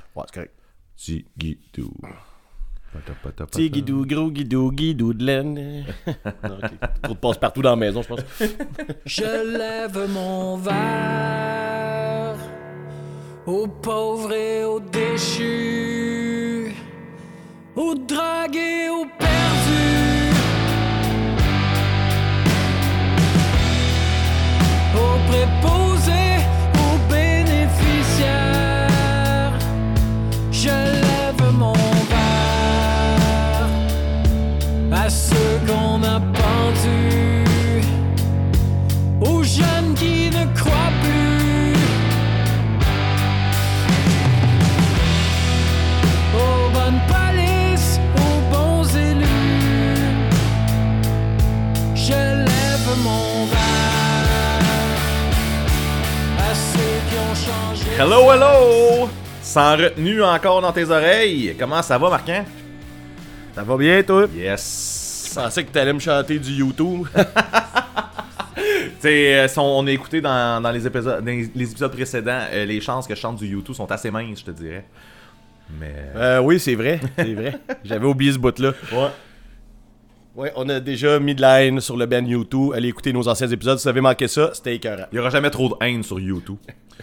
Ouais, c'est correct. Tigidou. Tigidou, gros guidou, guidou de laine. Okay. Trop de passe-partout dans la maison, je pense. Je lève mon verre aux pauvres et aux déchus, aux drogués, aux perdus, aux préposés, aux bénéficiaires. Je lève mon verre à ceux qu'on a pendus, aux jeunes qui ne croient plus, aux bonnes polices, aux bons élus. Je lève mon verre à ceux qui ont changé. Hello, hello! Sans retenue encore dans tes oreilles. Comment ça va, Marquand? Ça va bien, toi? Yes! Je pensais que t'allais me chanter du YouTube. T'sais, on a écouté dans les épisodes précédents, les chances que je chante du YouTube sont assez minces, je te dirais. Mais... Oui, c'est vrai. C'est vrai. J'avais oublié ce bout-là. Ouais. Ouais, on a déjà mis de la haine sur le band YouTube. Allez écouter nos anciens épisodes. Si vous avez manqué ça, c'était écœurant. Il y aura jamais trop de haine sur YouTube.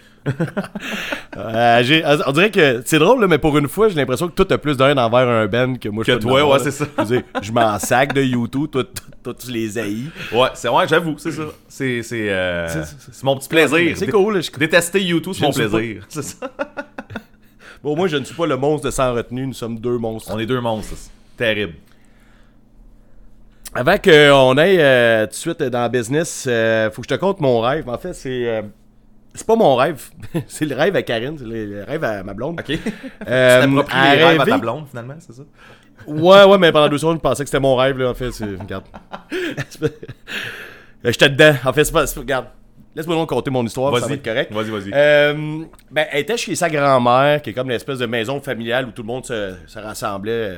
On dirait que c'est drôle, là, mais pour une fois, j'ai l'impression que toi, t'as plus de haine envers un band que moi. Que toi, ouais, c'est ça. Je m'en sac de YouTube. Toi, tu les haïs. Ouais, j'avoue, c'est ça. C'est mon petit plaisir. C'est cool. Détester YouTube, c'est mon plaisir. C'est ça. Bon, moi, je ne suis pas le monstre de Sans Retenue. Nous sommes deux monstres. On est deux monstres. C'est terrible. Avant qu'on aille tout de suite dans le business, faut que je te conte mon rêve. En fait, c'est pas mon rêve. C'est le rêve à Karine. C'est le rêve à ma blonde. OK. Tu t'appropries les rêves à ta blonde, finalement, c'est ça? Ouais, mais pendant 2 secondes, je pensais que c'était mon rêve, là. En fait, regarde. J'étais dedans. En fait, regarde. Laisse-moi donc compter mon histoire, ça va être correct. Vas-y. Elle était chez sa grand-mère, qui est comme une espèce de maison familiale où tout le monde se rassemblait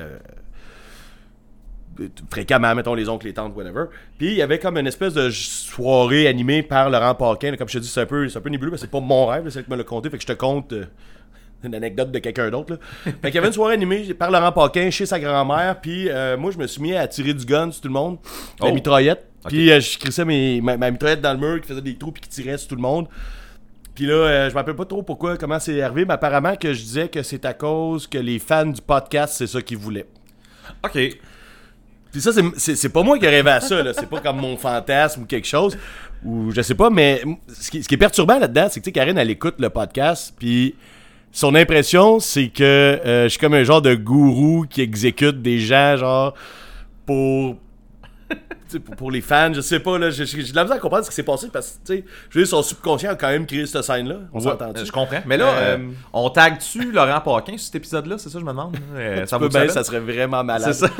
fréquemment, mettons les oncles, les tantes, whatever. Puis il y avait comme une espèce de soirée animée par Laurent Paquin. Comme je te dis, c'est un peu nébuleux, parce que c'est pas mon rêve, c'est elle qui me l'a conté, fait que je te conte une anecdote de quelqu'un d'autre. Là. Fait qu'il y avait une soirée animée par Laurent Paquin chez sa grand-mère, puis moi je me suis mis à tirer du gun sur tout le monde, la mitraillette. Puis je crissais ma mitraillette dans le mur qui faisait des trous puis qui tirait sur tout le monde. Puis là, je me rappelle pas trop comment c'est arrivé, mais apparemment que je disais que c'est à cause que les fans du podcast, c'est ça qu'ils voulaient. OK. Puis ça, c'est pas moi qui ai rêvé à ça, là. C'est pas comme mon fantasme ou quelque chose. Ou je sais pas, mais ce qui est perturbant là-dedans, c'est que, tu sais, Karine, elle écoute le podcast, puis son impression, c'est que je suis comme un genre de gourou qui exécute des gens, genre, pour les fans. Je sais pas, là. J'ai de la misère à comprendre ce qui s'est passé, parce que, tu sais, je veux dire, son subconscient a quand même créé cette scène-là. On s'entend-tu? Je comprends. Mais là, on tag-tu Laurent Paquin sur cet épisode-là? C'est ça, je me demande. Ça vaut bien, ça serait vraiment malade. C'est ça.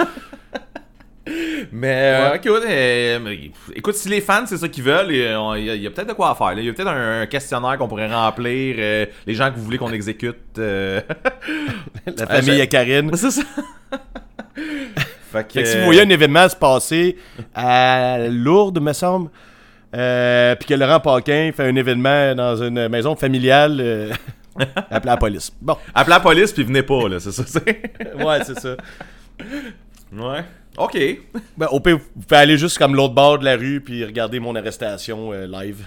Mais, écoute, si les fans, c'est ça qu'ils veulent, il y a peut-être de quoi à faire. Là. Il y a peut-être un questionnaire qu'on pourrait remplir. Les gens que vous voulez qu'on exécute. La famille à Karine. C'est ça. Fait que si vous voyez un événement se passer à Lourdes, me semble, puis que Laurent Paquin fait un événement dans une maison familiale, appelez la police. Bon. Appelez la police, puis venez pas, là, c'est ça. Ouais, c'est ça. Ouais. OK. Ben, au pire, vous pouvez aller juste comme l'autre bord de la rue puis regarder mon arrestation live.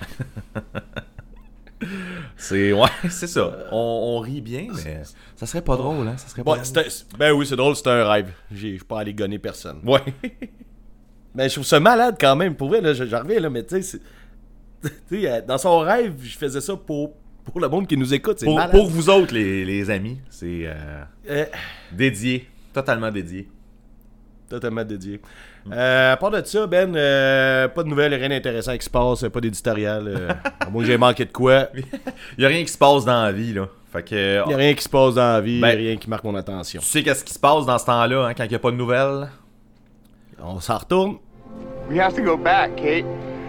C'est ça. On rit bien, mais ça serait pas drôle, hein. Ça serait pas drôle. Ben oui, c'est drôle, c'est un rêve. Je suis pas allé gonner personne. Ouais. Mais je trouve ça malade quand même. Pour vrai, là, j'en reviens, là, mais tu sais, dans son rêve, je faisais ça pour le monde qui nous écoute. C'est malade. Pour vous autres, les amis, c'est dédié. Totalement dédié. Totalement dédié. À part de ça, Ben, pas de nouvelles, rien d'intéressant qui se passe, pas d'éditorial. Moi, j'ai manqué de quoi. Il y a rien qui se passe dans la vie, là. Fait que, il y a rien qui se passe dans la vie, rien qui marque mon attention. Tu sais qu'est-ce qui se passe dans ce temps-là, hein, quand il n'y a pas de nouvelles? On s'en retourne. We have to go back, Kate.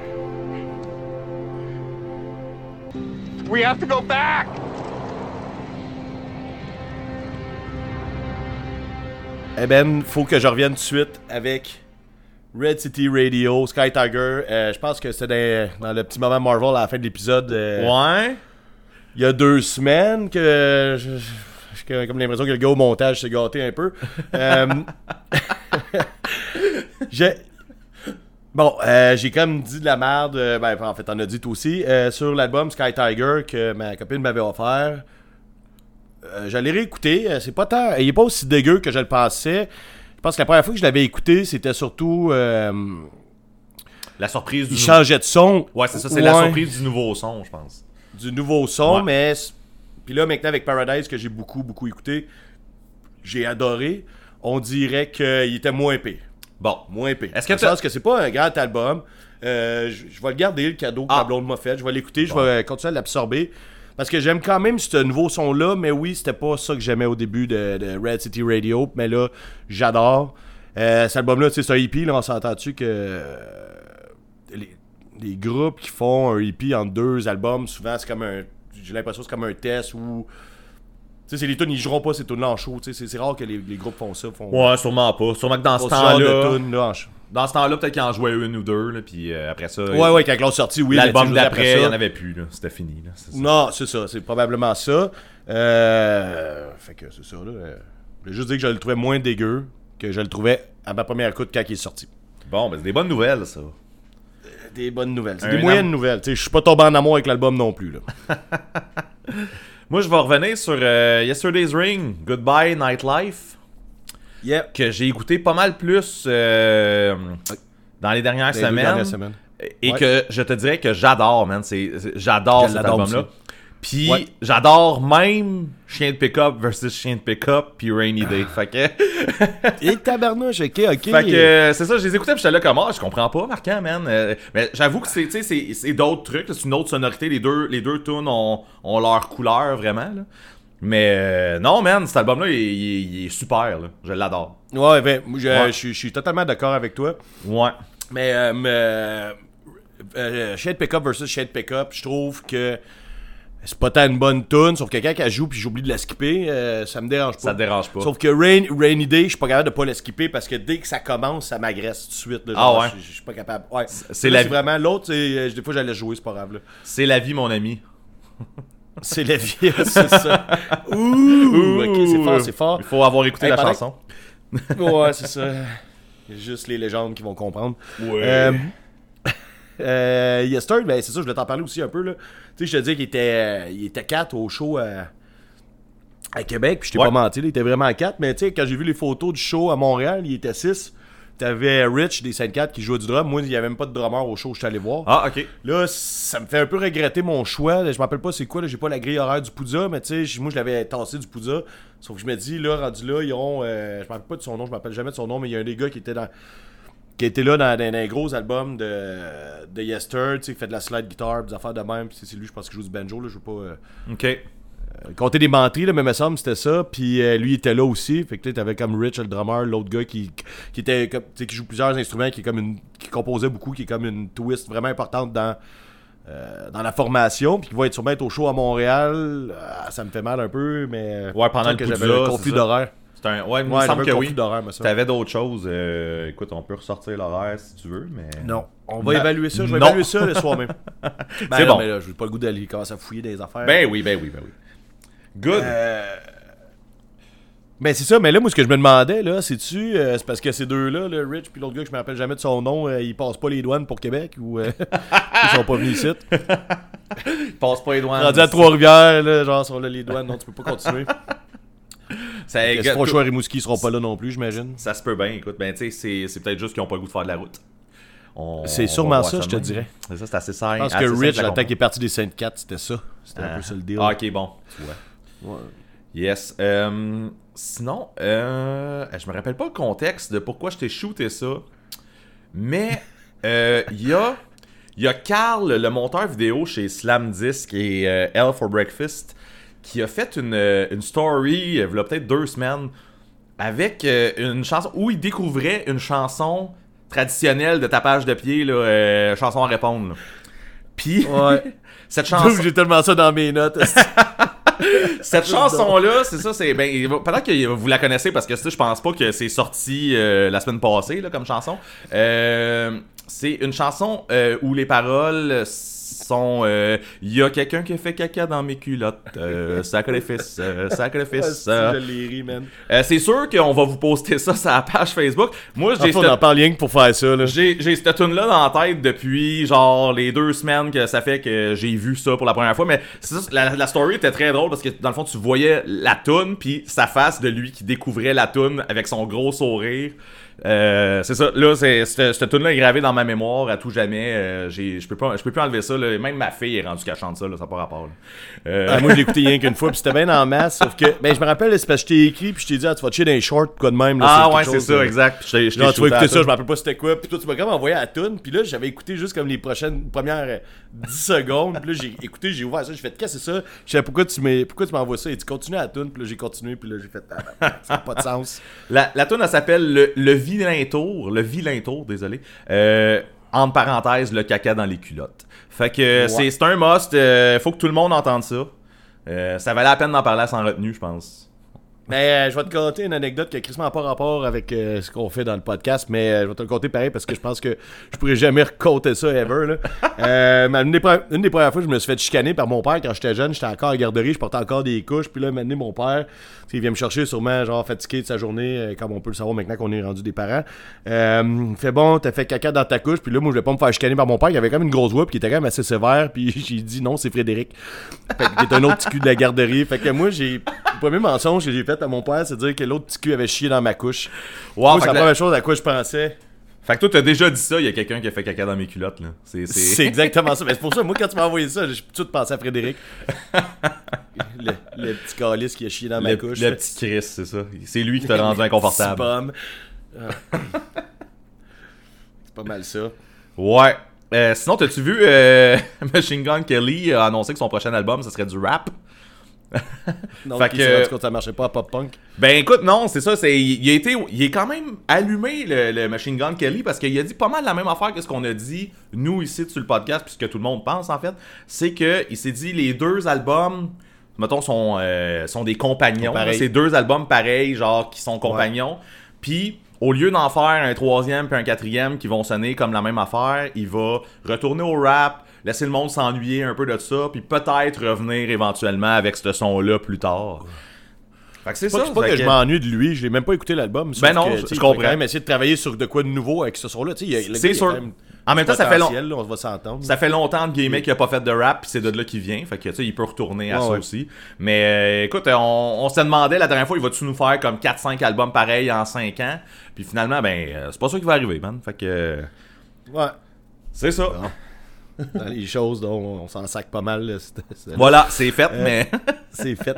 We have to go back! Eh ben, faut que je revienne tout de suite avec Red City Radio, Sky Tiger. Je pense que c'était dans le petit moment Marvel à la fin de l'épisode. Ouais. Il y a 2 semaines que J'ai comme l'impression que le gars au montage s'est gâté un peu. Bon, j'ai comme dit de la merde, en fait, t'en as dit toi aussi, sur l'album Sky Tiger que ma copine m'avait offert. Je l'ai réécouté, c'est pas tant, il est pas aussi dégueu que je le pensais. Je pense que la première fois que je l'avais écouté, c'était surtout... La surprise du il changeait de son. Ouais, c'est ça, c'est la surprise du nouveau son, je pense. Du nouveau son, ouais. Mais... Puis là, maintenant, avec Paradise, que j'ai beaucoup écouté, j'ai adoré, on dirait qu'il était moins épais. Bon. Moins épais. Est-ce que je pense que c'est pas un grand album. Je vais le garder, le cadeau que ma blonde m'a fait. Je vais l'écouter, je vais continuer à l'absorber. Parce que j'aime quand même ce nouveau son-là, mais oui, c'était pas ça que j'aimais au début de Red City Radio. Mais là, j'adore. Cet album-là, tu sais, c'est un EP, là, on s'entend-tu que les groupes qui font un EP en 2 albums, souvent, c'est comme un... J'ai l'impression que c'est comme un test où... Tu sais, c'est les tunes, ils joueront pas ces tunes-là en show. Tu sais, c'est rare que les groupes font ça. Ouais, sûrement pas. Sûrement que dans ce temps-là... Dans ce temps-là, peut-être qu'ils en jouaient une ou deux, là, puis après ça... Ouais, quand l'autre sorti, oui. L'album d'après, il n'y en avait plus, là. C'était fini, là. C'est ça. Non, c'est ça. C'est probablement ça. Fait que c'est ça, là. Je voulais juste dire que je le trouvais moins dégueu que je le trouvais à ma première écoute quand il est sorti. Bon, ben c'est des bonnes nouvelles, ça. Des bonnes nouvelles. C'est des moyennes nouvelles. Je suis pas tombé en amour avec l'album non plus, là. Moi, je vais revenir sur Yesterday's Ring, Goodbye Nightlife. Yeah. Que j'ai écouté pas mal plus dans les dernières semaines. Et que je te dirais que j'adore, man. J'adore cet album-là. Aussi. Puis j'adore même Chien de Pick-up versus Chien de Pick-up puis Rainy Day. Fait que... Et tabarnouche, ok. Fait que c'est ça, je les écoutais puis j'étais là comme je comprends pas, Marquand, man. Mais j'avoue que c'est d'autres trucs, c'est une autre sonorité. Les deux tunes ont leur couleur, vraiment, là. Mais non, man, cet album-là, il est super, là. Je l'adore. Ouais, ben, je suis totalement d'accord avec toi. Ouais. Mais Chien de Pick-up versus Chien de Pick-up, je trouve que c'est pas tant une bonne tune, sauf que quand elle joue puis j'oublie de la skipper, ça me dérange pas. Ça te dérange pas. Sauf que Rainy Day, je suis pas capable de pas la skipper parce que dès que ça commence, ça m'agresse tout de suite. Là, genre, ouais? Je suis pas capable. Ouais. C'est vraiment l'autre, des fois j'allais jouer, c'est pas grave. Là. C'est la vie, mon ami. C'est la vie, c'est ça. Ouh, ok, c'est fort. Il faut avoir écouté la chanson. Ouais, c'est ça. Il y a juste les légendes qui vont comprendre. Ouais. Yester, ben c'est ça, je voulais t'en parler aussi un peu là. Tu sais, je te dis qu'il était 4 au show à Québec, puis je t'ai pas menti, là, il était vraiment 4, mais tu sais, quand j'ai vu les photos du show à Montréal, il était 6. T'avais Rich des Sainte-4 qui jouait du drum. Moi, il n'y avait même pas de drummer au show où je suis allé voir. Ah, ok. Là, ça me fait un peu regretter mon choix. Je m'appelle pas c'est quoi, là, j'ai pas la grille horaire du Poudza, mais tu sais, moi, je l'avais tassé du Poudza. Sauf que je me dis, là, rendu là, ils ont. Je m'appelle pas de son nom, je m'appelle jamais de son nom, mais il y a un des gars qui était là dans un gros album de Yester, tu sais, qui fait de la slide guitar, des affaires de même. Puis c'est lui, je pense, qui joue du banjo, là, je veux pas. Ok. Compter des menteries, là, mais me semble c'était ça. Puis lui, il était là aussi. Fait que tu t'avais comme Rich, le drummer, l'autre gars qui était comme, qui joue plusieurs instruments, qui composait beaucoup, qui est comme une twist vraiment importante dans la formation. Puis qui va sûrement être au show à Montréal. Ça me fait mal un peu, mais. Ouais, pendant le que Poudza, j'avais le conflit d'horaire. Ouais, il me semble que oui. d'horaire, T'avais d'autres choses. Écoute, on peut ressortir l'horaire si tu veux, mais... Non. On va évaluer ça. Je vais évaluer ça le soir même. C'est bon. Mais là, je n'ai pas le goût d'aller commencer à fouiller des affaires. Ben oui. Good. Ben c'est ça, mais là, moi, ce que je me demandais, là, c'est-tu... c'est parce que ces deux-là, le Rich puis l'autre gars que je me rappelle jamais de son nom, ils passent pas les douanes pour Québec ou ils sont pas venus ici? Ils passent pas les douanes. Rendu à Trois-Rivières, là, genre, sur là, les douanes, non, tu peux pas continuer. Si font choix à Rimouski, ils seront pas là non plus, j'imagine. Ça se peut bien, écoute. Ben, tu sais, c'est peut-être juste qu'ils ont pas le goût de faire de la route. C'est sûrement ça, je te dirais. C'est ça, c'est assez simple. Je pense que Rich, la temps qu'il est parti des Sainte-4, c'était ça. C'était un peu ça le deal. Ah, ok, bon. Tu vois. Ouais. Yes. Sinon, je me rappelle pas le contexte de pourquoi je t'ai shooté ça. Mais, il y a Carl, le monteur vidéo chez Slamdisk et Hell for Breakfast, qui a fait une story, il y a peut-être 2 semaines, avec une chanson où il découvrait une chanson traditionnelle de tapage de pied, là, chanson à répondre. Là. Puis, cette chanson... J'ai tellement ça dans mes notes. Cette chanson-là, c'est ça, pendant que vous la connaissez, parce que ça, je pense pas que c'est sorti la semaine passée, là, comme chanson. C'est une chanson où les paroles... son y a quelqu'un qui a fait caca dans mes culottes. Sacrifice. Je l'ai ri, man. C'est sûr qu'on va vous poster ça sur la page Facebook. Moi, j'ai On en parle rien que pour faire ça, là. j'ai cette tune-là dans la tête depuis genre les 2 semaines que ça fait que j'ai vu ça pour la première fois. Mais c'est ça, la story était très drôle parce que dans le fond, tu voyais la tune puis sa face de lui qui découvrait la tune avec son gros sourire. C'est ça, là, cette tune-là est gravée dans ma mémoire à tout jamais. Je peux plus enlever ça. Là. Même ma fille est rendue qu'elle chante ça, là, ça n'a pas rapport. Moi, je l'ai écouté rien qu'une fois, puis c'était bien en masse. Sauf que, je me rappelle, c'est parce que je t'ai écrit, puis je t'ai dit, tu vas te chier dans les shorts, quoi de même. Là, Ouais, c'est ça, exact. Puis je tu vas écouter ça, je me rappelle pas c'était quoi. Puis toi, tu m'as quand même envoyé la tune, puis là, j'avais écouté juste comme les premières 10 secondes. Puis là, j'ai écouté, j'ai ouvert ça, j'ai fait, qu'est-ce que c'est ça? Je savais pourquoi tu m'envoies ça, et tu continues la tune, puis là, j'ai continué, puis là, j'ai fait, ça n'a pas de sens. La tune, elle s'appelle le vilain tour, désolé. Entre parenthèses, le caca dans les culottes. Fait que c'est un must. Faut que tout le monde entende ça. Ça valait la peine d'en parler sans retenue, je pense. Mais je vais te conter une anecdote qui a quasiment pas rapport avec ce qu'on fait dans le podcast, mais je vais te le conter pareil parce que je pense que je pourrais jamais raconter ça ever. Là. Une des premières fois, je me suis fait chicaner par mon père quand j'étais jeune. J'étais encore à la garderie, je portais encore des couches. Puis là, maintenant, mon père, il vient me chercher sûrement genre fatigué de sa journée, comme on peut le savoir maintenant qu'on est rendu des parents. Il fait bon, t'as fait caca dans ta couche. Puis là, moi, je vais pas me faire chicaner par mon père. Il avait quand même une grosse voix, puis il était quand même assez sévère. Puis j'ai dit non, c'est Frédéric. Fait qu'il est un autre petit cul de la garderie. Fait que moi, le premier mensonge que j'ai fait à mon père, c'est de dire que l'autre petit cul avait chié dans ma couche. Wow, c'est la première chose à quoi je pensais. Fait que toi, t'as déjà dit ça, il y a quelqu'un qui a fait caca dans mes culottes, là. C'est exactement ça. Mais c'est pour ça, moi, quand tu m'as envoyé ça, j'ai tout pensé à Frédéric. le petit calice qui a chié dans ma couche. Le petit Chris, c'est ça. C'est lui qui t'a rendu inconfortable. C'est pas mal ça. Ouais. Sinon, t'as-tu vu Machine Gun Kelly a annoncé que son prochain album, ce serait du rap? Donc, fait que ça marchait pas à Pop Punk. Ben écoute, non, c'est ça, il est quand même allumé le Machine Gun Kelly parce qu'il a dit pas mal la même affaire que ce qu'on a dit nous ici sur le podcast, puis ce que tout le monde pense en fait, c'est que il s'est dit les 2 albums, mettons, sont des compagnons, c'est 2 albums pareils, genre qui sont compagnons, puis au lieu d'en faire un 3e puis un 4e qui vont sonner comme la même affaire, il va retourner au rap, laisser le monde s'ennuyer un peu de ça, puis peut-être revenir éventuellement avec ce son-là plus tard. Fait que c'est ça. C'est pas que je m'ennuie de lui, j'ai même pas écouté l'album. Ben non, je comprends. Il quand même essayer de travailler sur de quoi de nouveau avec ce son-là. C'est sûr. En même temps, ça fait longtemps. On va s'entendre. Ça fait longtemps de guillemets qu'il a pas fait de rap, puis c'est de là qu'il vient. Fait que tu sais, il peut retourner à ça aussi. Mais écoute, on se demandait la dernière fois, il va-tu nous faire comme 4-5 albums pareils en 5 ans? Puis finalement, c'est pas ça qui va arriver, man. Fait que. Ouais. C'est ça. Bon. Dans les choses dont on s'en sac pas mal. Là, voilà, c'est fait, mais. C'est fait.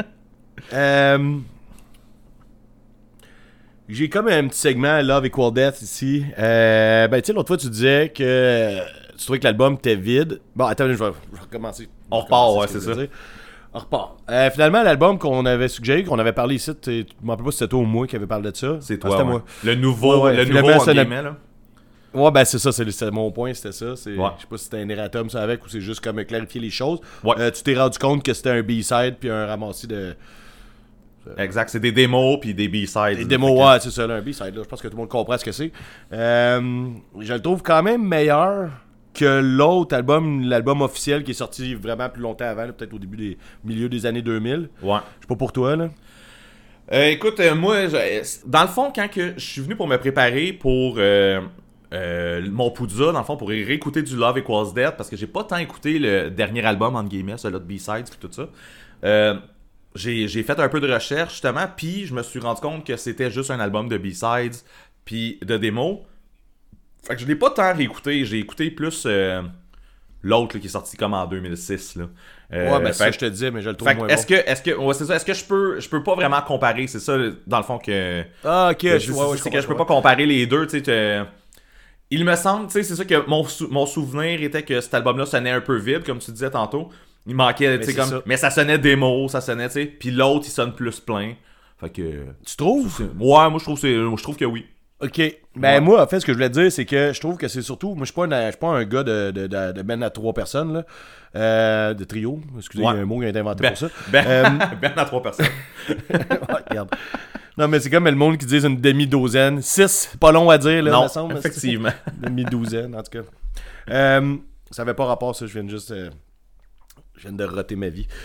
J'ai comme un petit segment Love Equal Death ici. Tu sais, l'autre fois, tu disais que tu trouvais que l'album était vide. Bon, attends, je vais recommencer. On repart, ouais, c'est ça. On repart. Finalement, l'album qu'on avait suggéré, qu'on avait parlé ici, tu me rappelles pas si c'était toi ou moi qui avait parlé de ça. C'est toi, c'était moi. moi. Le nouveau, le nouveau en guillemets, là. Ouais, ben c'est ça, c'est mon point, c'était ça. Je sais pas si c'était un erratum ça avec ou c'est juste comme clarifier les choses. Ouais. Tu t'es rendu compte que c'était un B-side puis un ramassis de. Exact, c'est des démos puis des B-sides. Des démos, ouais, c'est ça, là, un B-side. Là. Je pense que tout le monde comprend ce que c'est. Je le trouve quand même meilleur que l'autre album, l'album officiel qui est sorti vraiment plus longtemps avant, là, peut-être au milieu des années 2000. Ouais. Je sais pas pour toi, là. Écoute, moi, dans le fond, quand que je suis venu pour me préparer pour mon Poudza, dans le fond, pour réécouter du Love Equals Death, parce que j'ai pas tant écouté le dernier album, entre guillemets, celui de B-sides puis tout ça. J'ai fait un peu de recherche, justement, puis je me suis rendu compte que c'était juste un album de B-sides puis de démos. Fait que je l'ai pas tant réécouté. J'ai écouté plus l'autre là, qui est sorti comme en 2006. Là. Ouais, ben ça, je te disais, mais je le trouve moins bon. Est-ce que je peux pas vraiment comparer? C'est ça, dans le fond, que... Ah, ok. C'est que je peux pas comparer les deux, tu sais... Il me semble, tu sais, c'est ça que mon souvenir était que cet album-là sonnait un peu vide, comme tu disais tantôt. Il manquait, tu sais, comme... Mais ça sonnait démo, ça sonnait, tu sais. Puis l'autre, il sonne plus plein. Fait que... Tu trouves? Ouais, moi, je trouve que oui. Ok. Ben, moi, en fait, ce que je voulais te dire, c'est que je trouve que c'est surtout... Moi, je suis pas un gars de ben à 3 personnes, là. De trio. Excusez, il y a un mot qui a été inventé pour ça. Ben à 3 personnes. Regarde. Non, mais c'est comme le monde qui dit une demi-douzaine. 6, c'est pas long à dire, là, non, me semble. effectivement. Demi-douzaine, en tout cas. Ça avait pas rapport, ça. Je viens de rater ma vie.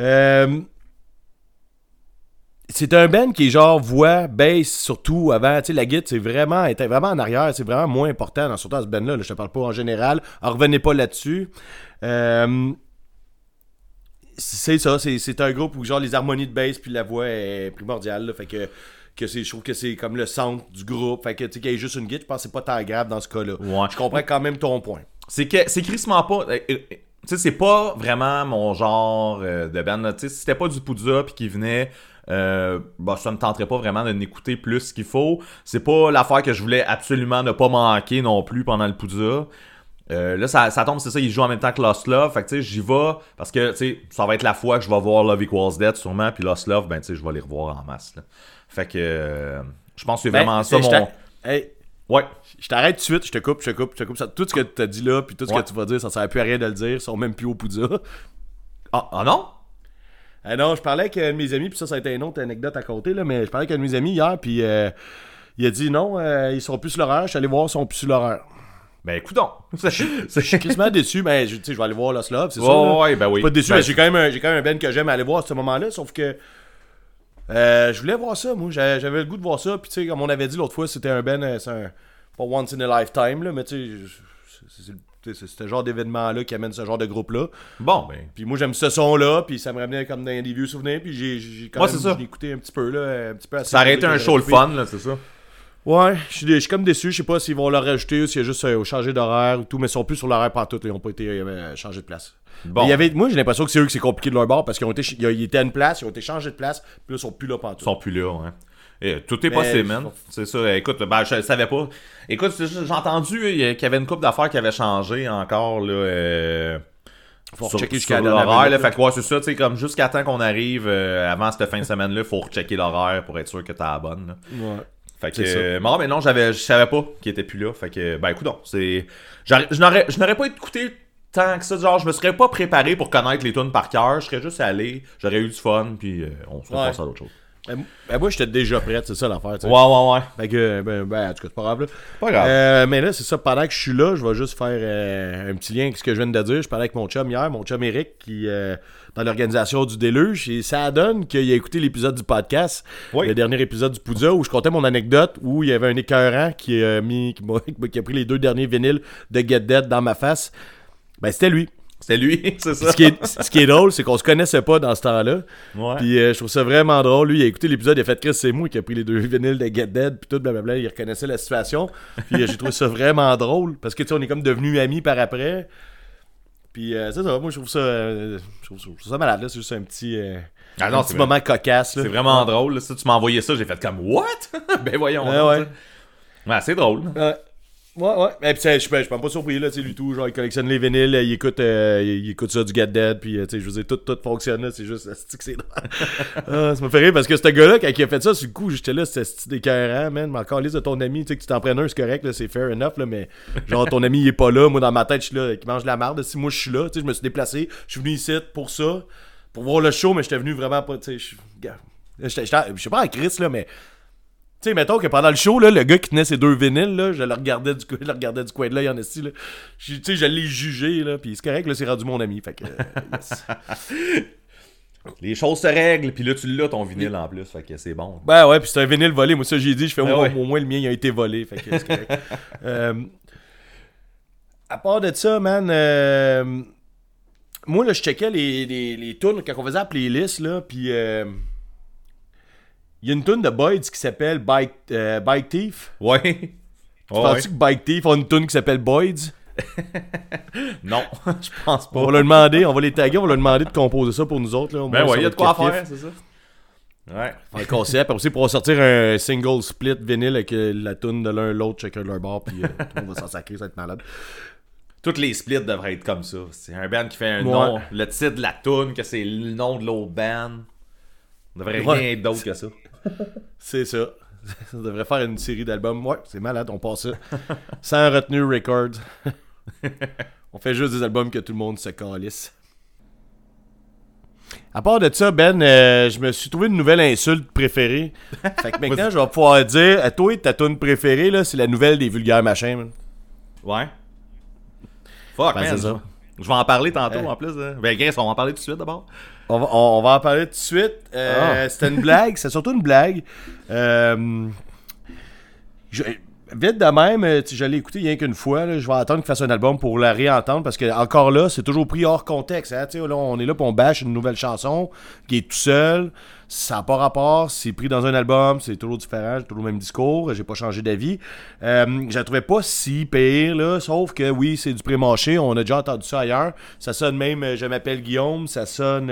C'est un band qui est genre voix, bass, surtout avant. Tu sais, la guitare, était vraiment en arrière. C'est vraiment moins important, surtout dans ce band-là. Là, je te parle pas en général. Alors, revenez pas là-dessus. C'est ça. C'est un groupe où genre les harmonies de bass puis la voix est primordiale. Là, fait que je trouve que c'est comme le centre du groupe. Fait que tu sais, qu'il y ait juste une guitare, je pense que c'est pas tant grave dans ce cas-là. Ouais. Je comprends quand même ton point. C'est crissement pas. Tu sais, c'est pas vraiment mon genre de band. Tu sais, si c'était pas du Poudza puis qui venait. Ça me tenterait pas vraiment de l'écouter plus qu'il faut. C'est pas l'affaire que je voulais absolument ne pas manquer non plus pendant le Poudza. Là, ça tombe, c'est ça, ils jouent en même temps que Lost Love. Fait que tu sais, j'y vais parce que tu sais, ça va être la fois que je vais voir Love Equals Dead sûrement. Puis Lost Love, ben tu sais, je vais les revoir en masse. Là. Fait que je pense que c'est vraiment ça mon. Ouais. Je t'arrête tout de suite, je te coupe. Ça, tout ce que tu as dit là, puis tout ce que tu vas dire, ça sert plus à rien de le dire. Ils sont même plus au Poudza. Ah non? Non, je parlais avec un de mes amis, puis ça a été une autre anecdote à côté, là, mais je parlais avec un de mes amis hier, puis il a dit non, ils sont plus sur l'horaire. Je suis allé voir, ils sont plus sur l'horaire. Ben écoute donc. Je suis quasiment déçu, mais je vais aller voir Lost Love, c'est ça. Ouais, ben oui. Pas déçu, ben, mais j'ai quand même un band que j'aime aller voir à ce moment-là, sauf que je voulais voir ça, moi. J'avais le goût de voir ça, puis tu sais, comme on avait dit l'autre fois, c'était un band, pas once in a lifetime, là, mais tu sais, c'est ce genre d'événement-là qui amène ce genre de groupe-là. Bon, ben. Puis moi, j'aime ce son-là, puis ça me ramenait comme dans des vieux souvenirs, puis j'ai quand même ça. j'ai écouté un petit peu, là, un petit peu assez. Ça aurait été un show le fun, là, c'est ça? Ouais, je suis comme déçu, je sais pas s'ils vont le rajouter ou s'il y a juste changé d'horaire ou tout, mais ils sont plus sur l'horaire pantoute, ils ont pas été changés de place. Bon. Moi, j'ai l'impression que c'est eux que c'est compliqué de leur bord parce ils étaient à une place, ils ont été changés de place, puis là, ils sont plus là pantoute. Ils sont plus là, ouais. Et, tout est possible, man. C'est ça. Écoute, ben, je savais pas. Écoute, j'ai entendu qu'il y avait une couple d'affaires qui avaient changé encore, là. Faut sur, rechecker sur jusqu'à l'horaire, là. Fait que, ouais, c'est ça, tu sais, comme jusqu'à temps qu'on arrive avant cette fin de semaine-là, faut rechecker l'horaire pour être sûr que t'as la bonne, là. Ouais. Fait que, non, mais non, je savais pas qu'il était plus là. Fait que, ben, écoute, je n'aurais pas écouté tant que ça. Genre, je me serais pas préparé pour connaître les tunes par cœur. Je serais juste allé, j'aurais eu du fun, puis on serait passé à d'autres choses. Ben moi, j'étais déjà prête, c'est ça l'affaire. T'sais. Ouais. Fait que, ben, en tout cas, c'est pas grave. Là. Pas grave. Mais là, c'est ça, pendant que je suis là, je vais juste faire un petit lien avec ce que je viens de dire. Je parlais avec mon chum hier, mon chum Eric, qui dans l'organisation du Déluge, et ça donne qu'il a écouté l'épisode du podcast, le dernier épisode du Poudza, où je contais mon anecdote, où il y avait un écœurant qui a pris les 2 derniers vinyles de Get Dead dans ma face. Ben, c'était lui. C'est lui, c'est ça. Ce qui est drôle, c'est qu'on se connaissait pas dans ce temps-là. Ouais. Puis je trouve ça vraiment drôle. Lui, il a écouté l'épisode, il a fait Chris, c'est moi qui a pris les 2 vinyles de Get Dead, puis tout, blablabla. Il reconnaissait la situation. Puis j'ai trouvé ça vraiment drôle. Parce que tu sais, on est comme devenus amis par après. Puis c'est ça, moi je trouve ça malade. Là. C'est juste un petit, petit moment cocasse. Là. C'est vraiment drôle. Là. Si tu m'as envoyé ça, j'ai fait comme What? Ben voyons. Ouais. Ouais, c'est drôle. Ouais. Et puis je suis pas surpris là, tu sais, lui tout, genre il collectionne les vinyles, il écoute ça du Get Dead, puis tu sais, je veux dire, tout fonctionne là, c'est juste, c'est drôle. Ça m'a fait rire parce que ce gars-là, quand il a fait ça, sur le coup, j'étais là, c'était style écœurant, man, mais encore liste de ton ami, tu sais, que tu t'en prennes un, c'est correct, là, c'est fair enough, là, mais genre ton ami il est pas là, moi dans ma tête, je suis là, qui mange de la merde, si moi je suis là, tu sais, je me suis déplacé, je suis venu ici pour ça, pour voir le show, mais j'étais venu vraiment pas, tu sais, je sais pas en Chris là, mais tu sais, mettons que pendant le show, là, le gars qui tenait ses 2 vinyles, là, je le regardais du coin de l'œil en esti, là. Tu sais, je l'ai jugé, là, pis c'est correct, là, c'est rendu mon ami, fait que, yes. Les choses se règlent, pis là, tu l'as ton vinyle en plus, fait que c'est bon. Ben ouais, pis c'est un vinyle volé, moi ça j'ai dit, je fais ouais. Au moins le mien, il a été volé, fait que c'est correct. À part de ça, man, moi, là, je checkais les tunes quand on faisait la playlist, là, pis il y a une tune de Boyds qui s'appelle Bike Thief. Ouais. Tu penses-tu que Bike Thief a une tune qui s'appelle Boyds? Non, je pense pas. On va leur demander, on va les taguer, on va leur demander de composer ça pour nous autres. Là, ben ouais, il y a de quoi faire, c'est ça. Ouais. Un concept, après aussi pour sortir un single split vinyle avec la tune de l'un l'autre, chacun de leur bord, puis tout le monde va s'en sacrer, ça va être malade. Toutes les splits devraient être comme ça. C'est un band qui fait un nom, le titre de la tune, que c'est le nom de l'autre band. On devrait rien être d'autre que ça. C'est ça. Ça devrait faire une série d'albums. Ouais, c'est malade, on passe ça. Sans retenue record. On fait juste des albums que tout le monde se calisse. À part de ça, Ben, je me suis trouvé une nouvelle insulte préférée. Fait que maintenant, je vais pouvoir dire, à toi, ta tune préférée, là, c'est la nouvelle des vulgaires machins. Man. Ouais. Fuck, Ben, man. c'est ça. Je vais en parler tantôt en plus. Hein. Ben, Chris, on va en parler tout de suite d'abord. On va en parler tout de suite. C'était une blague. C'est surtout une blague. Vite de même, je l'ai écouté rien qu'une fois. Là, je vais attendre qu'il fasse un album pour la réentendre parce que encore là, c'est toujours pris hors contexte. Hein, là, on est là pour on bâche une nouvelle chanson qui est tout seul. Ça n'a pas rapport. C'est pris dans un album. C'est toujours différent. J'ai toujours le même discours. J'ai pas changé d'avis. Je la trouvais pas si pire, là, sauf que oui, c'est du pré-mâché. On a déjà entendu ça ailleurs. Ça sonne même Je m'appelle Guillaume. Ça sonne.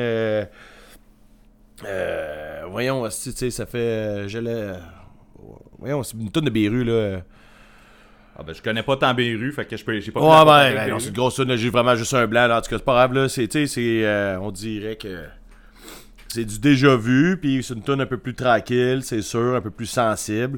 Voyons, tu sais, ça fait. Voyons, c'est une tonne de Béru, là. Ah ben, je connais pas tant Béru, fait que j'ai pas Ouais, ben, non, c'est une grosse tonne, j'ai vraiment juste un blanc, là. En tout cas, c'est pas grave, là. On dirait que c'est du déjà vu, puis c'est une tonne un peu plus tranquille, c'est sûr, un peu plus sensible.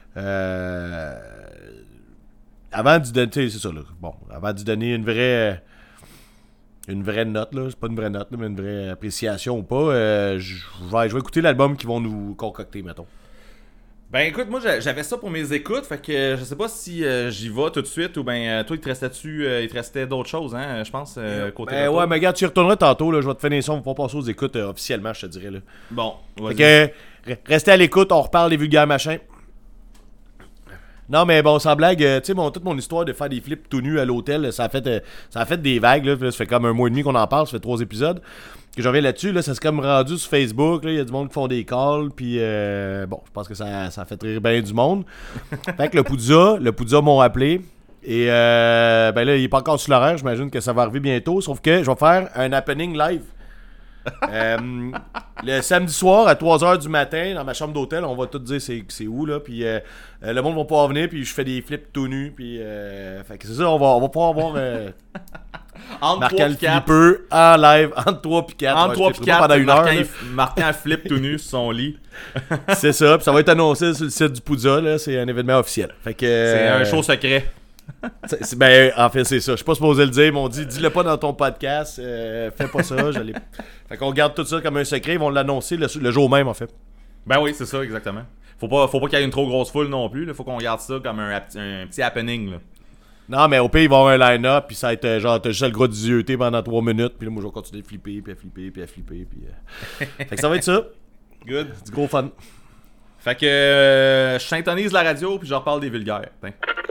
Avant d'y donner, c'est ça, là. Bon, avant d'y donner une vraie note, là. C'est pas une vraie note, là, mais une vraie appréciation ou pas. Je vais écouter l'album qu'ils vont nous concocter, mettons. Ben écoute, moi j'avais ça pour mes écoutes, fait que je sais pas si j'y vais tout de suite ou ben toi il te restait d'autres choses, hein, je pense, côté Ben retour. ouais, mais regarde, tu y retourneras tantôt, là, je vais te finir ça, on va pas passer aux écoutes officiellement, je te dirais, là. Bon, vas-y. Fait que, restez à l'écoute, on reparle des vulgaires machins. Non, mais bon, sans blague, tu sais, toute mon histoire de faire des flips tout nus à l'hôtel, ça a fait des vagues, là, ça fait comme un mois et demi qu'on en parle, ça fait 3 épisodes. Que j'en reviens là-dessus, là, ça s'est comme rendu sur Facebook, il y a du monde qui font des calls, puis bon, je pense que ça a fait rire bien du monde. Fait que le Poudza m'ont appelé, et ben là, il est pas encore sur l'horaire, j'imagine que ça va arriver bientôt, sauf que je vais faire un happening live. Le samedi soir à 3h du matin dans ma chambre d'hôtel, on va tout dire c'est où là, puis le monde va pouvoir venir, puis je fais des flips tout nus, puis fait que c'est ça, on va pouvoir avoir Entre 3 Marc-Anne et 4. Flipper en live entre 3 et 4. Entre 3 et 4, pendant une heure. Marquant flip tout nu sur son lit. C'est ça, puis ça va être annoncé sur le site du Poudza, là, c'est un événement officiel. Fait que C'est un show secret. Ben, en fait, c'est ça. Je suis pas supposé le dire. Ils m'ont dit, dis-le pas dans ton podcast. Fais pas ça. Fait qu'on garde tout ça comme un secret. Ils vont l'annoncer le jour même, en fait. Ben oui, c'est ça, exactement. Faut pas qu'il y ait une trop grosse foule non plus. Là. Faut qu'on garde ça comme un petit happening. Là. Non, mais au pire, il va y avoir un line-up. Puis ça va être genre, t'as juste le gros d'IET pendant 3 minutes. Puis là, moi, je vais continuer de flipper. Puis à flipper. Puis à flipper. Puis, Fait que ça va être ça. Good. C'est du gros fun. Fait que je syntonise la radio. Puis je reparle des vulgaires. Tiens.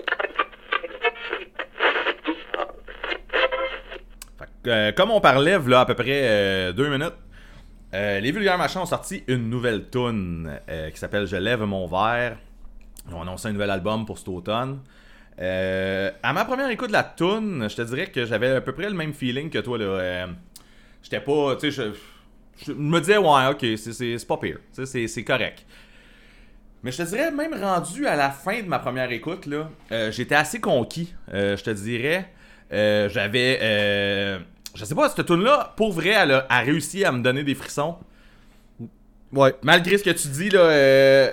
Comme on parlait, là, à peu près 2 minutes, les vulgaires machins ont sorti une nouvelle toune qui s'appelle Je lève mon verre. Ils ont annoncé un nouvel album pour cet automne. À ma première écoute de la toune, je te dirais que j'avais à peu près le même feeling que toi. Là. J'étais pas. Tu sais, je me disais, ouais, ok, c'est pas pire. C'est correct. Mais je te dirais, même rendu à la fin de ma première écoute, là, j'étais assez conquis. Je te dirais. J'avais. Je sais pas, cette tune-là, pour vrai, elle a réussi à me donner des frissons. Ouais. Malgré ce que tu dis, là,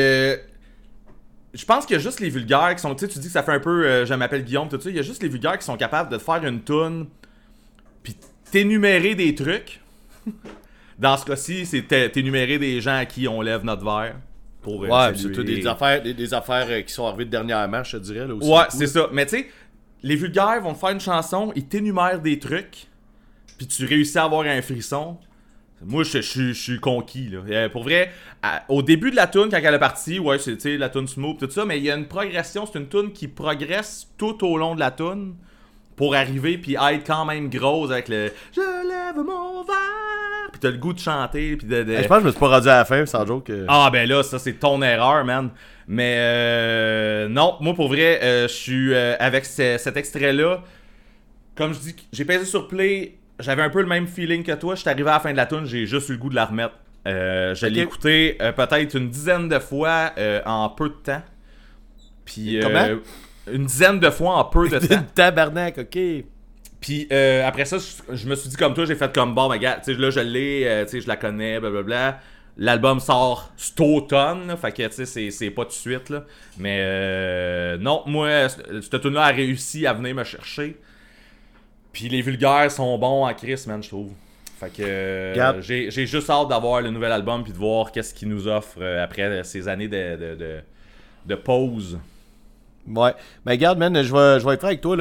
je pense qu'il y a juste les vulgaires qui sont. Tu sais, tu dis que ça fait un peu Je m'appelle Guillaume, tout ça. Il y a juste les vulgaires qui sont capables de te faire une tune puis t'énumérer des trucs. Dans ce cas-ci, c'est t'énumérer des gens à qui on lève notre verre. Pour ouais, c'est tout des affaires qui sont arrivées dernièrement, je te dirais. Là, aussi. Ouais, c'est ça. Mais tu sais, les vulgaires vont te faire une chanson, ils t'énumèrent des trucs, puis tu réussis à avoir un frisson. Moi, je suis conquis, là. Pour vrai, au début de la tune, quand elle est partie, ouais, c'est la tune smooth, tout ça, mais il y a une progression, c'est une tune qui progresse tout au long de la tune pour arriver puis être quand même grosse avec le « Je lève mon verre », puis t'as le goût de chanter, puis de... Je pense que je me suis pas rendu à la fin, sans joke. Ah ben là, ça c'est ton erreur, man. Mais non, moi pour vrai, je suis avec cet extrait-là, comme je dis, j'ai pesé sur play, j'avais un peu le même feeling que toi, je suis arrivé à la fin de la tune, j'ai juste eu le goût de la remettre. Je l'ai écouté peut-être une dizaine de fois en peu de temps. Puis une dizaine de fois en peu de temps. Tabarnak, ok. Puis après ça, je me suis dit comme toi, j'ai fait comme bon, ben gars, tu sais, là je l'ai, tu sais, je la connais, blablabla. L'album sort cet automne, là, fait que tu sais, c'est pas tout de suite, là. Mais non, moi, cette tune-là a réussi à venir me chercher. Puis les vulgaires sont bons en Chris, man, je trouve. Fait que j'ai juste hâte d'avoir le nouvel album puis de voir qu'est-ce qu'il nous offre après ces années de pause. Ouais. Ben regarde, man, je vais être franc avec toi, là.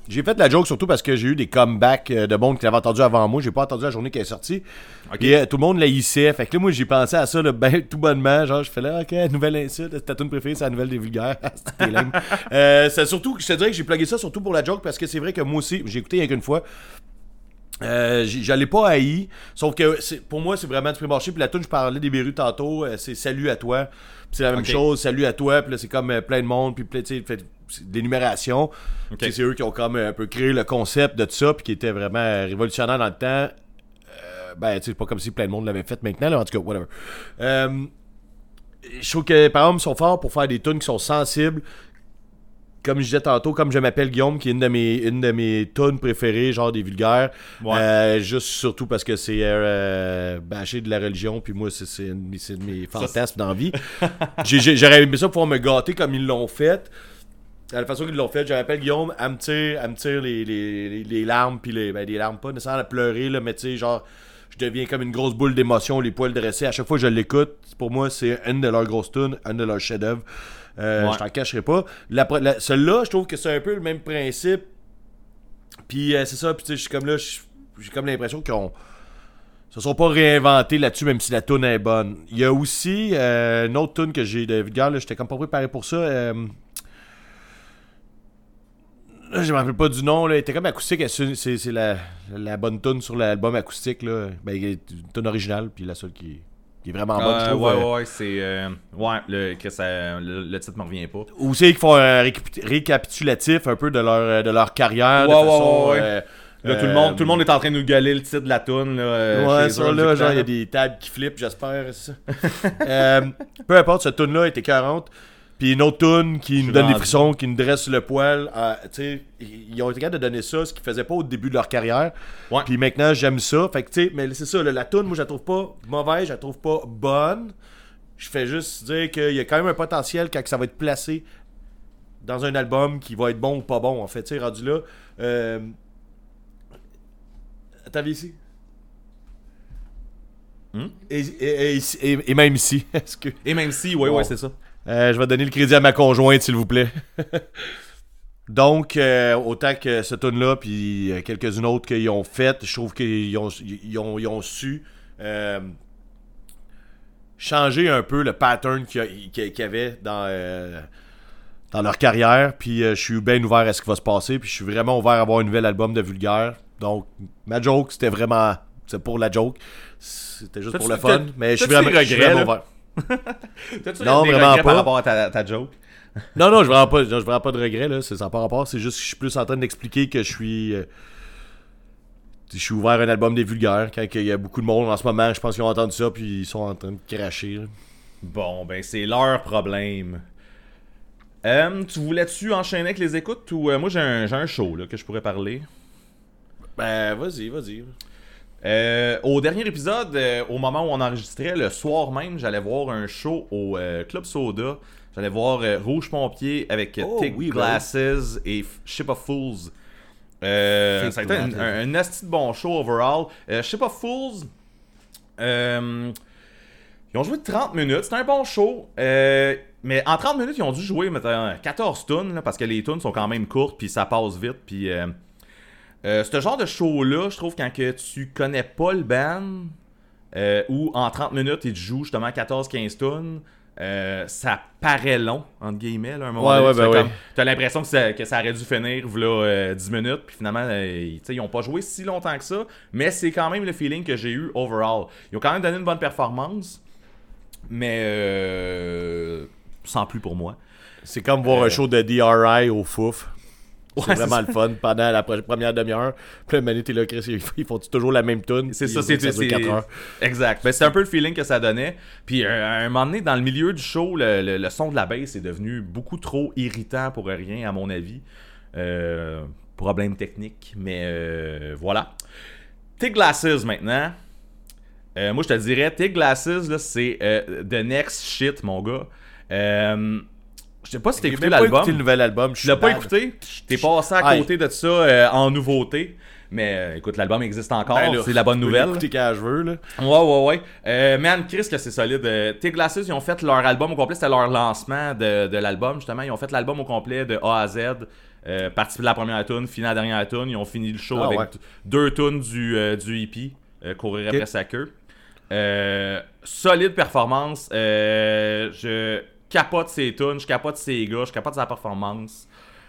J'ai fait la joke surtout parce que j'ai eu des comebacks de monde qui l'avaient entendu avant moi. J'ai pas entendu la journée qu'elle est sortie. Ok. Et tout le monde l'haïssait. Fait que là, moi, j'ai pensé à ça là, ben, tout bonnement. Genre, je fais là, ok, nouvelle insulte. Ta tune préférée, c'est la nouvelle des vulgaires. C'était lame. C'est surtout, je te dirais que j'ai plugué ça surtout pour la joke parce que c'est vrai que moi aussi, j'ai écouté il y a qu'une fois. J'allais pas haï, sauf que pour moi c'est vraiment du pré-marché. Puis la tune je parlais des Berus tantôt, c'est salut à toi. Puis c'est la même chose, salut à toi. Puis là c'est comme plein de monde, puis tu sais c'est des numérations. Ok. C'est eux qui ont comme un peu créé le concept de tout ça, puis qui était vraiment révolutionnaire dans le temps. Ben tu sais c'est pas comme si plein de monde l'avait fait maintenant là, en tout cas whatever. Je trouve que par exemple ils sont forts pour faire des tunes qui sont sensibles. Comme je disais tantôt, comme je m'appelle Guillaume, qui est une de mes tunes préférées, genre des vulgaires. Ouais. Juste surtout parce que c'est bâché de la religion, puis moi, c'est une de mes fantasmes dans la vie. J'aurais aimé ça pouvoir me gâter comme ils l'ont fait. À la façon qu'ils l'ont fait, je m'appelle Guillaume, elle me tire les larmes, puis les larmes, pas nécessairement à pleurer, là, mais tu sais, genre, je deviens comme une grosse boule d'émotion, les poils dressés. À chaque fois que je l'écoute, pour moi, c'est une de leurs grosses tunes, un de leurs chefs-d'œuvre. Je t'en cacherai pas. Celle-là, je trouve que c'est un peu le même principe. Puis c'est ça, puis tu sais, je suis comme là, j'ai comme l'impression qu'ils se sont pas réinventés là-dessus, même si la tune est bonne. Il y a aussi une autre tune que j'ai de vulgaire, là, j'étais comme pas préparé pour ça. Là, je me rappelle pas du nom, là. Elle était comme acoustique, c'est la bonne tune sur l'album acoustique, là. Ben, il y a une tune originale, puis la seule qui est vraiment bonne, je trouve. Ouais, c'est. Le titre me revient pas. Ou c'est qu'ils font un récapitulatif un peu de leur carrière. Ouais. Là, tout le monde est en train de nous gueuler le titre de la toune. Ouais, ça là, genre, il y a des tables qui flippent, j'espère, c'est ça. Peu importe, cette toune-là était 40. Puis une autre toune qui nous donne des frissons, qui nous dresse sur le poil. Tu sais, ils ont été capables de donner ça, ce qu'ils faisaient pas au début de leur carrière. Ouais. Puis maintenant, j'aime ça. Fait que, tu sais, mais c'est ça, la toune, moi, je la trouve pas mauvaise, je la trouve pas bonne. Je fais juste dire qu'il y a quand même un potentiel quand ça va être placé dans un album qui va être bon ou pas bon, en fait. Tu sais, rendu là. Attends, ici. Et même ici. Et même si, ouais, c'est ça. Je vais donner le crédit à ma conjointe, s'il vous plaît. Donc, autant que ce tune-là, puis quelques-unes autres qu'ils ont faites, je trouve qu'ils ont su changer un peu le pattern qu'il y avait dans leur carrière. Puis je suis bien ouvert à ce qui va se passer. Puis je suis vraiment ouvert à avoir un nouvel album de vulgaire. Donc, ma joke, c'était vraiment pour la joke. C'était juste pour le fun. Mais je suis vraiment ouvert. T'as-tu Non, des vraiment regrets pas. par rapport à ta joke? Non, j'ai vraiment pas de regrets, là. Ça n'a pas rapport. C'est juste que je suis plus en train d'expliquer que je suis ouvert à un album des vulgaires. Quand il y a beaucoup de monde en ce moment, je pense qu'ils ont entendu ça, puis ils sont en train de cracher, là. Bon, ben c'est leur problème. Tu voulais-tu enchaîner avec les écoutes ou moi j'ai un show là, que je pourrais parler? Ben, vas-y. Au dernier épisode, au moment où on enregistrait, le soir même, j'allais voir un show au Club Soda. J'allais voir Rouge Pompier avec Thick Glasses et Ship of Fools. Ça a été un asti de bon show overall. Ship of Fools, ils ont joué 30 minutes. C'était un bon show. Mais en 30 minutes, ils ont dû jouer 14 tunes, là, parce que les tunes sont quand même courtes, puis ça passe vite. Puis ce genre de show-là, je trouve, quand que tu connais pas le band, ou en 30 minutes, ils te jouent justement 14-15 tunes, ça paraît long, entre guillemets, là, un moment donné. T'as l'impression que ça aurait dû finir là, 10 minutes, puis finalement, ils ont pas joué si longtemps que ça, mais c'est quand même le feeling que j'ai eu overall. Ils ont quand même donné une bonne performance, mais sans plus pour moi. C'est comme voir un show de DRI au Fouf. C'est Ouais, vraiment le fun pendant la première demi-heure. Puis là, t'es là, Chris, ils font toujours la même tune. C'est ça, c'est 4 heures. Exact. Ben, c'est un peu le feeling que ça donnait. Puis à un moment donné, dans le milieu du show, le son de la bass est devenu beaucoup trop irritant pour rien, à mon avis. Problème technique, mais voilà. Thick Glasses maintenant. Moi, je te dirais, Thick Glasses, là, c'est the next shit, mon gars. Je sais pas si t'as écouté l'album. J'ai pas écouté le nouvel album. Tu l'as pas écouté? T'es passé à côté de ça en nouveauté. Mais écoute, l'album existe encore. Ben là, c'est la bonne nouvelle. Écouter quand je veux, là. Ouais. Man, Chris, que c'est solide. Thick Glasses, ils ont fait leur album au complet. C'était leur lancement de l'album, justement. Ils ont fait l'album au complet de A à Z. parti de la première tune, fini la dernière tune. Ils ont fini le show avec 2 tunes du EP, Courir après sa queue. Solide performance. Je capote ses tunes, je capote ses gars, je capote sa performance.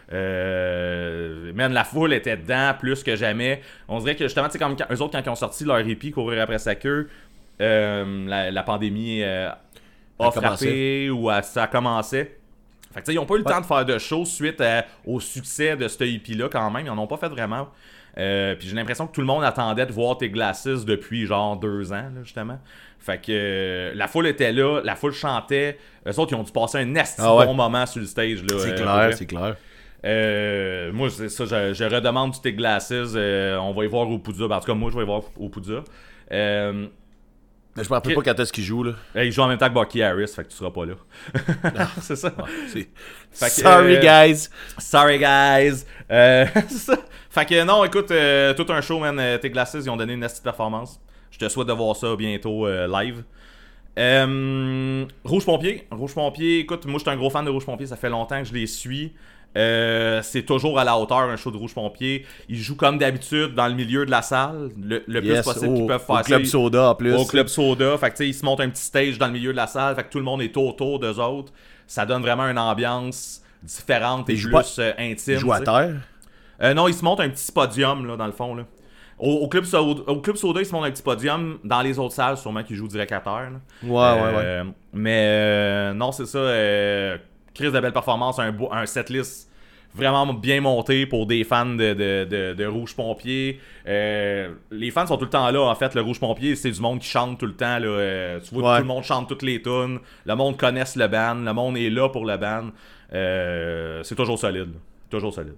Man, la foule était dedans plus que jamais. On dirait que justement, tu sais, comme eux autres, quand ils ont sorti leur EP, Courir après sa queue, la pandémie a frappé ou ça commençait. Fait que tu sais, ils n'ont pas eu le temps de faire de show suite au succès de ce EP-là quand même. Ils n'en ont pas fait vraiment. Puis j'ai l'impression que tout le monde attendait de voir tes Glasses depuis genre 2 ans, là, justement. Fait que la foule était là, la foule chantait. Eux autres, ils ont dû passer un esti bon moment sur le stage. Là, c'est clair. Moi, c'est ça, je redemande du Tes Glasses. On va y voir au Poudza. En tout cas, moi, je vais y voir au Poudza. Mais je me rappelle pas quand est-ce qu'il joue, là. Il joue en même temps que Bucky Harris, fait que tu seras pas là. C'est ça. Sorry, guys. Sorry, guys. C'est ça. Fait que non, écoute, tout un show, man. Tes Glasses, ils ont donné une petite performance. Je te souhaite de voir ça bientôt live. Rouge Pompier, écoute, moi, je suis un gros fan de Rouge Pompier. Ça fait longtemps que je les suis. C'est toujours à la hauteur un show de Rouge Pompier. Ils jouent comme d'habitude dans le milieu de la salle, le plus possible qu'ils peuvent faire ça. Au Club Soda en plus. Au Club Soda, fait que tu sais, ils se montent un petit stage dans le milieu de la salle, fait que tout le monde est autour d'eux autres. Ça donne vraiment une ambiance différente et plus intime. Ils jouent à terre? Non, ils se montent un petit podium là, dans le fond là. Au Club Soda, ils se montent un petit podium. Dans les autres salles, sûrement qu'ils jouent direct à terre. Là. Ouais. Mais non, c'est ça. Chris de belle performance, un setlist vraiment bien monté pour des fans de Rouge Pompier. Les fans sont tout le temps là, en fait. Le Rouge Pompier, c'est du monde qui chante tout le temps. Là. Tu vois, tout le monde chante toutes les tunes. Le monde connaît le band. Le monde est là pour le band. C'est toujours solide. Toujours solide.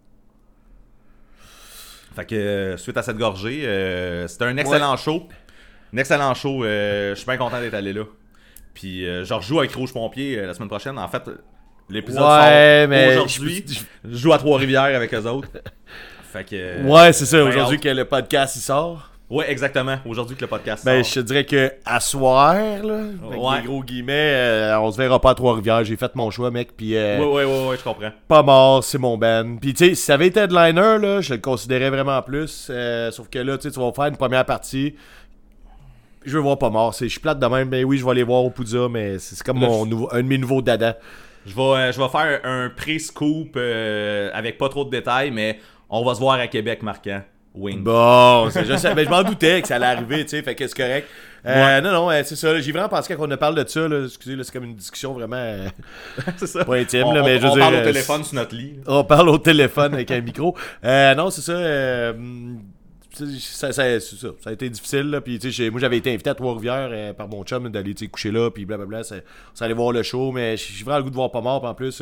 Fait que, suite à cette gorgée, c'était un excellent show. Un excellent show. Je suis bien content d'être allé là. Puis je rejoue avec Rouge Pompier la semaine prochaine. En fait, l'épisode sort aujourd'hui. Je joue à Trois-Rivières avec eux autres. Fait que, c'est ça. Aujourd'hui que le podcast il sort. Ouais, exactement. Aujourd'hui que le podcast sort. Je te dirais que à soir, là, avec des gros guillemets, on se verra pas à Trois-Rivières. J'ai fait mon choix, mec. Puis ouais, je comprends. Pas mort, c'est mon band. Puis tu sais, si ça avait été headliner, là, je le considérais vraiment plus. Sauf que là, tu vas faire une première partie. Je veux voir pas mort. Je suis plate de même, mais oui, je vais aller voir au Poudza, mais c'est comme un de mes nouveaux dada. Je vais faire un pré-scoop avec pas trop de détails, mais on va se voir à Québec, marquant. Wing. Bon, je m'en doutais que ça allait arriver, tu sais, fait que c'est correct. Non, c'est ça. J'ai vraiment pensé quand on a parlé de ça, là, excusez, là, c'est comme une discussion vraiment c'est ça. Pas intime, là, mais je veux dire. On parle au téléphone sur notre lit. On parle au téléphone avec un micro. Non, c'est ça. Ça a été difficile là. Puis moi j'avais été invité à Trois-Rivières par mon chum d'aller coucher là puis blablabla, on allait voir le show, mais j'ai vraiment le goût de voir pas mort. Puis en plus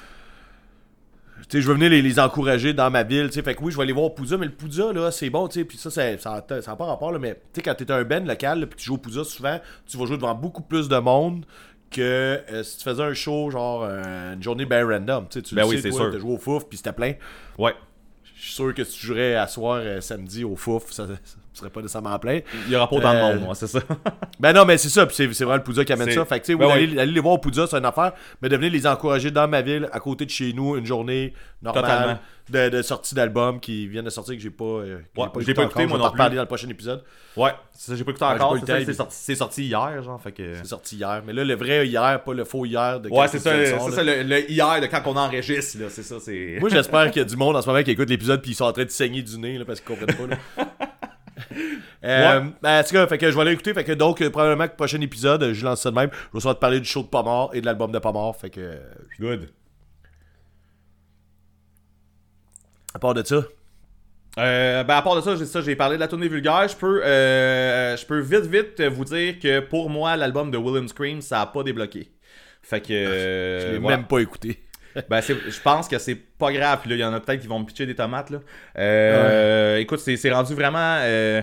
je veux venir les encourager dans ma ville, fait que oui je vais aller voir Poudza, mais le Poudza là c'est bon, puis ça n'a pas rapport là, mais quand t'es un band local puis tu joues au Poudza, souvent tu vas jouer devant beaucoup plus de monde que si tu faisais un show genre une journée bien random, tu sais, oui, c'est sûr. T'as joué au Fouf puis c'était plein. Ouais. Je suis sûr que si tu jouerais à soir samedi au Fouf, ça serait pas nécessairement plein. Il y aura pas autant de monde, moi, c'est ça. Ben non, mais c'est ça, puis c'est vraiment le Poudza qui amène ça. Fait que tu sais, oui. aller les voir au Poudza, c'est une affaire, mais de venir les encourager dans ma ville, à côté de chez nous, une journée normale de sortie d'album qui viennent de sortir que j'ai pas écouté moi non plus. On va en reparler dans le prochain épisode. Ouais, c'est ça, j'ai pas écouté encore. C'est sorti hier, genre, fait que. C'est sorti hier, mais là le vrai hier, pas le faux hier de. Ouais, c'est ça, le hier de quand on enregistre là, c'est ça, c'est. Moi j'espère qu'il y a du monde en ce moment qui écoute l'épisode puis ils sont en train de saigner du nez là parce qu'ils comprennent pas là. En tout cas, fait que je vais aller écouter. Fait que donc, probablement que le prochain épisode, je lance ça de même. Je vais soit te parler du show de Pas Mort et de l'album de Pas Mort. Fait que. Good. À part de ça. À part de ça, j'ai parlé de la tournée vulgaire. Je peux vite vous dire que pour moi, l'album de William Scream, ça a pas débloqué. Fait que. Je l'ai même pas écouté. Je pense que c'est pas grave. Là, il y en a peut-être qui vont me pitcher des tomates. Là. Écoute, c'est rendu vraiment.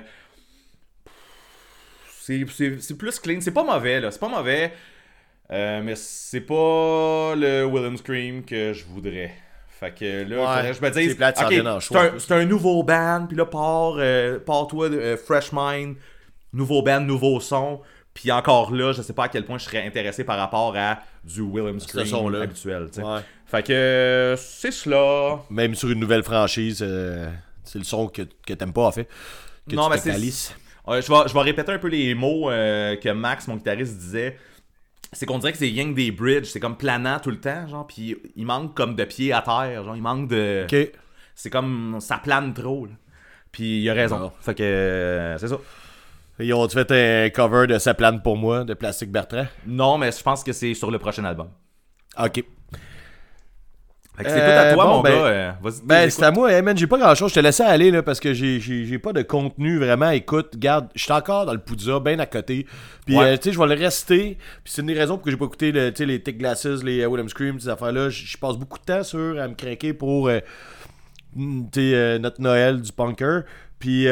C'est plus clean. C'est pas mauvais, là. C'est pas mauvais. Mais c'est pas le William Scream que je voudrais. Fait que là, je me dis, c'est un nouveau band. Puis là, pars-toi de Fresh Mind. Nouveau band, nouveau son. Puis encore là, je sais pas à quel point je serais intéressé par rapport à du William Ce Scream son-là. habituel. T'sais. Ouais. Fait que c'est cela. Même sur une nouvelle franchise, c'est le son que t'aimes pas, en fait. Que Non, tu mais te c'est. calisses. Je vais répéter un peu les mots que Max, mon guitariste, disait. C'est qu'on dirait que c'est rien que des bridges, c'est comme planant tout le temps, genre, puis il manque comme de pieds à terre, genre, il manque de... Ok. C'est comme, ça plane trop, là. Puis il a raison. Non. Fait que, c'est ça. Ils ont fait un cover de Ça plane pour moi, de Plastic Bertrand. Non, mais je pense que c'est sur le prochain album. Ok. Fait que c'est tout à toi, bon, mon ben, gars. Vas-y, Ben, écoute. c'est à moi, hey, man, j'ai pas grand chose. Je te laissais aller, là, parce que j'ai pas de contenu vraiment. Écoute, garde, je suis encore dans le Poudza, bien à côté. Puis, Ouais. tu sais, je vais le rester. Puis, c'est une des raisons pour que j'ai pas écouté tu sais, les Thick Glasses, les William Scream, ces affaires-là. Je passe beaucoup de temps sur à me craquer pour tu sais, notre Noël du punker. Puis,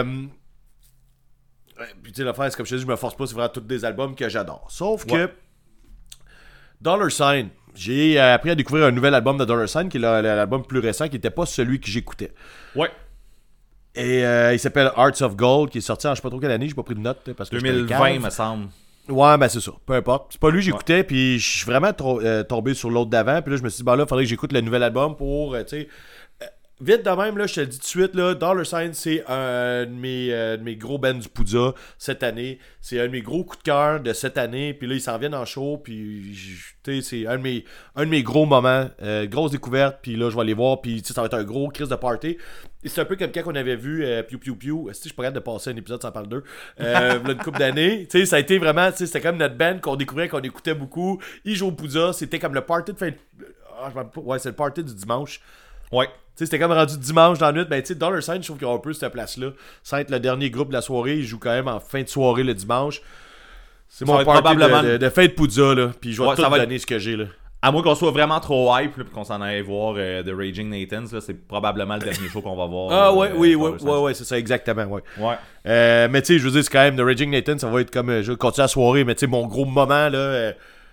puis tu sais, l'affaire, c'est comme je te dis, je me force pas, c'est vraiment tous des albums que j'adore. Sauf que Dollar Sign, j'ai appris à découvrir un nouvel album de Dollar Sign, qui est l'album plus récent, qui n'était pas celui que j'écoutais. Ouais. Et il s'appelle Hearts of Gold, qui est sorti en je sais pas trop quelle année, j'ai pas pris de notes parce que j'étais 2020, cave. me semble. Ouais, ben c'est ça, peu importe. C'est pas lui que j'écoutais, puis je suis vraiment tombé sur l'autre d'avant, puis là je me suis dit, ben là, il faudrait que j'écoute le nouvel album pour, tu sais... Vite de même, là, je te le dis tout de suite, là, Dollar Sign, c'est un de mes gros bands du Poudza cette année. C'est un de mes gros coups de cœur de cette année. Puis là, ils s'en viennent en show. Puis, tu sais, c'est un de mes gros moments. Grosse découverte. Puis là, je vais aller voir. Puis, tu sais, ça va être un gros crise de party. Et c'est un peu comme quand on avait vu Piu Piu Piu. Je suis pas capable de passer un épisode sans parler d'eux. Là, une couple d'années. Tu sais, ça a été vraiment, tu sais, c'était comme notre band qu'on découvrait, qu'on écoutait beaucoup. Ils jouent au Poudza. C'était comme le party de fin de... Ah, je me rappelle pas. Ouais, c'est le party du dimanche. Ouais. Tu sais, c'était comme rendu dimanche dans la nuit. Ben, tu sais, Dollar Sign, je trouve qu'ils ont un peu cette place-là. Ça va être le dernier groupe de la soirée. Ils jouent quand même en fin de soirée le dimanche. C'est Ça mon va être party probablement- de fin de Poudza, là. Puis je vais Ouais, tout ça va donner ce que j'ai, là. À moins qu'on soit vraiment trop hype, là, puis qu'on s'en aille voir The Raging Nathans, là, c'est probablement le dernier show qu'on va voir. Ah ouais, oui, Dollar Sign. ouais, c'est ça, exactement, ouais. Ouais. Mais tu sais, je veux dire, c'est quand même, The Raging Nathan, ça va être comme, je vais continuer la soirée, mais tu sais, mon gros moment, là,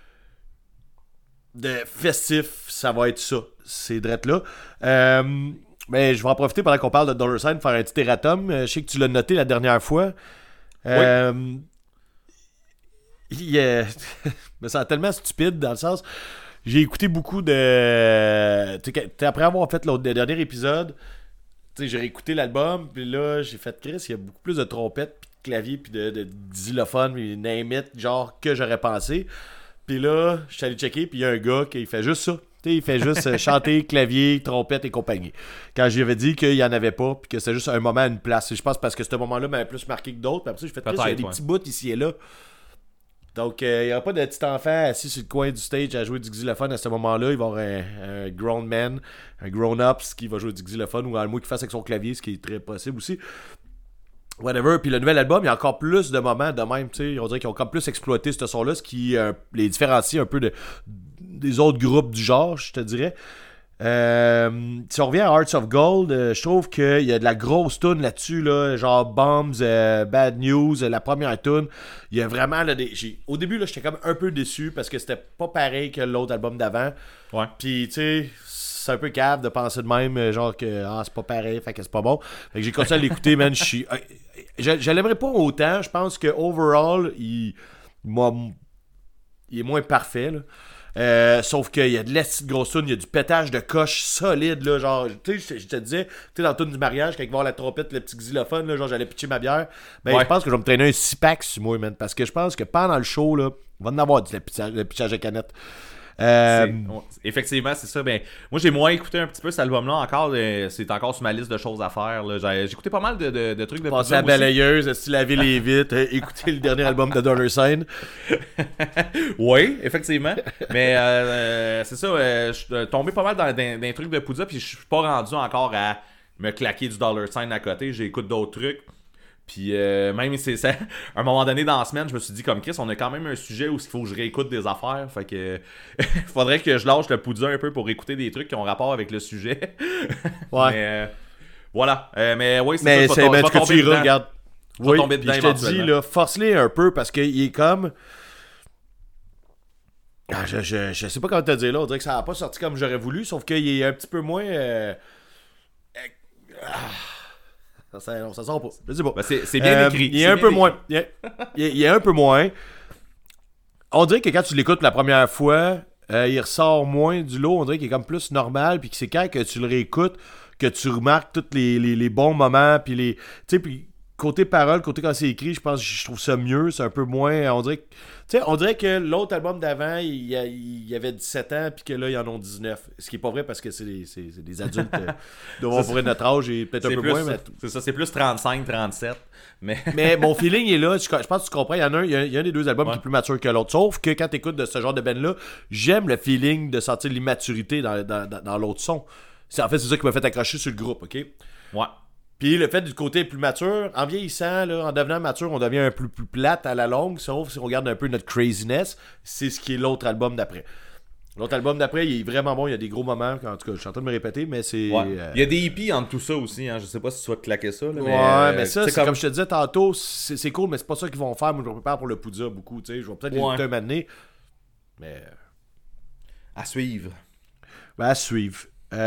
de festif, ça va être ça. C'est drette là. Mais je vais en profiter pendant qu'on parle de Dollar Sign, faire un petit erratum. Je sais que tu l'as noté la dernière fois. Je me sens tellement stupide dans le sens. J'ai écouté beaucoup de. Tu sais, après avoir fait le dernier épisode, tu sais, j'ai réécouté l'album, puis là, j'ai fait Chris, il y a beaucoup plus de trompettes, puis de clavier, puis de xylophone, puis name it, genre que j'aurais pensé. Puis là, je suis allé checker, puis il y a un gars qui fait juste ça. Tu sais, il fait juste chanter, clavier, trompette et compagnie. Quand je lui avais dit qu'il n'y en avait pas, puis que c'était juste un moment à une place. Et je pense parce que ce moment-là m'avait plus marqué que d'autres. Puis après ça, j'ai fait Chris, il y a des petits bouts ici et là. Donc, il n'y aura pas de petit enfant assis sur le coin du stage à jouer du xylophone à ce moment-là. Il va y avoir un grown man, un grown-up qui va jouer du xylophone ou à le mot qu'il fasse avec son clavier, ce qui est très possible aussi. Whatever. Puis le nouvel album, il y a encore plus de moments de même. Tu sais, on dirait qu'ils ont encore plus exploité ce son-là, ce qui les différencie un peu des autres groupes du genre, je te dirais. Si on revient à Hearts of Gold, je trouve qu'il y a de la grosse tune là-dessus, là, genre Bombs, Bad News, la première tune. Il y a vraiment là, au début, là, j'étais comme un peu déçu parce que c'était pas pareil que l'autre album d'avant. Ouais. Puis, tu sais, c'est un peu cave de penser de même, genre que c'est pas pareil, fait que c'est pas bon. Fait que j'ai continué à l'écouter, man. Je l'aimerais pas autant. Je pense que overall, il est moins parfait, là. Sauf qu'il y a de la petite grosse tune, il y a du pétage de coche solide, là, genre, tu sais, je te disais, tu sais, dans la tune du mariage, quand il va avoir la trompette, le petit xylophone, là, genre, j'allais pitcher ma bière, ben, Ouais. je pense que je vais me traîner un 6-pack sur moi, man, parce que je pense que pendant le show, là, il va en avoir du pitchage de canette. Effectivement, c'est ça. Ben, moi, j'ai moins écouté un petit peu cet album-là encore. C'est encore sur ma liste de choses à faire. Là. J'ai écouté pas mal de trucs de Passer à la Poudza aussi. balayeuse, se laver les vitres, écouter le dernier album de Dollar Sign. Oui, effectivement. Mais c'est ça, je suis tombé pas mal dans des trucs de Poudza, puis je suis pas rendu encore à me claquer du Dollar Sign à côté. J'écoute d'autres trucs. Puis même c'est ça, à un moment donné dans la semaine, je me suis dit comme Chris, on a quand même un sujet où il faut que je réécoute des affaires. Fait que faudrait que je lâche le Poudza un peu pour écouter des trucs qui ont rapport avec le sujet. Ouais. Mais voilà. Mais oui, c'est Mais ça. c'est mais que tu iras, regarde. Je vais Oui, tomber puis dedans je te dis, éventuellement. là, force-les un peu parce qu'il est comme. Ah, je sais pas comment te dire là, on dirait que ça n'a pas sorti comme j'aurais voulu, sauf qu'il est un petit peu moins. Ça sort pas. Je sais pas. Ben, c'est bien écrit. Il est un peu moins. Il est un peu moins. On dirait que quand tu l'écoutes la première fois, il ressort moins du lot. On dirait qu'il est comme plus normal. Puis que c'est quand que tu le réécoutes que tu remarques tous les bons moments. Puis les. Tu sais, puis côté parole, côté quand c'est écrit, je trouve ça mieux. C'est un peu moins. On dirait que l'autre album d'avant, il y avait 17 ans, puis que là, ils en ont 19. Ce qui est pas vrai parce que c'est des adultes devant pour notre âge et peut-être un peu plus, moins. Mais... C'est ça, c'est plus 35, 37. Mais mon feeling est là. Je pense que tu comprends. Il y a un des deux albums qui est plus mature que l'autre. Sauf que quand tu écoutes de ce genre de band-là, j'aime le feeling de sentir l'immaturité dans l'autre son. En fait, c'est ça qui m'a fait accrocher sur le groupe, OK? Ouais. Puis le fait du côté plus mature, en vieillissant, là, en devenant mature, on devient un peu plus plate à la longue, sauf si on regarde un peu notre craziness. C'est ce qui est l'autre album d'après. L'autre album d'après, il est vraiment bon, il y a des gros moments, en tout cas, je suis en train de me répéter, mais c'est... Ouais. Il y a des hippies entre tout ça aussi, hein. Je sais pas si tu vas te claquer ça, là, mais ça, c'est comme je te disais tantôt, c'est cool, mais c'est pas ça qu'ils vont faire. Moi, je me prépare pour le Poudja beaucoup, tu sais, je vais peut-être les écouter un moment donné, mais... À suivre. Ben, à suivre.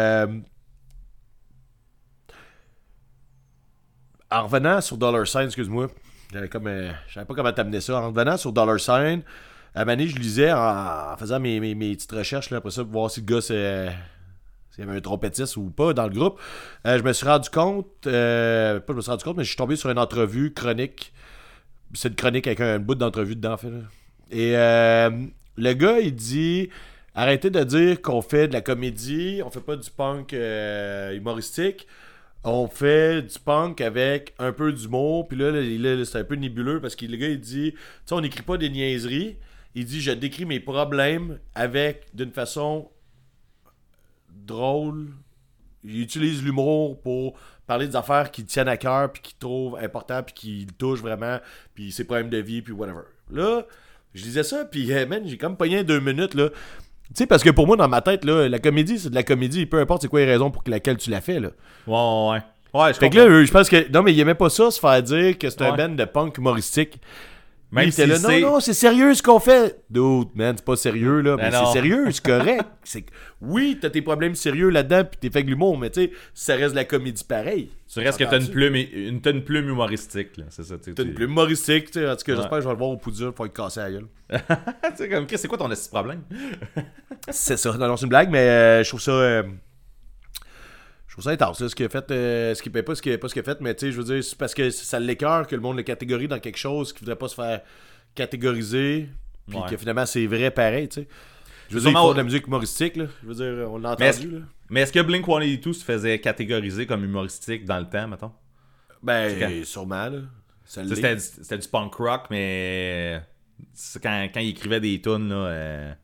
En revenant sur Dollar Sign, excuse-moi, je savais pas comment t'amener ça. En revenant sur Dollar Sign, à un moment donné, je lisais en faisant mes petites recherches là, après ça pour voir si le gars s'il y avait un trompettiste ou pas dans le groupe. Je me suis rendu compte, mais je suis tombé sur une entrevue chronique. C'est une chronique avec un bout d'entrevue dedans, en fait. Là. Et le gars, il dit arrêtez de dire qu'on fait de la comédie, on fait pas du punk humoristique. On fait du punk avec un peu d'humour. Puis là, c'est un peu nébuleux parce que le gars, il dit... Tu sais, on n'écrit pas des niaiseries. Il dit, je décris mes problèmes d'une façon drôle. Il utilise l'humour pour parler des affaires qui tiennent à cœur, puis qu'il trouve important, puis qu'il touche vraiment, puis ses problèmes de vie, puis whatever. Là, je disais ça, puis man, j'ai comme pogné 2 minutes, là. Tu sais, parce que pour moi, dans ma tête, là, la comédie, c'est de la comédie. Peu importe c'est quoi les raisons pour laquelle tu la fais, là. Ouais. Ouais, je fait que là, je pense que... Non, mais il aimait pas ça, se faire dire que c'est un band de punk humoristique. Même si là, non, c'est sérieux ce qu'on fait. Dude, man, c'est pas sérieux, là. Mais c'est sérieux, c'est correct. Oui, t'as tes problèmes sérieux là-dedans, pis t'es fait de l'humour, mais tu sais, ça reste de la comédie pareil. Tu restes que t'as une plume humoristique, là. C'est ça, t'as une plume humoristique, tu sais. En tout cas, j'espère que je vais le voir au Poudja pour être cassé à la gueule. Tu sais, comme, c'est quoi ton petit problème? C'est ça. Non, c'est une blague, mais je trouve ça... Je trouve ça intense, là, ce qu'il a fait, ce qu'il paye pas, ce qu'il a fait, mais tu sais, je veux dire, c'est parce que ça l'écœure que le monde le catégorie dans quelque chose qui voudrait pas se faire catégoriser, puis que finalement c'est vrai pareil, tu sais. Je veux dire, il faut de la musique humoristique, là. Je veux dire, on l'a entendu, là. Mais est-ce que Blink-182 se faisait catégoriser comme humoristique dans le temps, mettons? Ben, sûrement, là. C'était du punk rock, mais quand il écrivait des tunes, là,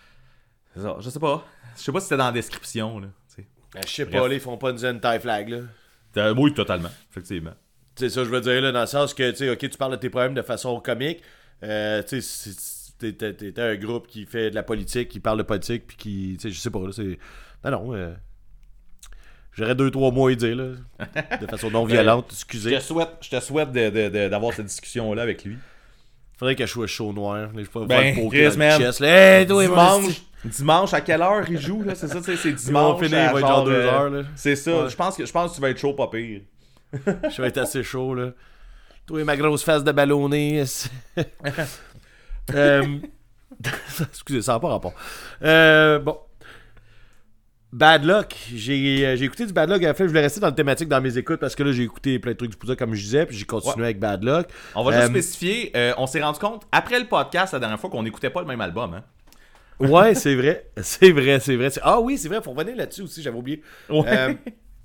je sais pas. Je sais pas si c'était dans la description, là. Ben, je sais pas, là, ils font pas une anti-flag, là. Oui, totalement, effectivement. C'est ça, je veux dire, là, dans le sens que, tu sais, ok, tu parles de tes problèmes de façon comique, tu sais, t'es un groupe qui fait de la politique, qui parle de politique, puis qui, tu sais, je sais pas, là, c'est... Non, j'aurais 2-3 mots à dire, là, de façon non violente, excusez. Je te souhaite d'avoir cette discussion-là avec lui. Faudrait que je sois chaud noir. Je peux ben, Chris, man. Hey, dimanche, à quelle heure il joue, là? C'est ça, c'est dimanche. Il va être genre 2 heures, là. C'est ça. Ouais. Je pense que tu vas être chaud, pas pire. Je vais être assez chaud, là. Toi, ma grosse face de ballonné. Excusez, ça n'a pas rapport. Bon. Bad Luck. J'ai écouté du Bad Luck. En fait, je voulais rester dans le thématique dans mes écoutes parce que là, j'ai écouté plein de trucs du Poudja comme je disais, puis j'ai continué avec Bad Luck. On va juste spécifier, on s'est rendu compte, après le podcast, la dernière fois, qu'on n'écoutait pas le même album, hein? Ouais, c'est vrai. C'est vrai. Ah oui, c'est vrai, faut revenir là-dessus aussi, j'avais oublié. Ouais.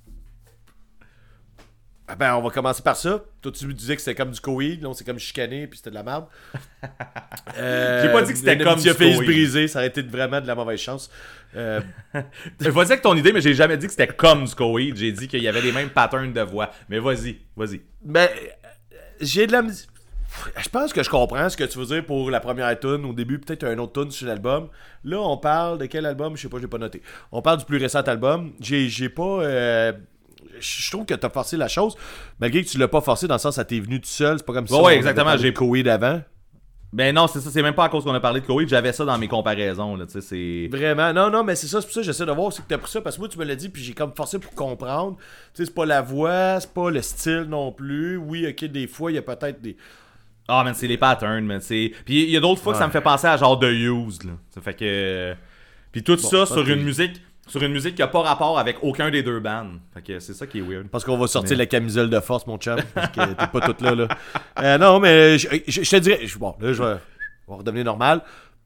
Ben, on va commencer par ça. Toi, tu me disais que c'était comme du Coheed, là, on s'est comme chicané, puis c'était de la merde. J'ai pas dit que c'était comme du Coheed. Coheed. Brisé, ça aurait été vraiment de la mauvaise chance. Je vais dire que ton idée, mais j'ai jamais dit que c'était comme du Coheed. J'ai dit qu'il y avait les mêmes patterns de voix. Mais vas-y. Ben, j'ai de la... Je pense que je comprends ce que tu veux dire pour la première tune. Au début, peut-être un autre tune sur l'album. Là, on parle de quel album? Je sais pas, j'ai pas noté. On parle du plus récent album. J'ai pas... Je trouve que t'as forcé la chose, malgré que tu l'as pas forcé dans le sens que ça t'est venu tout seul. C'est pas comme si ouais, exactement. J'ai Coheed avant. Ben non, c'est ça, c'est même pas à cause qu'on a parlé de Koweït, j'avais ça dans mes comparaisons, là, tu sais, c'est... Vraiment, non, mais c'est ça, c'est pour ça que j'essaie de voir, c'est que t'as pris ça, parce que moi, tu me l'as dit, puis j'ai comme forcé pour comprendre. Tu sais, c'est pas la voix, c'est pas le style non plus. Oui, ok, des fois, il y a peut-être des... Ah, man, c'est les patterns, man, c'est... Puis il y a d'autres fois que ça me fait penser à genre The Used, là. Ça fait que... Puis tout ça sur une musique... Sur une musique qui a pas rapport avec aucun des deux bands. Fait que c'est ça qui est weird. Parce qu'on va sortir la camisole de force, mon chum. Parce que t'es pas toute là. Non, mais je te dirais... Bon, là, je vais redevenir normal.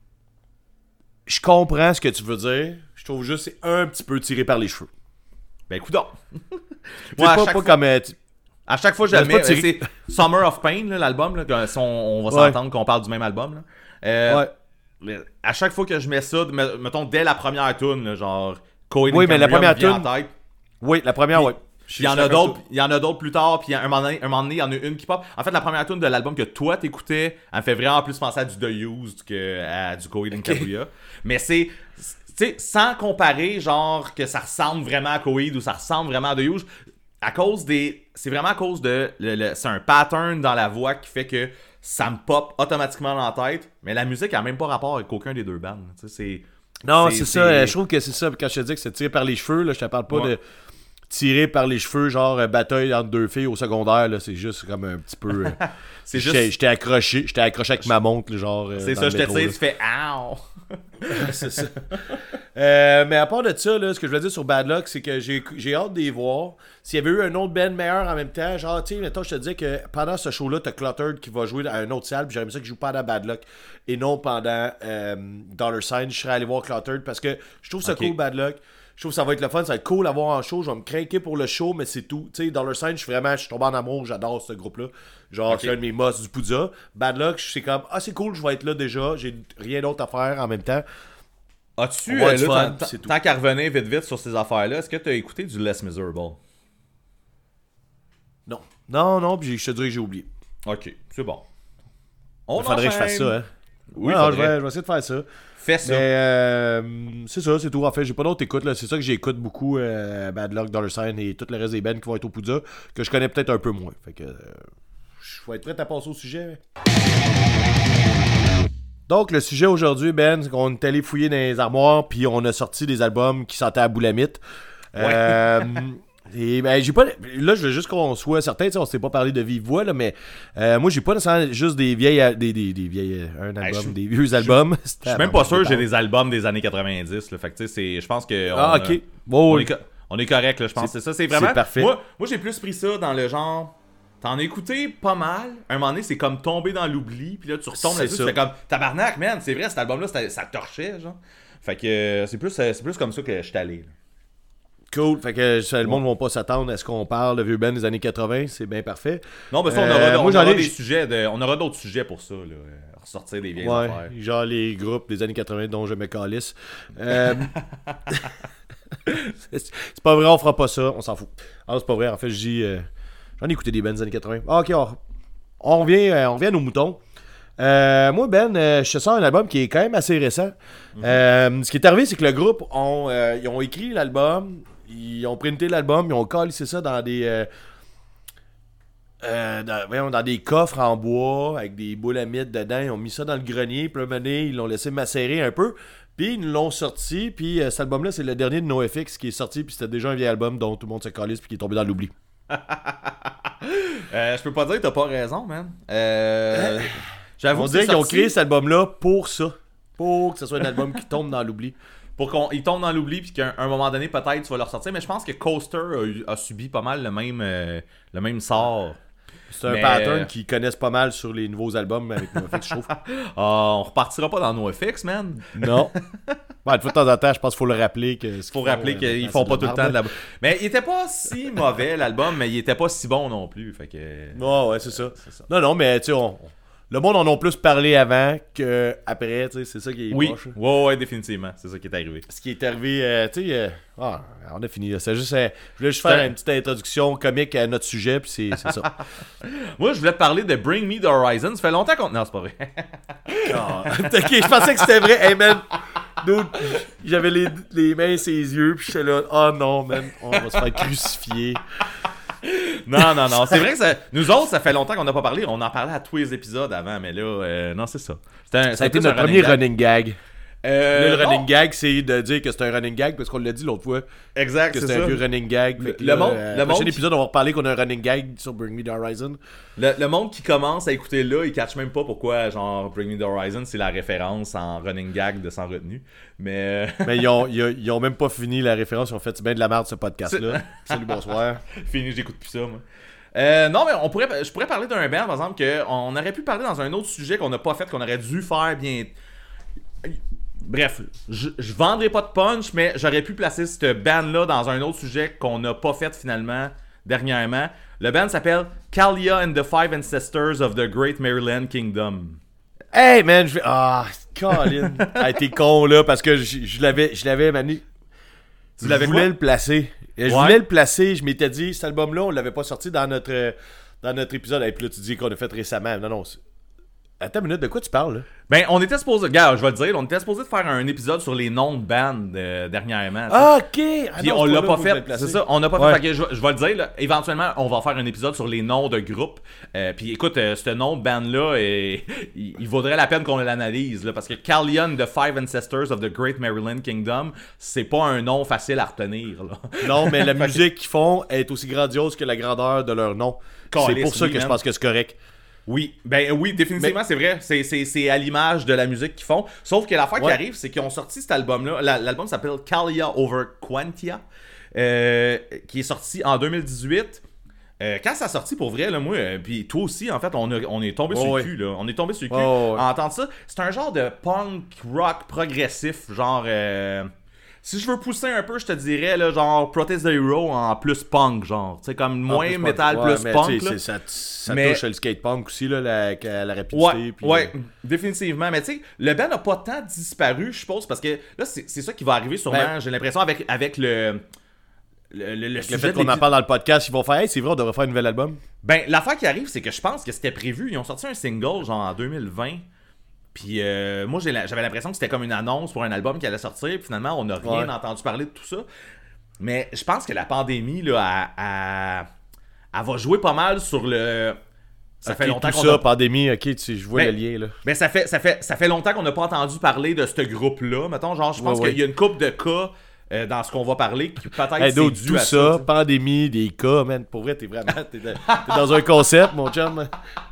Je comprends ce que tu veux dire. Je trouve juste que c'est un petit peu tiré par les cheveux. Ben, coudonc. C'est pas comme... À chaque fois, je le mets, c'est Summer of Pain, là, l'album. Là, on va s'entendre qu'on parle du même album. Là. À chaque fois que je mets ça, mettons, dès la première tune, genre... Coheed oui, mais la première tune... tête. Oui, la première, oui. Il y en a d'autres plus tard, puis un moment donné, il y en a une qui pop. En fait, la première tune de l'album que toi t'écoutais, elle me fait vraiment plus penser à du The Used que à du Coheed and Cambria. Mais c'est... Tu sais, sans comparer, genre, que ça ressemble vraiment à Coheed ou ça ressemble vraiment à The Used, à cause des... C'est vraiment à cause de... c'est un pattern dans la voix qui fait que ça me pop automatiquement dans la tête, mais la musique a même pas rapport avec aucun des deux bands. Tu sais, c'est... Non, c'est ça. Je trouve que c'est ça. Quand je te dis que c'est tiré par les cheveux, là, je te parle pas de tirer par les cheveux, genre bataille entre deux filles au secondaire. Là, c'est juste comme un petit peu. C'est juste. J'étais accroché avec ma montre, genre. C'est ça, je te tire, tu fais ow. C'est ça. Mais à part de ça, là, ce que je veux dire sur Bad Luck, c'est que j'ai hâte d'y voir. S'il y avait eu un autre band meilleur en même temps, genre, tu sais, mettons, je te dis que pendant ce show-là, t'as Cluttered qui va jouer à un autre salle, puis j'aimerais ça qu'il joue pendant Bad Luck et non pendant Dollar Sign. Je serais allé voir Cluttered parce que je trouve ça cool, Bad Luck. Je trouve que ça va être le fun, ça va être cool à voir en show. Je vais me craquer pour le show, mais c'est tout. Tu sais, Dollar Sign, je suis tombé en amour, j'adore ce groupe-là. Genre, c'est un de mes must du Poudza. Bad Luck, c'est comme, c'est cool, je vais être là déjà, j'ai rien d'autre à faire en même temps. As-tu, là, tant qu'à revenir vite sur ces affaires-là, est-ce que tu as écouté du Less Miserable? Non, puis je te dirais que j'ai oublié. Ok, c'est bon. Il faudrait que je fasse ça, hein. Oui, je vais essayer de faire ça. Fais ça. Mais c'est ça, c'est tout. En fait, j'ai pas d'autres écoutes, là. C'est ça que j'écoute beaucoup, Bad Luck, Dollar Sign et tout le reste des bands qui vont être au Poudza, que je connais peut-être un peu moins. Fait que je vais être prêt à passer au sujet. Donc, le sujet aujourd'hui, Ben, c'est qu'on est allé fouiller dans les armoires, puis on a sorti des albums qui sentaient à boulamite. Et ben, j'ai pas. Là, je veux juste qu'on soit certain, on s'est pas parlé de vive voix, là, mais moi, j'ai pas nécessairement juste des vieilles. Des vieilles. Un album, des vieux albums. Je suis même pas sûr que j'ai des albums des années 90, là. Fait que, tu sais, je pense que. Ok. On est correct, là, je pense. C'est ça, c'est vraiment. C'est parfait. Moi, j'ai plus pris ça dans le genre. T'en as écouté pas mal. Un moment donné, c'est comme tomber dans l'oubli. Puis là, tu retombes là-dessus. Tu fais comme tabarnak, man. C'est vrai, cet album-là, ça torchait, genre. Fait que c'est plus comme ça que je suis allé, là. Cool, fait que le monde ne va pas s'attendre à ce qu'on parle de vieux band des années 80, c'est bien parfait. Non, mais ça, on aura d'autres sujets pour ça, là, ressortir des vieilles affaires. Genre les groupes des années 80 dont je me calisse. C'est pas vrai, on fera pas ça, on s'en fout. Ah, c'est pas vrai, en fait, je dis... j'en ai écouté des bands des années 80. Ah, ok, on revient à nos moutons. Moi, Ben, je te sors un album qui est quand même assez récent. Ce qui est arrivé, c'est que le groupe, ils ont écrit l'album, ils ont printé l'album, ils ont calissé ça dans des dans des coffres en bois avec des boules à mythe dedans. Ils ont mis ça dans le grenier, puis ils l'ont laissé macérer un peu, puis ils l'ont sorti. Puis cet album-là, c'est le dernier de NoFX qui est sorti, puis c'était déjà un vieil album dont tout le monde se calisse puis qui est tombé dans l'oubli. Je peux pas dire que t'as pas raison, man. On dirait qu'ils ont créé cet album-là pour ça. Pour que ce soit un album qui tombe dans l'oubli. Pour qu'il tombe dans l'oubli, puis qu'à un moment donné, peut-être, tu vas le ressortir. Mais je pense que Coaster a subi pas mal le même sort. C'est un pattern qu'ils connaissent pas mal sur les nouveaux albums avec NoFX, je trouve. On repartira pas dans NoFX, man. Non. De temps en temps, je pense qu'il faut le rappeler. Faut rappeler qu'ils font pas tout le temps de la... Mais il était pas si mauvais, l'album, mais il était pas si bon non plus. Fait que... ouais, c'est ça. Non, mais tu sais, le monde en a plus parlé avant qu'après, tu sais, c'est ça qui est proche. Ouais, définitivement, c'est ça qui est arrivé. Ce qui est arrivé, tu sais, on a fini là. C'est juste, je voulais juste faire une petite introduction comique à notre sujet, puis c'est ça. Moi, je voulais te parler de Bring Me the Horizon. Ça fait longtemps qu'on... Non, c'est pas vrai. Ok, je pensais que c'était vrai. Hey, man, dude, j'avais les mains et ses yeux, puis j'étais là, oh non, man, on va se faire crucifier. Non. C'est vrai que nous autres, ça fait longtemps qu'on n'a pas parlé. On en parlait à tous les épisodes avant, mais là, non, c'est ça. Ça a été notre premier running gag. Le non. running gag, c'est de dire que c'est un running gag parce qu'on l'a dit l'autre fois. Exact, Que c'est c'est ça. un vieux running gag. Fait que Le là, monde- le prochain monde- épisode, on va reparler qu'on a un running gag sur Bring Me the Horizon. Le monde qui commence à écouter là, il catch même pas pourquoi, genre, Bring Me the Horizon, c'est la référence en running gag de Sans Retenue. Mais. Mais ils ont même pas fini la référence. Ils ont fait bien de la merde ce podcast-là. Salut, bonsoir. Fini, j'écoute plus ça, moi. Non, mais je pourrais parler d'un band, par exemple, qu'on aurait pu parler dans un autre sujet qu'on n'a pas fait, qu'on aurait dû faire bien. Bref, je vendrai pas de punch, mais j'aurais pu placer cette band-là dans un autre sujet qu'on n'a pas fait finalement dernièrement. Le band s'appelle Kalia and the Five Ancestors of the Great Maryland Kingdom. Hey, man, je vais. Ah, Colin. Ah, t'es con, là, parce que je l'avais, Manu. Tu l'avais Je voulais quoi? le placer. Je Ouais. voulais le placer. Je m'étais dit, cet album-là, on l'avait pas sorti dans notre épisode. Et puis là, tu dis qu'on a fait récemment. Non. Attends une minute, de quoi tu parles, là? Ben, on était supposé, gars, je vais le dire, on était supposé de faire un épisode sur les noms de bandes dernièrement. Ah, ok! Puis on l'a pas fait, c'est ça, on n'a pas Ouais. fait. Fait que je vais le dire, là, éventuellement, on va faire un épisode sur les noms de groupes. Puis écoute, ce nom de band-là, il vaudrait la peine qu'on l'analyse, là, parce que Kalyan, the Five Ancestors of the Great Maryland Kingdom, c'est pas un nom facile à retenir, là. Non, mais la musique qu'ils font est aussi grandiose que la grandeur de leur nom. C'est Calisse, pour ça oui, que je man. pense que c'est correct. Oui, ben oui, définitivement, c'est vrai. C'est à l'image de la musique qu'ils font. Sauf que l'affaire qui Ouais. arrive, c'est qu'ils ont sorti cet album-là. L'album s'appelle Kalia Over Quantia, qui est sorti en 2018. Quand ça a sorti, pour vrai, là, moi, puis toi aussi, en fait, on est tombé sur ouais. le cul, là. On est tombé sur le cul Ouais. à entendre ça. C'est un genre de punk rock progressif, genre... si je veux pousser un peu, je te dirais, là, genre Protest the Hero en plus punk, genre. Tu sais, comme moins Plus metal, punk. Ouais, plus mais punk, tu sais, là. ça Mais- touche le skate punk aussi, là, la rapidité. Ouais, puis, ouais, définitivement. Mais tu sais, le band n'a pas tant disparu, je suppose, parce que là, c'est ça qui va arriver sûrement, Ben- j'ai l'impression, avec le Le sujet fait de qu'on en l'épisode. parle dans le podcast, ils vont faire, hey, c'est vrai, on devrait faire un nouvel album. Ben, l'affaire qui arrive, c'est que je pense que c'était prévu. Ils ont sorti un single, genre en 2020. Puis moi, j'avais l'impression que c'était comme une annonce pour un album qui allait sortir. Puis finalement, on n'a rien Ouais. entendu parler de tout ça. Mais je pense que la pandémie, là, elle va jouer pas mal sur le... Ça fait Ok, longtemps tout qu'on ça, a... pandémie, ok, je vois Ben, le lien, là. Ben ça fait longtemps qu'on n'a pas entendu parler de ce groupe-là. Mettons, genre, je pense Ouais, qu'il y a une couple de cas dans ce qu'on va parler qui peut-être Hey, c'est dude, dû tout à ça, ça. pandémie, des cas, man, pour vrai, t'es dans un concept, mon chum.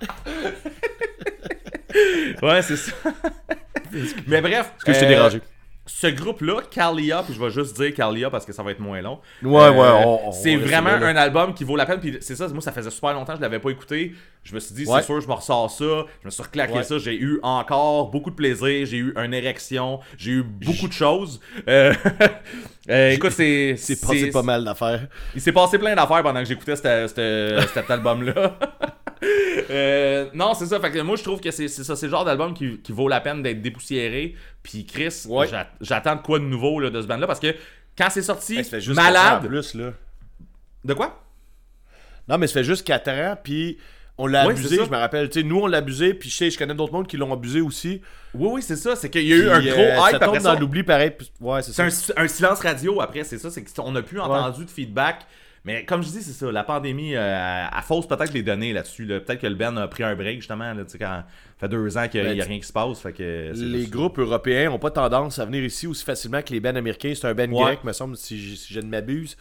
Ouais, c'est ça. Mais bref. Est-ce que je t'ai dérangé? Ce groupe-là, Kalia, puis je vais juste dire Kalia parce que ça va être moins long. Ouais, c'est on reste vraiment là, là. un album qui vaut la peine. Puis c'est ça, moi, ça faisait super longtemps que je l'avais pas écouté. Je me suis dit, Ouais. c'est sûr, je me ressors ça. Je me suis reclaqué Ouais. ça. J'ai eu encore beaucoup de plaisir. J'ai eu une érection. J'ai eu beaucoup de choses. Écoute, c'est passé pas mal d'affaires. Il s'est passé plein d'affaires pendant que j'écoutais cet album-là. Non, c'est ça. Fait que moi, je trouve que c'est ça. C'est le genre d'album qui vaut la peine d'être dépoussiéré. Puis Chris, Ouais. j'attends de quoi de nouveau là, de ce band-là. Parce que quand c'est sorti, Hey, ça fait juste 4 ans malade. en plus, là. De quoi? Non, mais ça fait juste 4 ans, puis on l'a Ouais, abusé, c'est ça. je me rappelle. Tu sais, nous, on l'a abusé, puis je connais d'autres mondes qui l'ont abusé aussi. Oui, c'est ça. C'est qu'il y a eu un Puis, gros hype ça après tombe ça. dans l'oubli, pareil. puis- Ouais, c'est ça. C'est un silence radio après, c'est ça. C'est qu'on n'a plus entendu de feedback. Mais comme je dis, c'est ça. La pandémie, elle fausse peut-être les données là-dessus. Là. Peut-être que le band a pris un break, justement. Là, quand ça fait 2 ans qu'il n'y a rien qui se passe. Fait que c'est Les juste- groupes européens ont pas tendance à venir ici aussi facilement que les bands américains. C'est un band Ouais. grec, me semble, si je ne m'abuse.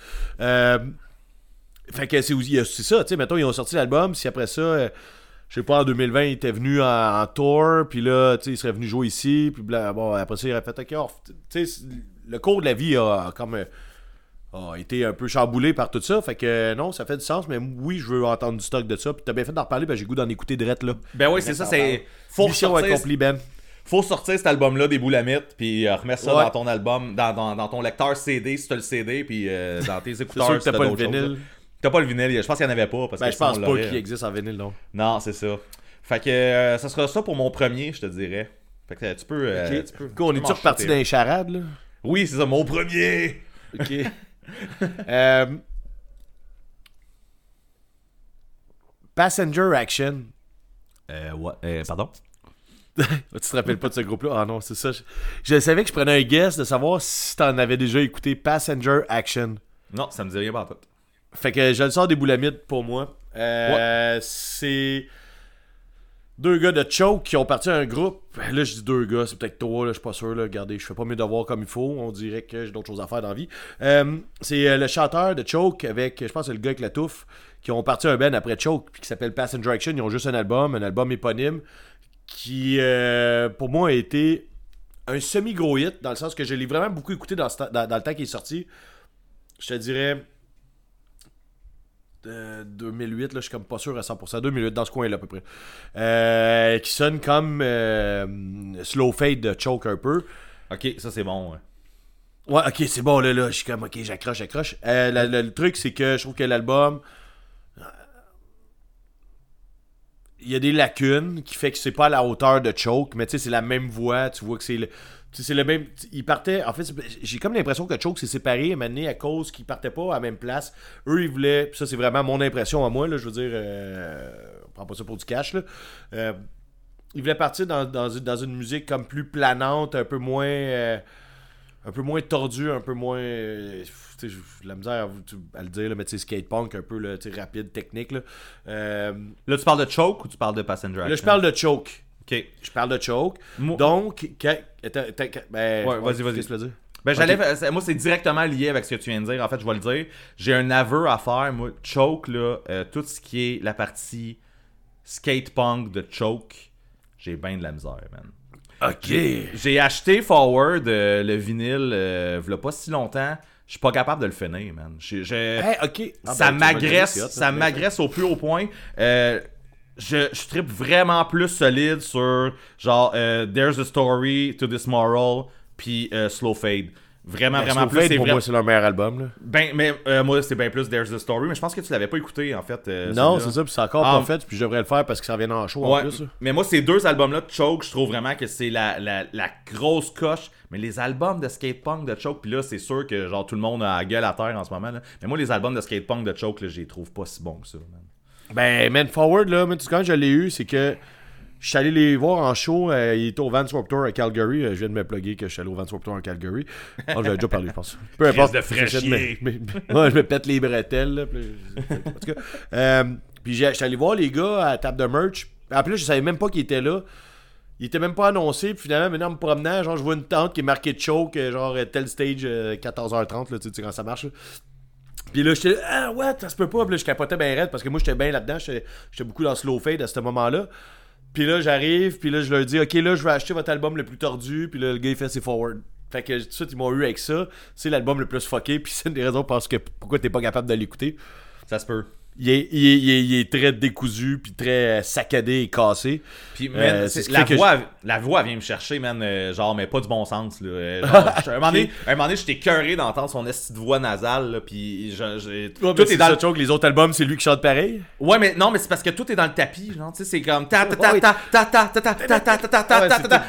Fait que c'est ça, tu sais, mettons, ils ont sorti l'album, si après ça, je sais pas, en 2020, ils étaient venus en tour, puis là, tu sais, ils seraient venus jouer ici, puis bon, après ça, ils auraient fait, ok, tu sais, le cours de la vie a été un peu chamboulé par tout ça, fait que non, ça fait du sens, mais oui, je veux entendre du stock de ça, puis t'as bien fait d'en reparler, parce que j'ai le goût d'en écouter direct, là. Ben oui, c'est ça. C'est... Faut Mission sortir, accomplie, Ben. faut sortir cet album-là des boulamites, puis remettre ça Ouais. dans ton album, dans ton lecteur CD, si t'as le CD, puis dans tes C'est écouteurs, sûr que si t'as pas le d'autres choses, vinyle. là. T'as pas le vinyle, je pense qu'il n'y en avait pas. Parce Ben, que je pense sinon, pas on l'aurait. qu'il existe en vinyle, non. Non, c'est ça. Fait que ça sera ça pour mon premier, je te dirais. Fait que tu peux. Ok. Tu peux Cool, on est-tu reparti dans les charades, là? Oui, c'est ça, mon premier. Ok. Passenger Action. Ouais. Pardon? Tu te rappelles pas de ce groupe-là? Ah non, c'est ça. Je savais que je prenais un guess de savoir si t'en avais déjà écouté Passenger Action. Non, ça me dit rien pas tout. Fait que je le sors des boulamites pour moi. C'est 2 gars de Choke qui ont parti un groupe. Là, je dis 2 gars, c'est peut-être 3, là, je suis pas sûr. Là. Regardez, je fais pas mes devoirs comme il faut. On dirait que j'ai d'autres choses à faire dans la vie. C'est le chanteur de Choke avec, je pense que c'est le gars avec la touffe, qui ont parti un band après Choke, puis qui s'appelle Passenger Action. Ils ont juste un album éponyme, qui, pour moi, a été un semi-gros hit, dans le sens que je l'ai vraiment beaucoup écouté dans le temps qu'il est sorti. Je te dirais... 2008, là, je suis comme pas sûr à 100%. 2008, dans ce coin-là, à peu près. Qui sonne comme Slow Fade de Choke un peu. Ok, ça c'est bon. Ouais, ok, c'est bon, là. Je suis comme, ok, j'accroche. Le truc, c'est que je trouve que l'album... Il y a des lacunes qui fait que c'est pas à la hauteur de Choke, mais tu sais, c'est la même voix. Tu vois que c'est le même. Ils partaient. En fait, j'ai comme l'impression que Choke s'est séparé maintenant à cause qu'ils partaient pas à la même place. Eux, ils voulaient. Puis ça, c'est vraiment mon impression à moi. Là, je veux dire, on prend pas ça pour du cash. Là. Ils voulaient partir dans une musique comme plus planante, un peu moins tordue, un peu moins. J'ai la misère à le dire, là, mais tu sais, skate punk, un peu là, rapide, technique. Là. Là, tu parles de Choke ou tu parles de Passenger Action? Là, je parle de Choke. Ok. Je parle de Choke. Donc, vas-y, qu'est-ce que tu veux dire? Ben, moi, c'est directement lié avec ce que tu viens de dire. En fait, je vais le dire. J'ai un aveu à faire. Moi, Choke, là, tout ce qui est la partie skate punk de Choke, j'ai bien de la misère, man. Ok. J'ai acheté Forward, le vinyle, v'là pas si longtemps. Je suis pas capable de le finir, man. Ok. Ça m'agresse au plus haut point. Je trippe vraiment plus solide sur genre There's a Story to This Moral puis Slow Fade. Vraiment Slow plus. Fade, pour moi, c'est leur meilleur album. Là. Moi, c'est bien plus There's a Story, mais je pense que tu l'avais pas écouté en fait. Non, c'est ça, puis c'est encore pas fait, puis je devrais le faire parce que ça revient en show en plus. Là. Mais moi, ces 2 albums-là de Choke, je trouve vraiment que c'est la grosse coche. Mais les albums de skate punk de Choke, puis là, c'est sûr que genre tout le monde a la gueule à terre en ce moment. Là. Mais moi, les albums de skate punk de Choke, là, je les trouve pas si bons que ça. Man, Forward, là, quand je l'ai eu, c'est que je suis allé les voir en show. Il était au Vans Warped Tour à Calgary. Je viens de me plugger que je suis allé au Vans Warped Tour à Calgary. J'avais déjà parlé, je pense. Peu importe. De fraîchier. Ouais, je me pète les bretelles. Là, en tout cas. Puis je suis allé voir les gars à la table de merch. Après, je savais même pas qu'ils étaient là. Il était même pas annoncé. Puis finalement, maintenant, en me promenant, genre, je vois une tente qui est marquée Choke, genre, tel stage, 14h30, là, tu sais, quand ça marche. Là. Puis là, j'étais ah, what, ça se peut pas. Puis là, je capotais bien raide parce que moi, j'étais bien là-dedans. J'étais beaucoup dans Slow Fade à ce moment-là. Puis là, j'arrive. Puis là, je leur dis, OK, là, je vais acheter votre album le plus tordu. Puis là, le gars, il fait ses Forward. Fait que tout de suite, ils m'ont eu avec ça. C'est l'album le plus fucké. Puis c'est une des raisons parce que pourquoi t'es pas capable de l'écouter. Ça se peut. Il est très décousu, puis très saccadé et cassé. Puis, man, la voix vient me chercher, man, genre, mais pas du bon sens. Là. Genre, un moment donné, j'étais cœuré d'entendre son esti de voix nasale, là, puis tout est dans le choc. Les autres albums, c'est lui qui chante pareil. Ouais, mais non, mais c'est parce que tout est dans le tapis, genre, tu sais, c'est comme ta ta ta ta ta ta ta ta ta ta ta ta ta ta.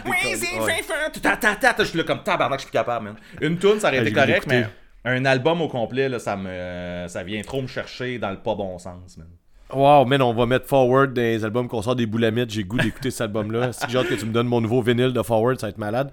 Je suis là comme tabarnak, je suis plus capable, man. Une tune, ça aurait été correct, mais un album au complet, là, ça vient trop me chercher dans le pas bon sens, man. Wow, man, on va mettre Forward dans les albums qu'on sort des boulamites. J'ai goût d'écouter cet album-là. Si j'ai hâte que tu me donnes mon nouveau vinyle de Forward, ça va être malade.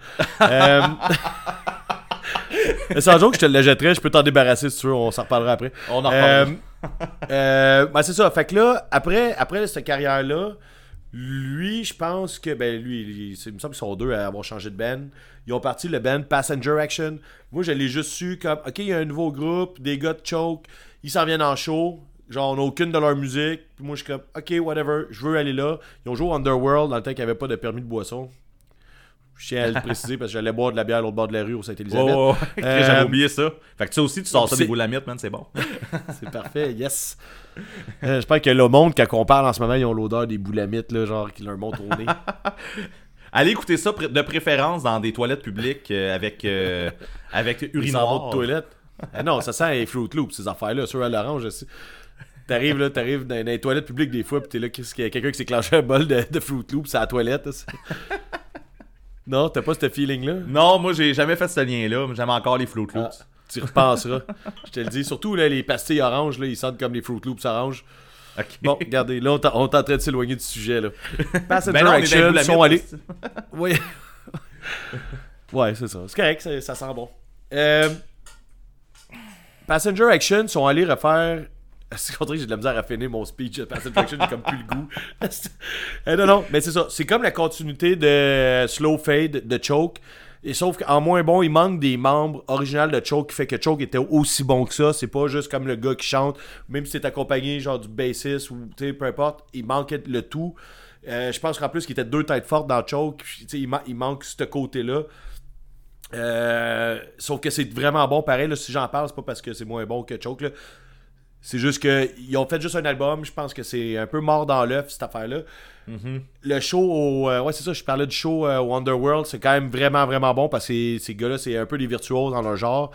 Sans joke, je te le jetterai. Je peux t'en débarrasser si tu veux. On s'en reparlera après. On en reparlera. Ben c'est ça. Fait que là, après cette carrière-là, lui, je pense que lui, il me semble qu'ils sont 2 à avoir changé de band. Ils ont parti le band Passenger Action. Moi, je l'ai juste su comme OK, il y a un nouveau groupe, des gars de Choke, ils s'en viennent en show. Genre, on n'a aucune de leur musique. Puis moi, je suis comme OK, whatever, je veux aller là. Ils ont joué au Underworld dans le temps qu'il n'y avait pas de permis de boisson. Je tiens à le préciser parce que j'allais boire de la bière à l'autre bord de la rue au Sainte-Élisabeth. J'avais oublié ça. Fait que tu aussi, tu sors ça des boulamites, man, c'est bon. C'est parfait, yes. J'espère que le monde, quand on parle en ce moment, ils ont l'odeur des boulamites, là, genre qui leur montent au nez. Allez écouter ça de préférence dans des toilettes publiques avec urinoir. De toilette. Non, ça sent les Fruit Loops, ces affaires-là, sur à l'orange. T'arrives dans les toilettes publiques des fois, pis t'es là, qu'il y a quelqu'un qui s'est clenché un bol de Fruit Loops à la toilette. Non, t'as pas ce feeling-là? Non, moi j'ai jamais fait ce lien-là, mais j'aime encore les Fruit Loops. Tu repenseras, je te le dis. Surtout là, les pastilles oranges, là, ils sentent comme les Fruit Loops oranges. Okay. Bon, regardez, là, on est en train de s'éloigner du sujet. Là. Passenger Action sont allés. Oui. Ouais, c'est ça. C'est correct, ça sent bon. Passenger Action sont allés refaire C'est contre que j'ai de la misère à finir mon speech. Passive Traction, j'ai comme plus le goût. Non, mais c'est ça. C'est comme la continuité de Slow Fade de Choke. Et sauf qu'en moins bon, il manque des membres originaux de Choke qui fait que Choke était aussi bon que ça. C'est pas juste comme le gars qui chante. Même si c'est accompagné genre du bassiste ou peu importe, il manquait le tout. Je pense qu'en plus qu'il était 2 têtes fortes dans Choke. Il manque ce côté-là. Sauf que c'est vraiment bon pareil. Là, si j'en parle, c'est pas parce que c'est moins bon que Choke. Là. C'est juste qu'ils ont fait juste un album. Je pense que c'est un peu mort dans l'œuf, cette affaire-là. Mm-hmm. Le show ouais, c'est ça, je parlais du show Wonderworld. C'est quand même vraiment, vraiment bon parce que ces gars-là, c'est un peu des virtuoses dans leur genre.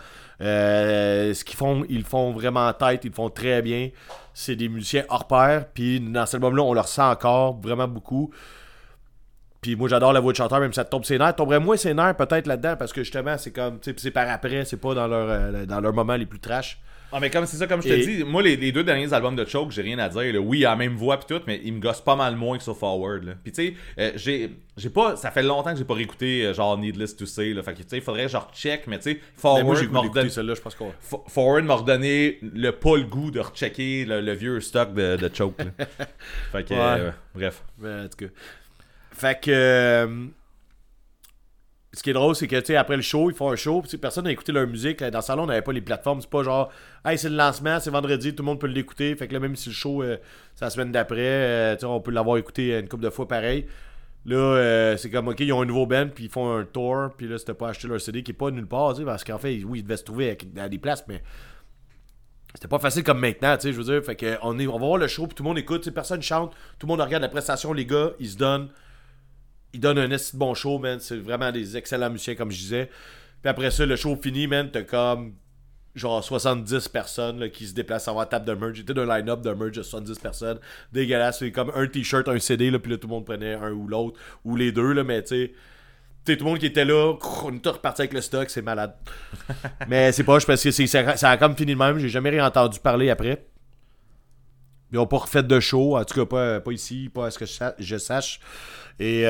Ce qu'ils font, ils le font vraiment tête. Ils le font très bien. C'est des musiciens hors pair. Puis dans cet album-là, on le ressent encore vraiment beaucoup. Puis moi, j'adore la voix de chanteur, même si ça tombe ses nerfs. Tomberait moins ses nerfs peut-être là-dedans parce que justement, c'est comme, c'est par après. C'est pas dans leur moment les plus trash. Ah, mais comme c'est ça, comme je te dis, moi, les 2 derniers albums de Choke, j'ai rien à dire. Là. Oui, il a la même voix pis tout, mais il me gosse pas mal moins que sur Forward. Là. Pis tu sais, j'ai pas. Ça fait longtemps que j'ai pas réécouté genre Needless to Say. Là. Fait que tu sais, il faudrait genre check, mais tu sais, Forward m'a redonné. Celle-là, je pense qu'on... Forward m'a redonné pas le goût de rechecker le vieux stock de Choke. Là. Fait que, ouais. Bref. En tout cas. Fait que. Ce qui est drôle, c'est que, tu sais, après le show, ils font un show, puis personne n'a écouté leur musique. Dans le salon, on n'avait pas les plateformes. C'est pas genre, hey, c'est le lancement, c'est vendredi, tout le monde peut l'écouter. Fait que là, même si le show, c'est la semaine d'après, on peut l'avoir écouté une couple de fois pareil. Là, c'est comme, ok, ils ont un nouveau band, puis ils font un tour, puis là, c'était pas acheter leur CD qui est pas nulle part, tu sais, parce qu'en fait, oui, ils devaient se trouver à des places, mais c'était pas facile comme maintenant, tu sais, je veux dire. Fait que on va voir le show, puis tout le monde écoute, personne chante, tout le monde regarde la prestation, les gars, ils se donnent. Ils donnent un esti de bon show, man. C'est vraiment des excellents musiciens, comme je disais. Puis après ça, le show fini, man. T'as comme genre 70 personnes là, qui se déplacent à la table de merch. J'étais d'un line-up de merch de 70 personnes. Dégueulasse. C'est comme un t-shirt, un CD, là, puis là, tout le monde prenait un ou l'autre. Ou les deux, là, mais tu sais, tout le monde qui était là, on est reparti avec le stock, c'est malade. Mais c'est pas, parce que ça a comme fini de même. J'ai jamais rien entendu parler après. Ils ont pas refait de show, en tout cas pas ici, pas à ce que je sache. Et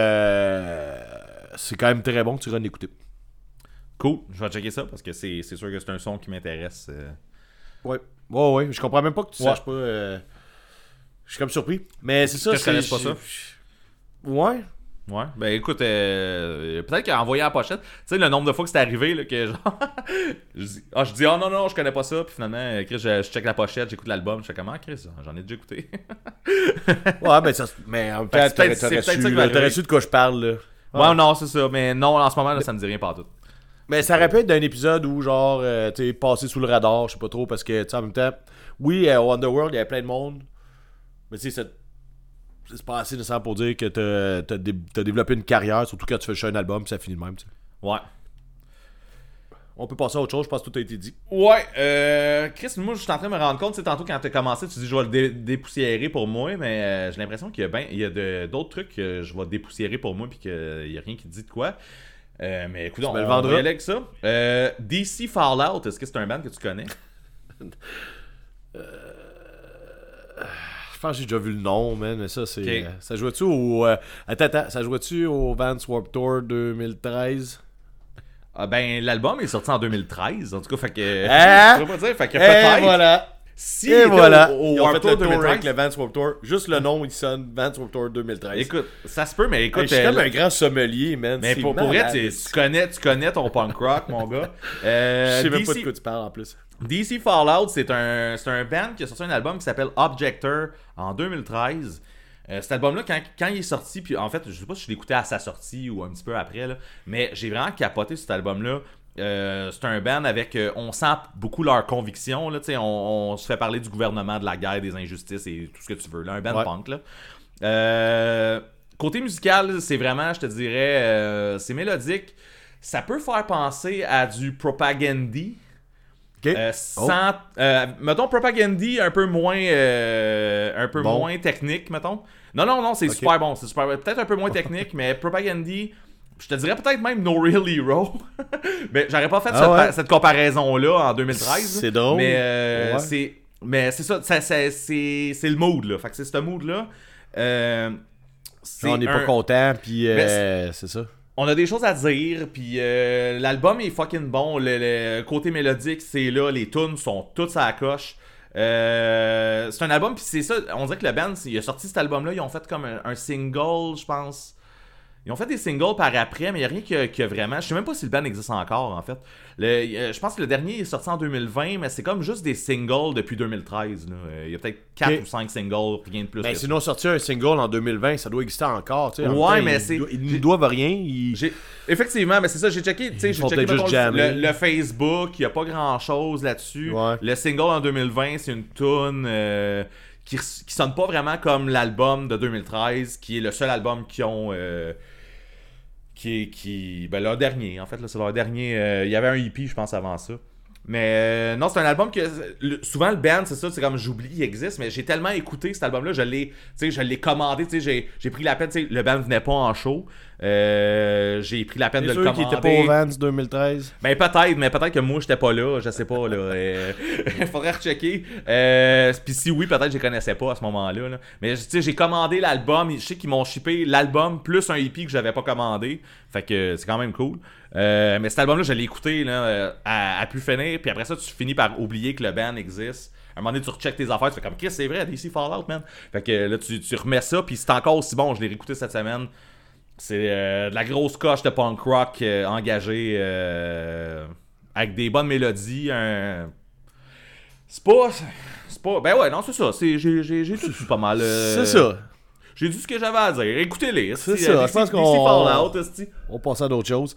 c'est quand même très bon que tu vas l'écouter. Cool, je vais checker ça parce que c'est sûr que c'est un son qui m'intéresse. Ouais, je comprends même pas que tu saches pas. Je suis comme surpris. Mais c'est ça, je connais pas ça. Ouais. Ouais, ben écoute, peut-être qu'en voyant la pochette, tu sais, le nombre de fois que c'est arrivé, là, que genre. je dis, oh non, je connais pas ça, puis finalement, Chris, je check la pochette, j'écoute l'album, je fais comment, Chris, j'en ai déjà écouté. Ouais, ben ça. Mais en même temps, t'aurais su de quoi je parle, là. Ouais, non, c'est ça, mais non, en ce moment, là, ça me dit rien pas tout. Mais ça aurait pu être d'un épisode où, genre, tu sais, passé sous le radar, je sais pas trop, parce que, tu sais, en même temps, oui, au Underworld, il y avait plein de monde, mais tu sais, c'est pas assez nécessaire pour dire que t'as développé une carrière, surtout quand tu fais juste un album, puis ça finit de même, tu sais. Ouais. On peut passer à autre chose, je pense que tout a été dit. Ouais, Chris, moi, je suis en train de me rendre compte, tu sais, tantôt quand t'as commencé, tu dis je vais le dépoussiérer pour moi, mais j'ai l'impression qu'il y a d'autres trucs que je vais dépoussiérer pour moi, puis qu'il y a rien qui te dit de quoi. Mais écoute, on va y aller avec ça. DC Fallout, est-ce que c'est un band que tu connais? Je pense que j'ai déjà vu le nom, man, mais ça, c'est... Okay. Ça jouait-tu au... Attends, ça jouait-tu au Vans Warped Tour 2013? Ah ben, l'album est sorti en 2013, en tout cas, fait que... Je pourrais pas dire, fait que peut-être... Voilà! Si et voilà! Au Ils ont Warped fait le Tour tour 2013... avec le Vans Warped Tour. Juste le nom, il sonne Vans Warped Tour 2013. Écoute, ça se peut, mais écoute... je suis comme un grand sommelier, man. Mais pour vrai, tu connais ton punk rock, mon gars. Je sais même pas de quoi tu parles, en plus. DC Fallout, c'est un band qui a sorti un album qui s'appelle Objector en 2013. Cet album-là, quand il est sorti, puis en fait, je sais pas si je l'ai écouté à sa sortie ou un petit peu après, là, mais j'ai vraiment capoté cet album-là. C'est un band avec... on sent beaucoup leur conviction. Là, on se fait parler du gouvernement, de la guerre, des injustices et tout ce que tu veux. Là, un band punk. Là. Côté musical, c'est vraiment, je te dirais, c'est mélodique. Ça peut faire penser à du Propagandy. Okay. Mettons Propagandy un peu moins moins technique, mettons. Non, c'est super bon. C'est super, peut-être un peu moins technique, mais Propagandy, je te dirais peut-être même No Real Hero. Mais j'aurais pas fait cette comparaison-là en 2013. C'est drôle. Mais c'est ça, c'est le mood, là. Fait que c'est ce mood-là. On n'est pas content, puis c'est ça. On a des choses à dire, puis l'album est fucking bon. Le côté mélodique, c'est là. Les tunes sont toutes à la coche. C'est un album, puis c'est ça, on dirait que le band, il a sorti cet album-là, ils ont fait comme un single, je pense. Ils ont fait des singles par après, mais il n'y a rien qui a vraiment... Je sais même pas si le band existe encore, en fait. Je pense que le dernier est sorti en 2020, mais c'est comme juste des singles depuis 2013. Là. Il y a peut-être 4 ou 5 singles, rien de plus. Ben, sinon, sortir un single en 2020, ça doit exister encore. Tu sais, ouais, mais c'est... Ils ne doivent rien. Effectivement, mais c'est ça, j'ai checké, tu sais, j'ai checké juste le Facebook, il n'y a pas grand-chose là-dessus. Ouais. Le single en 2020, c'est une toune... qui sonne pas vraiment comme l'album de 2013, qui est le seul album qu'ils ont... ben leur dernier, en fait, là, c'est leur dernier. Il y avait un EP, je pense, avant ça. Mais non, c'est un album que souvent le band, c'est ça, c'est comme j'oublie, il existe, mais j'ai tellement écouté cet album-là, je l'ai commandé, tu sais, j'ai pris la peine, tu sais, le band venait pas en show, j'ai pris la peine de le commander. C'est sûr qu'il était pas au Vans 2013. Ben peut-être que moi j'étais pas là, je sais pas là. Faudrait rechecker. Puis si oui, peut-être que je les connaissais pas à ce moment-là. Là. Mais tu sais, j'ai commandé l'album, je sais qu'ils m'ont shippé l'album plus un EP que j'avais pas commandé. Fait que c'est quand même cool. Mais cet album-là, je l'ai écouté là, à plus finir, puis après ça, tu finis par oublier que le band existe. À un moment donné, tu recheckes tes affaires, tu fais comme Chris, c'est vrai, DC Fallout, man. Fait que là, tu remets ça, puis c'est encore aussi bon. Je l'ai réécouté cette semaine. C'est de la grosse coche de punk rock engagée avec des bonnes mélodies. C'est pas. Ben ouais, non, c'est ça. J'ai tout dit pas mal. C'est ça. J'ai dit ce que j'avais à dire. Écoutez-les. C'est ça. Je pense qu'on on passe à d'autres choses.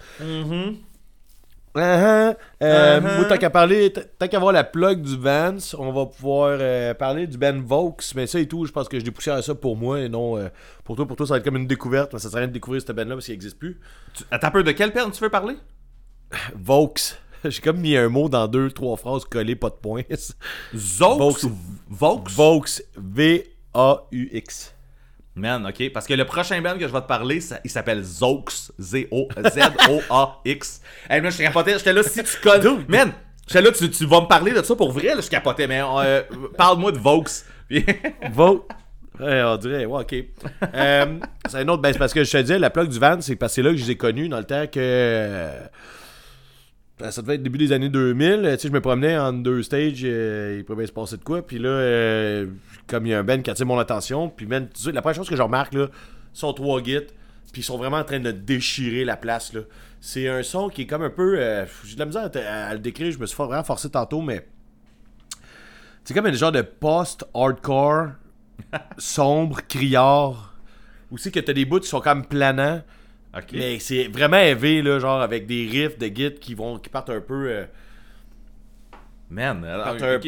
Moi, tant qu'à parler, tant qu'à voir la plug du Vans, on va pouvoir parler du band Vaux, mais ça et tout, je pense que je dépoussière ça pour moi et non pour toi. Pour toi, ça va être comme une découverte, mais ça sert à rien de découvrir cette band-là parce qu'il n'existe plus. T'as peur de quelle band tu veux parler? Vaux. J'ai comme mis un mot dans 2-3 phrases collées, pas de points. Vaux? Vaux. V-A-U-X. Man, ok, parce que le prochain band que je vais te parler, il s'appelle Zox, Z-O-Z-O-A-X. Hey, man, je capotais, j'étais là, si tu connais... Man, j'étais là, tu vas me parler de ça pour vrai, là, je capotais, mais parle-moi de Vaux. Vaux. Ouais, on dirait, ouais, ok. C'est un autre, ben, c'est parce que je te disais, la plug du Van, c'est parce que c'est là que je les ai connus dans le temps que... ça devait être début des années 2000. Tu sais, je me promenais en deux stages, il pouvait bien se passer de quoi. Puis là, comme il y a un band qui attire mon attention, puis man, tu sais, la première chose que je remarque, là, sont 3 gits, puis ils sont vraiment en train de déchirer la place, là. C'est un son qui est comme un peu... j'ai de la misère à le décrire, je me suis vraiment forcé tantôt, mais... C'est comme un genre de post-hardcore, sombre, criard. Aussi que t'as des bouts qui sont comme planants. Okay. Mais c'est vraiment élevé, là, genre avec des riffs de git qui partent un peu. Man, alors, ok.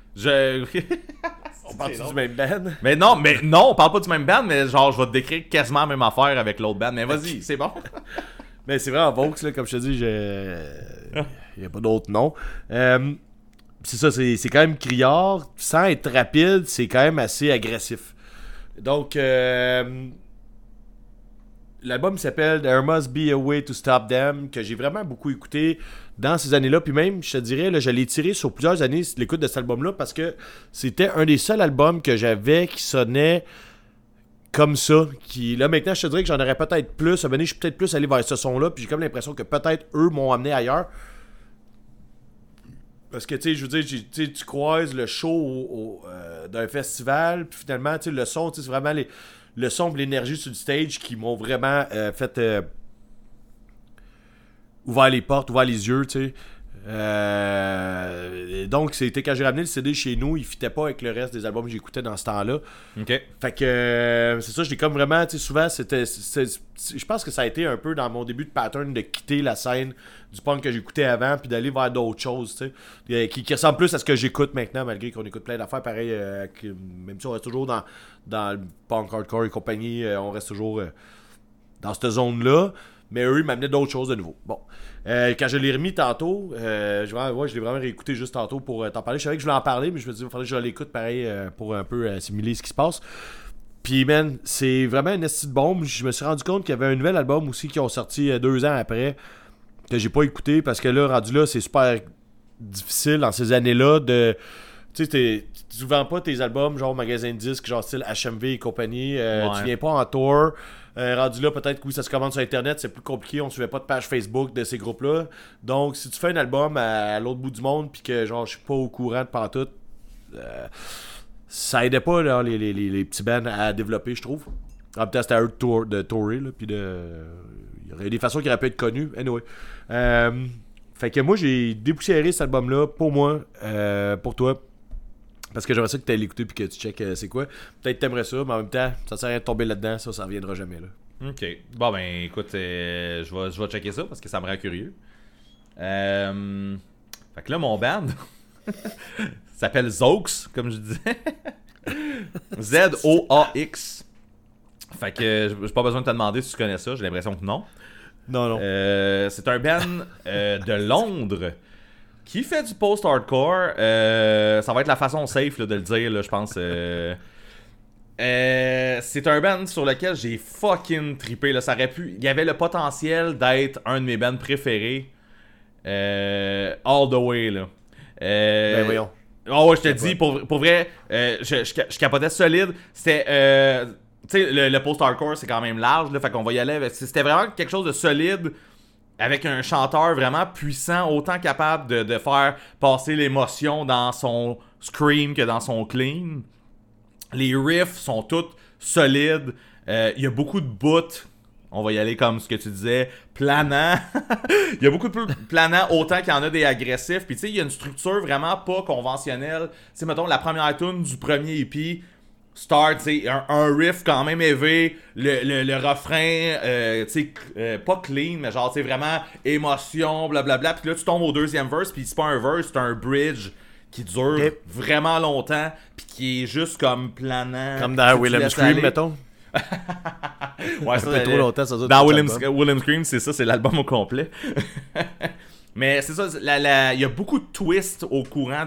On parle du même band? Mais non, on parle pas du même band, mais genre, je vais te décrire quasiment la même affaire avec l'autre band. Mais vas-y, c'est bon. Mais c'est vraiment Vaux, là, comme je te dis, il n'y a pas d'autre nom. C'est ça, c'est quand même criard. Sans être rapide, c'est quand même assez agressif. Donc, l'album s'appelle There Must Be a Way to Stop Them, que j'ai vraiment beaucoup écouté dans ces années-là. Puis même, je te dirais, là, je l'ai tiré sur plusieurs années l'écoute de cet album-là parce que c'était un des seuls albums que j'avais qui sonnait comme ça. Qui, là, maintenant, je te dirais que j'en aurais peut-être plus. À un moment donné, je suis peut-être plus allé vers ce son-là. Puis j'ai comme l'impression que peut-être eux m'ont amené ailleurs. Parce que, tu sais, je veux dire, tu croises le show d'un festival. Puis finalement, tu sais, le son, c'est vraiment le son et l'énergie sur le stage qui m'ont vraiment fait ouvert les portes, ouvert les yeux, tu sais. Donc, c'était quand j'ai ramené le CD chez nous, il fitait pas avec le reste des albums que j'écoutais dans ce temps-là. Ok. Fait que c'est ça, je l'ai comme vraiment, tu sais, souvent, je pense que ça a été un peu dans mon début de pattern de quitter la scène du punk que j'écoutais avant puis d'aller vers d'autres choses, tu sais, qui ressemblent plus à ce que j'écoute maintenant, malgré qu'on écoute plein d'affaires pareil, même si on reste toujours dans le punk hardcore et compagnie, on reste toujours dans cette zone-là, mais eux, ils m'amenaient d'autres choses de nouveau. Bon. Quand je l'ai remis tantôt, je l'ai vraiment réécouté juste tantôt pour t'en parler. Je savais que je voulais en parler, mais je me dis, il faudrait que je l'écoute pareil pour un peu simuler ce qui se passe. Puis, man, c'est vraiment une esti de bombe. Je me suis rendu compte qu'il y avait un nouvel album aussi qui ont sorti 2 ans après, que j'ai pas écouté parce que là, rendu là, c'est super difficile dans ces années-là de. Tu sais, tu vends pas tes albums genre magasin de disques, genre style HMV et compagnie. Tu viens pas en tour. Rendu là, peut-être que oui, ça se commande sur Internet, c'est plus compliqué, on suivait pas de page Facebook de ces groupes-là. Donc, si tu fais un album à l'autre bout du monde, puis que genre je suis pas au courant de pantoute, ça aidait pas là, les petits bands à développer, je trouve. En même temps, c'était à eux de tourer, là, puis il y aurait des façons qui auraient pu être connues. Anyway. Fait que moi, j'ai dépoussiéré cet album-là pour moi, pour toi. Parce que j'aimerais ça que tu ailles l'écouter puis que tu checkes c'est quoi. Peut-être t'aimerais ça, mais en même temps, ça sert à rien de tomber là-dedans, ça reviendra jamais là. Ok. Bon, ben écoute, je vais checker ça parce que ça me rend curieux. Fait que là, mon band s'appelle Zox, comme je disais. Z-O-A-X. Fait que j'ai pas besoin de te demander si tu connais ça, j'ai l'impression que non. Non. C'est un band de Londres qui fait du post-hardcore. Ça va être la façon safe là, de le dire, là, je pense. C'est un band sur lequel j'ai fucking trippé. Là. Ça aurait pu. Il y avait le potentiel d'être un de mes bands préférés. All the way, là. Ben voyons. Oh, ouais, je te dis, pour vrai, je capotais solide. C'était. Tu sais, le post-hardcore, c'est quand même large, là. Fait qu'on va y aller avec. C'était vraiment quelque chose de solide. Avec un chanteur vraiment puissant, autant capable de faire passer l'émotion dans son scream que dans son clean. Les riffs sont tous solides. Il y a beaucoup de bouts. On va y aller comme ce que tu disais, planant. Il y a beaucoup de planant, autant qu'il y en a des agressifs. Puis tu sais, il y a une structure vraiment pas conventionnelle. Tu sais, mettons, la première tune du premier EP start, tu sais, un riff quand même élevé, le refrain, tu sais, pas clean, mais genre, tu sais, vraiment émotion, blablabla. Puis là, tu tombes au deuxième verse, puis c'est pas un verse, c'est un bridge qui dure vraiment longtemps, puis qui est juste comme planant. Comme dans Willem Scream, mettons. Ouais, ça fait trop longtemps, ça. Dans Willem Scream, c'est ça, c'est l'album au complet. Mais c'est ça, il y a beaucoup de twists au courant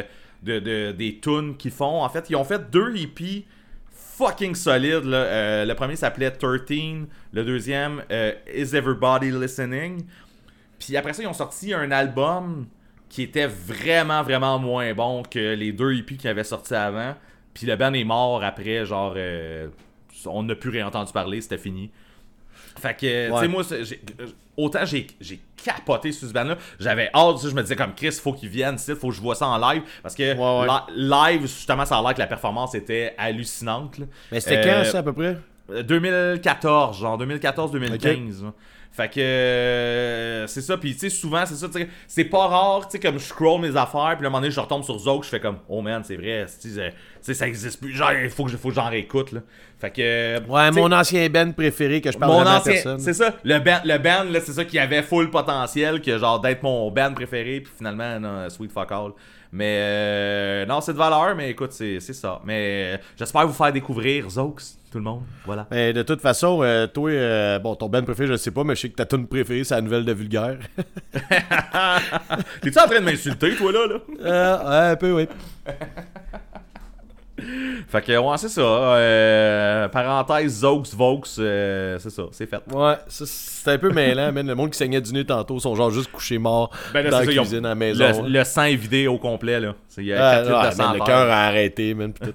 des tunes qu'ils font. En fait, ils ont fait 2 EP fucking solides. Là. Le premier s'appelait 13, le deuxième Is Everybody Listening. Puis après ça, ils ont sorti un album qui était vraiment, vraiment moins bon que les 2 EP qu'ils avaient sortis avant. Puis le band est mort après, genre... on n'a plus rien entendu parler, c'était fini. Fait que, tu sais, moi, autant j'ai capoté sur ce band-là, j'avais hâte, je me disais comme Chris, faut qu'il vienne, faut que je vois ça en live, parce que live, justement, ça a l'air que la performance était hallucinante. Là. Mais c'était quand ça, à peu près? 2014, genre 2014-2015. Okay. Fait que c'est ça, puis tu sais, souvent, c'est ça, tu sais, c'est pas rare, tu sais, comme je scroll mes affaires, puis à un moment donné, je retombe sur Zouk, je fais comme, oh man, c'est vrai, tu sais, ça existe plus, genre, il faut que j'en réécoute, là. Fait que. Ouais, mon ancien band préféré que je parle vraiment à personne. C'est ça, le band, là, c'est ça qui avait full potentiel, que genre d'être mon band préféré, puis finalement, non, sweet fuck all. Mais non, c'est de valeur, mais écoute, c'est ça. Mais j'espère vous faire découvrir Zoux, tout le monde. Voilà. Mais de toute façon, toi, bon, ton band préféré, je sais pas, mais je sais que ta tune préférée, c'est la nouvelle de Vulgaire. T'es-tu en train de m'insulter, toi, là? Ouais, un peu, oui. Fait que, ouais, c'est ça. Parenthèse, Zoux, Vaux, c'est ça, c'est fait. Ouais, c'est un peu mêlant, man. Le monde qui saignait du nez tantôt sont genre juste couchés morts dans la cuisine à la maison. Le sang est vidé au complet, là. Il y a 4 litres de sang. Le cœur a arrêté, man. Pis tout.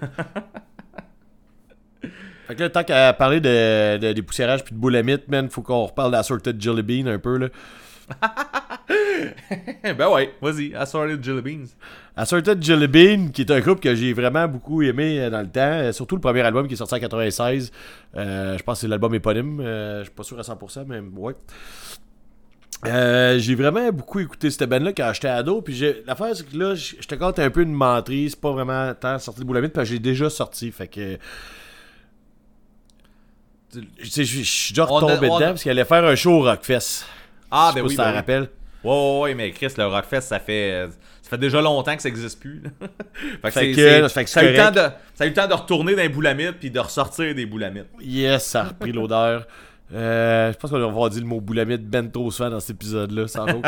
Fait que là, tant qu'à parler de dépoussiérage puis de boulamite, man, faut qu'on reparle d'Assorted Jelly Bean un peu, là. Ben ouais, vas-y, Assorted Jelly Beans. Assorted Jelly Bean, qui est un groupe que j'ai vraiment beaucoup aimé dans le temps, surtout le premier album qui est sorti en 96. Je pense que c'est l'album éponyme, je suis pas sûr à 100%, mais ouais. J'ai vraiment beaucoup écouté cette band-là quand j'étais ado, puis l'affaire c'est que là, je te compte un peu une menterie, c'est pas vraiment tant sorti de boulamite, parce que j'ai déjà sorti, fait que... Je suis déjà retombé dedans, parce qu'elle allait faire un show au Rockfest. Ah, ben oui, ça rappelle. Ouais, mais Chris, le Rockfest, ça fait déjà longtemps que ça n'existe plus. Ça a eu le temps de retourner dans les boulamites puis de ressortir des boulamites. Yes, ça a repris l'odeur. Je pense qu'on va avoir dit le mot boulamite ben trop souvent dans cet épisode-là, sans doute.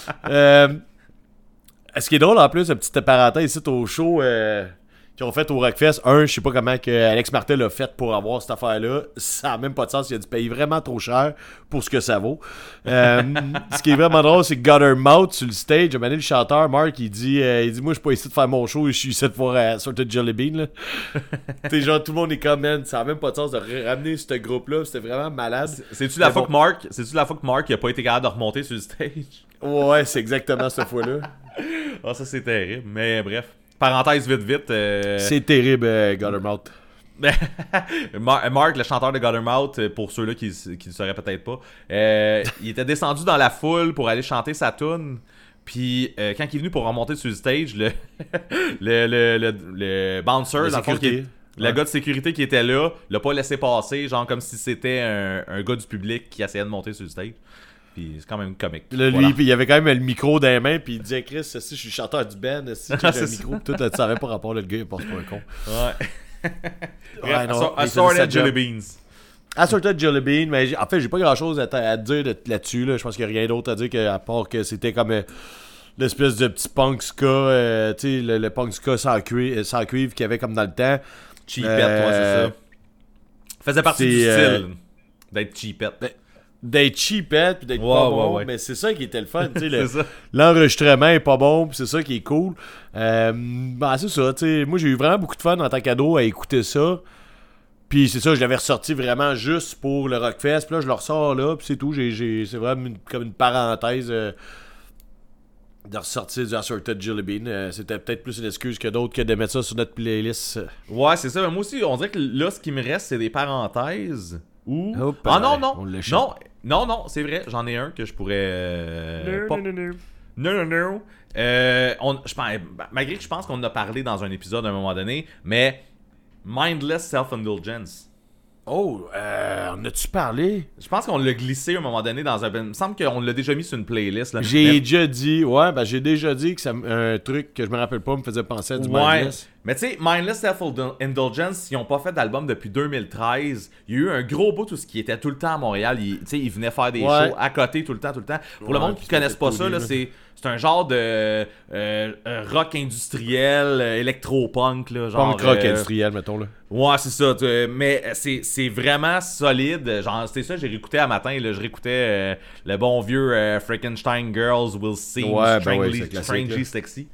Ce qui est drôle en plus, un petit parenthèse ici au show qu'ils ont fait au Rockfest. Je sais pas comment que Alex Martel a fait pour avoir cette affaire-là. Ça n'a même pas de sens. Il a dû payer vraiment trop cher pour ce que ça vaut. Ce qui est vraiment drôle, c'est que Guttermouth sur le stage, à un moment donné, le chanteur, Mark, il dit moi, je suis pas ici de faire mon show, je suis ici de faire Assorted Jelly Bean. T'sais, genre, tout le monde est comme, man, ça n'a même pas de sens de ramener ce groupe-là. C'était vraiment malade. C'est-tu la fois que Mark n'a pas été capable de remonter sur le stage? Ouais, c'est exactement cette fois-là. Ah, ça, c'est terrible. Mais bref. parenthèse vite. C'est terrible, Guttermouth. Mark, le chanteur de Guttermouth, pour ceux-là qui ne sauraient peut-être pas, il était descendu dans la foule pour aller chanter sa tune. Puis quand il est venu pour remonter sur le stage, le bouncer, dans le fond, le gars de sécurité qui était là, l'a pas laissé passer, genre comme si c'était un gars du public qui essayait de monter sur le stage. Puis c'est quand même comique. Là, lui, puis il avait quand même le micro dans les mains, puis il disait Chris, si je suis chanteur du band, si j'ai C'est le micro, tout, tu savais pas rapport, le gars, il passe pour un con. Ouais. Ouais, non, Assorted Jelly Beans. Assorted Jelly Bean, mais en fait, j'ai pas grand chose à dire là-dessus. Là. Je pense qu'il y a rien d'autre à dire à part que c'était comme l'espèce de petit punk ska, tu sais, le punk ska sans cuivre qu'il y avait comme dans le temps. Cheapette, ouais, c'est ça. Faisait partie du style d'être cheapette. D'être cheapette puis d'être pas bon, mais c'est ça qui était le fun. L'enregistrement est pas bon, puis c'est ça qui est cool. C'est ça, tu sais. Moi, j'ai eu vraiment beaucoup de fun en tant qu'ado à écouter ça. Puis c'est ça, je l'avais ressorti vraiment juste pour le Rockfest. Puis là, je le ressors là, puis c'est tout. C'est vraiment comme une parenthèse de ressortir du Assorted Jelly Bean. C'était peut-être plus une excuse que d'autres que de mettre ça sur notre playlist. Ouais, c'est ça. Mais moi aussi, on dirait que là, ce qui me reste, c'est des parenthèses. Ou... Non, c'est vrai. J'en ai un que je pourrais... Non. Malgré que je pense qu'on en a parlé dans un épisode à un moment donné, mais Mindless Self-Indulgence. Oh, en as-tu parlé? Je pense qu'on l'a glissé à un moment donné dans un... Il me semble qu'on l'a déjà mis sur une playlist. Là. J'ai déjà dit que c'est un truc que je me rappelle pas me faisait penser à du Mindless. Mais tu sais, Mindless Self-Indulgence, ils ont pas fait d'album depuis 2013. Il y a eu un gros bout tout ce qui était tout le temps à Montréal. Ils venaient faire des shows à côté tout le temps. Pour le monde qui connaisse pas ça, là, c'est un genre de rock industriel, électro-punk. Là, genre, punk rock industriel, mettons. Là. Ouais, c'est ça. Mais c'est vraiment solide. Genre, c'était ça, j'ai réécouté à matin. Là, je réécoutais le bon vieux Frankenstein Girls Will Sing Strangely Sexy.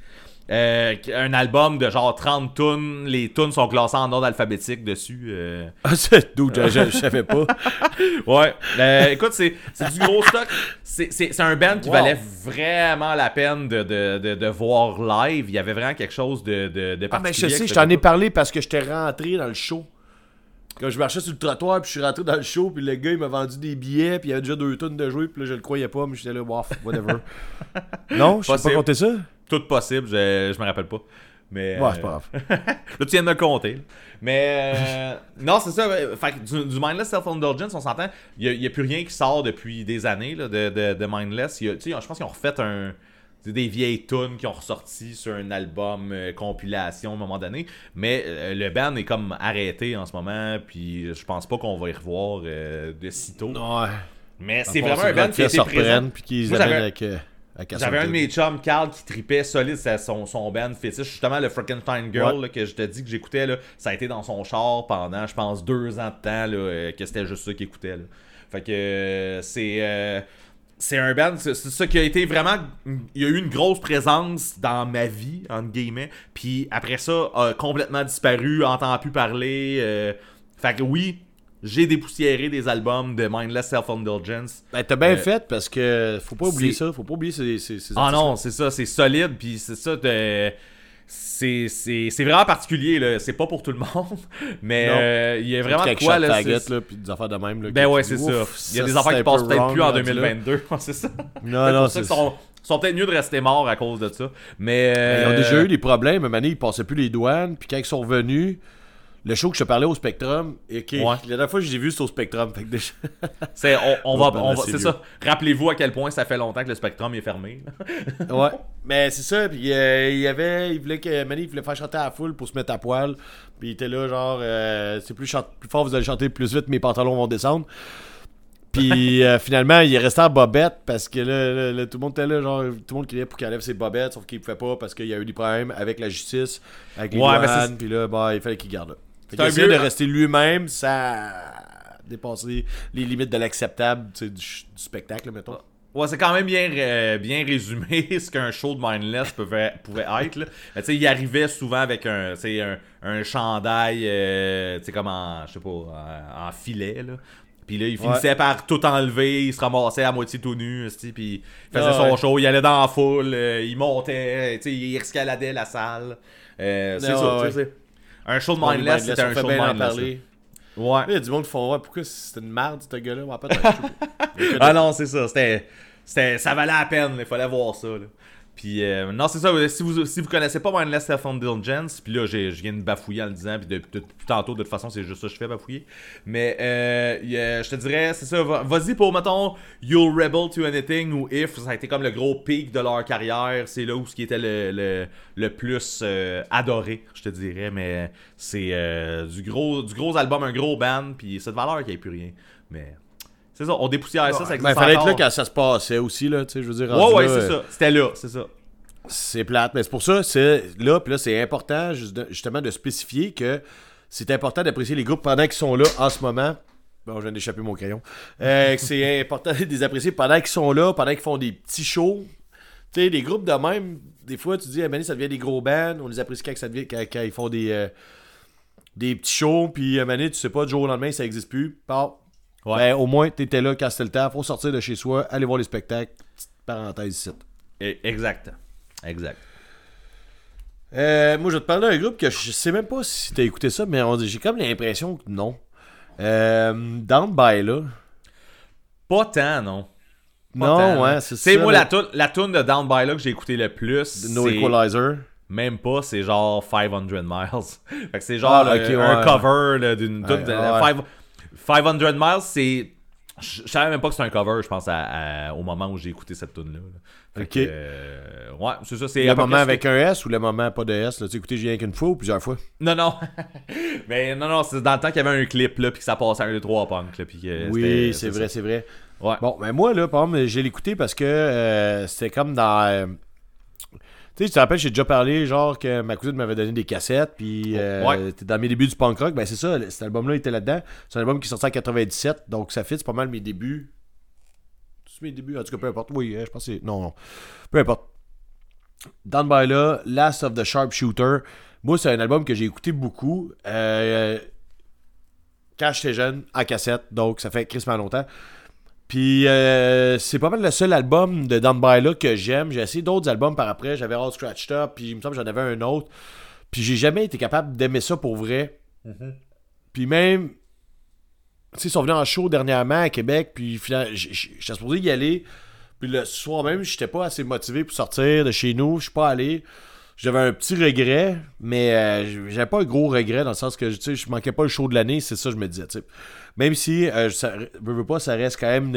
Un album de genre 30 tunes. Les tunes sont classées en ordre alphabétique dessus. C'est d'où je savais pas. Ouais. Écoute, c'est du gros stock. C'est un band qui valait vraiment la peine de voir live. Il y avait vraiment quelque chose de particulier. Mais je sais, je t'en ai parlé parce que j'étais rentré dans le show. Quand je marchais sur le trottoir, puis je suis rentré dans le show, puis le gars, il m'a vendu des billets, puis il y avait déjà 2 tonnes de jouer, puis là, je le croyais pas, mais j'étais là, wow, whatever. Non, je sais pas compter ça. Tout possible, je me rappelle pas. Mais, ouais, c'est pas grave. Là, tu viens de me compter. Mais, non, c'est ça. Fait que du Mindless Self-Indulgence, on s'entend, il n'y a plus rien qui sort depuis des années là, de Mindless. Je pense qu'ils ont refait des vieilles tunes qui ont ressorti sur un album compilation à un moment donné, mais le band est comme arrêté en ce moment, puis je pense pas qu'on va y revoir de sitôt. Ouais. Mais c'est vraiment un band qui a été présent. Puis qu'ils amènent avec j'avais un de mes chums, Carl, qui tripait solide son band fétiche. Justement, le Frankenstein Girl là, que je te dis que j'écoutais, là, ça a été dans son char pendant, je pense, 2 ans de temps là, que c'était juste ça qu'il écoutait. Là. Fait que c'est un band, c'est ça qui a été vraiment... Il y a eu une grosse présence dans ma vie, entre guillemets. Puis après ça, a complètement disparu, entend plus parler. Fait que oui, j'ai dépoussiéré des albums de Mindless Self-Indulgence. Ben, t'as bien fait parce que faut pas oublier ça. Faut pas oublier ces Ah non, c'est ça, c'est solide. Puis c'est ça, c'est vraiment particulier, là. C'est pas pour tout le monde. Mais il y a vraiment de quoi, là. Puis des affaires de même. Là, ben ouais, c'est ça. Il y a des affaires qui passent peut-être plus en 2022. C'est ça. Non, c'est ça. Ils sont peut-être mieux de rester morts à cause de ça. Mais. Ils ont déjà eu des problèmes. Une année, ils passaient plus les douanes. Puis quand ils sont revenus. Le show que je te parlais au Spectrum, la dernière fois que je l'ai vu, c'est au Spectrum. Fait que déjà... c'est ça. Rappelez-vous à quel point ça fait longtemps que le Spectrum est fermé. Ouais. Mais c'est ça. Puis il voulait faire chanter à la foule pour se mettre à poil. Puis il était là, genre, c'est plus fort, vous allez chanter plus vite, mes pantalons vont descendre. Puis finalement, il est resté en bobette parce que là, tout le monde était là, genre, tout le monde criait pour qu'il enlève ses bobettes, sauf qu'il ne pouvait pas parce qu'il y a eu des problèmes avec la justice, avec les douanes. Puis là, il fallait qu'il garde là. Il essayait de rester lui-même sans dépasser les limites de l'acceptable du spectacle, mettons. Ouais, c'est quand même bien résumé ce qu'un show de Mindless pouvait être. Là. Mais, il arrivait souvent avec un chandail comme en, je sais pas, en filet. Là. Puis là, il finissait par tout enlever, il se ramassait à moitié tout nu, puis il faisait son show, il allait dans la foule, il montait, il escaladait la salle. C'est ça, tu sais. Un show de Mindless, c'était un show de Mindless. Ouais. Il y a du monde qui font pourquoi c'était une merde, ce gars-là. Ouais, peut-être. Ah non, c'est ça. Ça valait la peine, il fallait voir ça. Là. Puis, non, c'est ça. Si vous connaissez pas Mindless Self-Indulgence, puis là, je viens de bafouiller en le disant, puis depuis tantôt, de toute façon, c'est juste ça que je fais, bafouiller. Mais, je te dirais, c'est ça. Vas-y pour, mettons, You'll Rebel to Anything ou If. Ça a été comme le gros pic de leur carrière. C'est là où ce qui était le plus adoré, je te dirais. Mais c'est du gros album, un gros band, puis cette valeur qui n'a plus rien. Mais. C'est ça, on dépoussière ça, ça existe il fallait encore. être là quand ça se passait aussi, là, tu sais, je veux dire. Ouais, là, c'est ça. C'était là, c'est ça. C'est plate, mais c'est pour ça, c'est là, puis là, c'est important justement de spécifier que c'est important d'apprécier les groupes pendant qu'ils sont là en ce moment. Bon, je viens d'échapper mon crayon. C'est important de les apprécier pendant qu'ils sont là, pendant qu'ils font des petits shows. Tu sais, les groupes de même, des fois, tu dis, ça devient des gros bands, on les apprécie quand ils font des petits shows, puis tu sais pas, du jour au lendemain, ça n'existe plus. Ouais. Ben, au moins, t'étais là quand c'était le temps. Faut sortir de chez soi, aller voir les spectacles. Petite parenthèse ici. Exact. Moi, je vais te parler d'un groupe que je sais même pas si t'as écouté ça, mais j'ai comme l'impression que non. Down By là. Pas tant, non. C'est ça. C'est moi, la tune de Down By là que j'ai écouté le plus. No Equalizer. Même pas, c'est genre 500 Miles. Fait que c'est genre un cover là, d'une tune. 500 Miles, c'est. Je savais même pas que c'était un cover, je pense, au moment où j'ai écouté cette tune-là. Ok. Ouais, c'est ça. C'est le moment avec un S ou le moment pas de S? Tu as écouté j'ai rien qu'une fois ou plusieurs fois? Non. Mais non, c'est dans le temps qu'il y avait un clip, là, puis que ça passait à 1, 2, 3 punk. Là, oui, c'est vrai. Ouais. Bon, mais moi, là, par exemple, j'ai l'écouté parce que c'était comme dans. Tu sais, je te rappelle, j'ai déjà parlé, genre, que ma cousine m'avait donné des cassettes, puis c'était dans mes débuts du punk rock. Ben, c'est ça, cet album-là était là-dedans. C'est un album qui est sorti en 97, donc ça fit, c'est pas mal mes débuts. C'est mes débuts, en tout cas, peu importe. Oui, je pense que c'est. Non. Peu importe. Down By là, Last of the Sharpshooter. Moi, c'est un album que j'ai écouté beaucoup. Quand j'étais jeune, en cassette, donc ça fait crissement longtemps. Puis c'est pas mal le seul album de Down By là que j'aime. J'ai essayé d'autres albums par après. J'avais All Scratched Up, puis il me semble que j'en avais un autre. Puis j'ai jamais été capable d'aimer ça pour vrai. Mm-hmm. Puis même, tu sais, ils sont venus en show dernièrement à Québec, puis finalement, j'étais supposé y aller. Puis le soir même, j'étais pas assez motivé pour sortir de chez nous. Je suis pas allé. J'avais un petit regret, mais j'avais pas un gros regret dans le sens que je manquais pas le show de l'année, c'est ça que je me disais. T'sais. Même si, ça reste quand même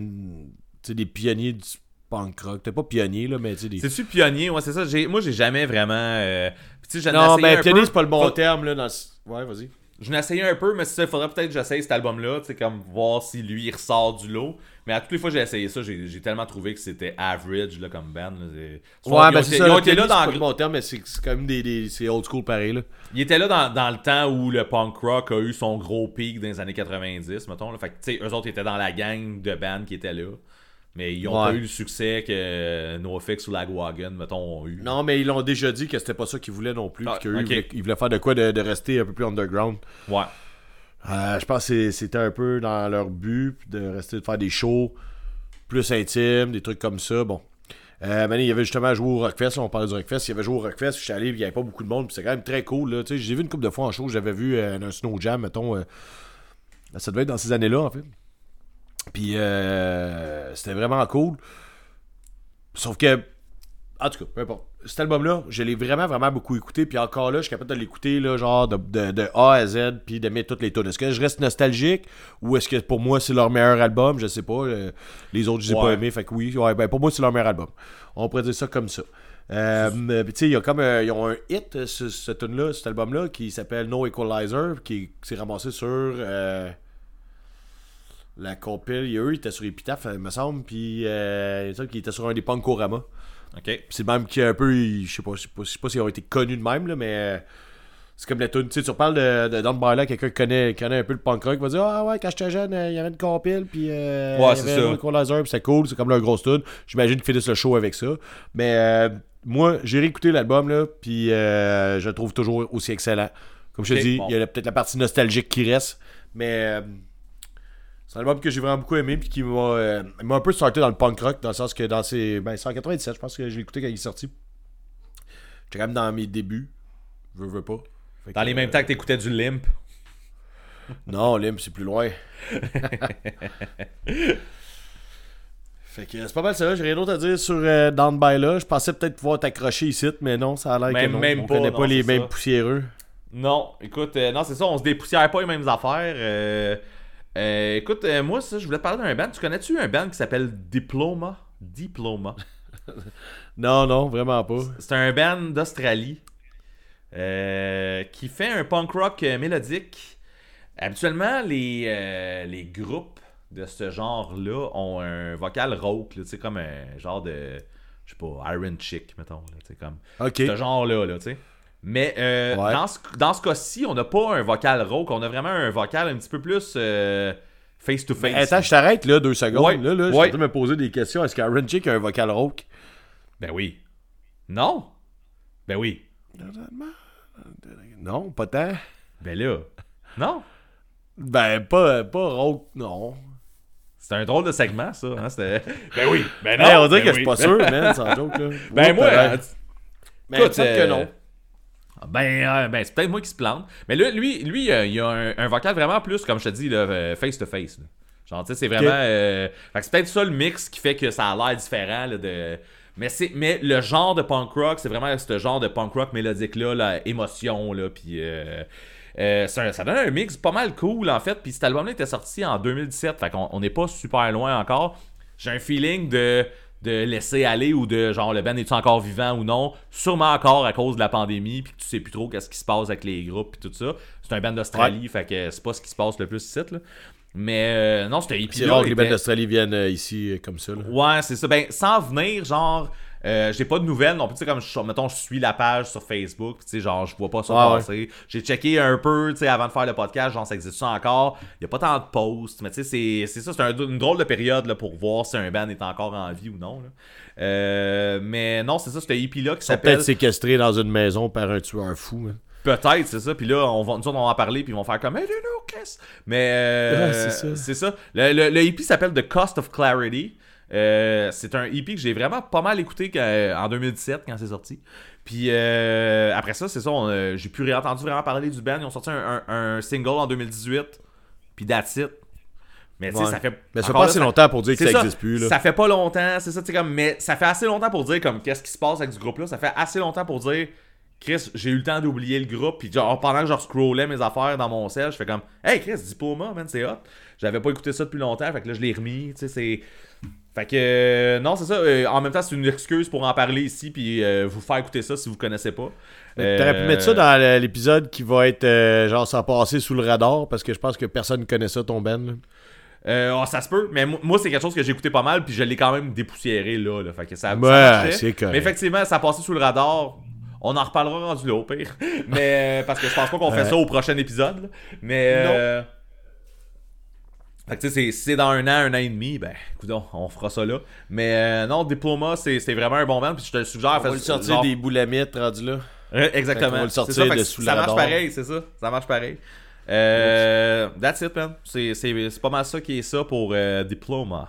des pionniers du punk rock. T'es pas pionnier, là, mais tu sais. C'est-tu pionnier? Ouais, c'est ça. Moi, j'ai jamais vraiment. Non, mais pionnier, c'est pas le bon terme, là. Ouais, vas-y. Je l'ai essayé un peu, mais c'est ça, il faudrait peut-être que j'essaye cet album-là, tu sais, comme voir si lui, il ressort du lot. Mais à toutes les fois que j'ai essayé ça, j'ai tellement trouvé que c'était average, là, comme band. Là. C'est ça. Ils ont été là dans le bon terme, mais c'est quand même c'est old school pareil, là. Il était là dans le temps où le punk rock a eu son gros pic dans les années 90, mettons. Là. Fait que, tu sais, eux autres étaient dans la gang de bands qui étaient là. Mais ils ont pas eu le succès que NoFX ou Lagwagon, mettons, ont eu. Non, mais ils l'ont déjà dit que c'était pas ça qu'ils voulaient non plus. Ils voulaient faire de quoi de rester un peu plus underground. Ouais. Je pense que c'était un peu dans leur but de rester de faire des shows plus intimes, des trucs comme ça. Bon. Il y avait justement joué au Rockfest, on parlait du Rockfest. Il y avait joué au Rockfest, je suis allé, il n'y avait pas beaucoup de monde, puis c'est quand même très cool. Là. J'ai vu une couple de fois en show, j'avais vu un Snow Jam, mettons. Ça devait être dans ces années-là, en fait. Puis c'était vraiment cool. Sauf que, en tout cas, peu importe. Cet album-là, je l'ai vraiment, vraiment beaucoup écouté. Puis encore là, je suis capable de l'écouter là, genre de A à Z, puis d'aimer toutes les tunes. Est-ce que je reste nostalgique ou est-ce que pour moi c'est leur meilleur album? Je sais pas. Les autres, je les ai pas aimés. Fait que oui, ben, pour moi c'est leur meilleur album. On pourrait dire ça comme ça. Tu sais, il y a comme ils ont un hit, ce tune-là, cet album-là, qui s'appelle No Equalizer, qui s'est ramassé sur la compil. Eux, ils étaient sur Epitaph, il me semble, puis il était sur un des Punkorama. OK. C'est même qui est un peu, je sais pas s'ils ont été connus de même, là, mais c'est comme la tune. Tu sais, tu reparles de Down By là, quelqu'un qui connaît un peu le punk rock, va dire ah ouais, quand j'étais jeune, il y avait une compile, puis il y avait un equalizer, puis c'est cool, c'est comme leur grosse tune. J'imagine qu'ils finissent le show avec ça. Mais moi, j'ai réécouté l'album, là, puis je le trouve toujours aussi excellent. Comme je te dis, il y a peut-être la partie nostalgique qui reste, mais C'est un album que j'ai vraiment beaucoup aimé puis qui m'a un peu starté dans le punk rock, dans le sens que c'est en 97, je pense que je l'ai écouté quand il est sorti. J'étais quand même dans mes débuts. Veux pas. Dans les mêmes temps que t'écoutais du Limp. Non, Limp, c'est plus loin. Fait que c'est pas mal ça, j'ai rien d'autre à dire sur Down by là. Je pensais peut-être pouvoir t'accrocher ici, mais non, ça a l'air que non. On connaît pas les mêmes poussiéreux. Non, écoute, non, c'est ça, on se dépoussière pas les mêmes affaires. Écoute, moi, ça, je voulais te parler d'un band. Tu connais-tu un band qui s'appelle Diploma? Non, vraiment pas. C'est un band d'Australie qui fait un punk rock mélodique. Habituellement, les groupes de ce genre-là ont un vocal rauque, tu sais, comme un genre de, je sais pas, Iron Chick, mettons, tu sais, comme ce genre-là, tu sais. Mais dans ce cas-ci, on n'a pas un vocal rauque, on a vraiment un vocal un petit peu plus face-to-face. Mais attends, je t'arrête là 2 secondes. Ouais, là, je suis en train de me poser des questions. Est-ce qu'Iron Chick a un vocal rauque? Ben oui. Non? Ben oui. Non, pas tant. Ben là. Non? Ben, pas rauque, non. C'est un drôle de segment, ça. Hein? Ben oui. Ben non. Hey, on dirait ben que je suis pas sûr, man, sans joke, là. Ben moi, mais écoute, que non. Ben c'est peut-être moi qui se plante. Mais là, lui il a un vocal vraiment plus, comme je te dis, face-to-face. Là. Genre, tu sais, c'est vraiment... fait que c'est peut-être ça le mix qui fait que ça a l'air différent là, de... Mais le genre de punk rock, c'est vraiment ce genre de punk rock mélodique-là, la émotion, là, puis... ça donne un mix pas mal cool, en fait. Puis cet album-là était sorti en 2017, fait qu'on n'est pas super loin encore. J'ai un feeling de laisser aller ou de genre le band est-tu encore vivant ou non, sûrement encore à cause de la pandémie puis que tu sais plus trop qu'est-ce qui se passe avec les groupes puis tout ça. C'est un band d'Australie, fait que c'est pas ce qui se passe le plus ici là. Mais non, c'était C'est rare que les bands d'Australie viennent ici comme ça là. Ouais, c'est ça. Ben sans venir genre j'ai pas de nouvelles non plus, tu sais, comme mettons je suis la page sur Facebook, tu sais, genre je vois pas ça passer. Ouais. J'ai checké un peu, tu sais, avant de faire le podcast, genre ça existe ça encore. Il y a pas tant de posts, mais tu sais c'est ça, c'est une drôle de période là pour voir si un band est encore en vie ou non là. Mais non, c'est ça, c'était EP là qui s'appelle peut-être séquestré dans une maison par un tueur fou. Hein. Peut-être, c'est ça. Puis là, nous autres, on va en parler, puis ils vont faire comme, hey, no, qu'est-ce? Mais c'est ça. Le EP s'appelle The Cost of Clarity. C'est un EP que j'ai vraiment pas mal écouté en 2017 quand c'est sorti. Puis après ça, c'est ça, j'ai plus réentendu vraiment parler du band. Ils ont sorti un single en 2018. Puis that's it. Mais tu sais, ça fait. Mais ça fait pas assez longtemps pour dire que ça n'existe plus. Là. Ça fait pas longtemps, c'est ça, tu sais, comme. Mais ça fait assez longtemps pour dire comme qu'est-ce qui se passe avec ce groupe-là. Ça fait assez longtemps pour dire. Chris, j'ai eu le temps d'oublier le groupe, puis genre pendant que je scrollais mes affaires dans mon cell, je fais comme hey Chris, Diploma, man, c'est hot. J'avais pas écouté ça depuis longtemps, fait que là je l'ai remis, tu sais, c'est. Fait que non, c'est ça, en même temps c'est une excuse pour en parler ici, puis vous faire écouter ça si vous connaissez pas. T'aurais pu mettre ça dans l'épisode qui va être genre sans passer sous le radar, parce que je pense que personne ne connaît ça ton band. Ça se peut, mais moi c'est quelque chose que j'ai écouté pas mal, puis je l'ai quand même dépoussiéré là, fait que ça marchait. C'est correct. Mais effectivement, ça a passé sous le radar. On en reparlera rendu là au pire. Mais parce que je pense pas qu'on fait ça au prochain épisode. Là. Mais fait que tu sais, si c'est dans un an et demi, ben écoute, on fera ça là. Mais non, Diploma, c'est vraiment un bon band. Puis je te le suggère. On va le sortir des boulamites rendu là. Exactement. On va le sortir de sous la ça marche pareil, c'est ça. Ça marche pareil. That's it, man. C'est pas mal ça qui est ça pour Diploma.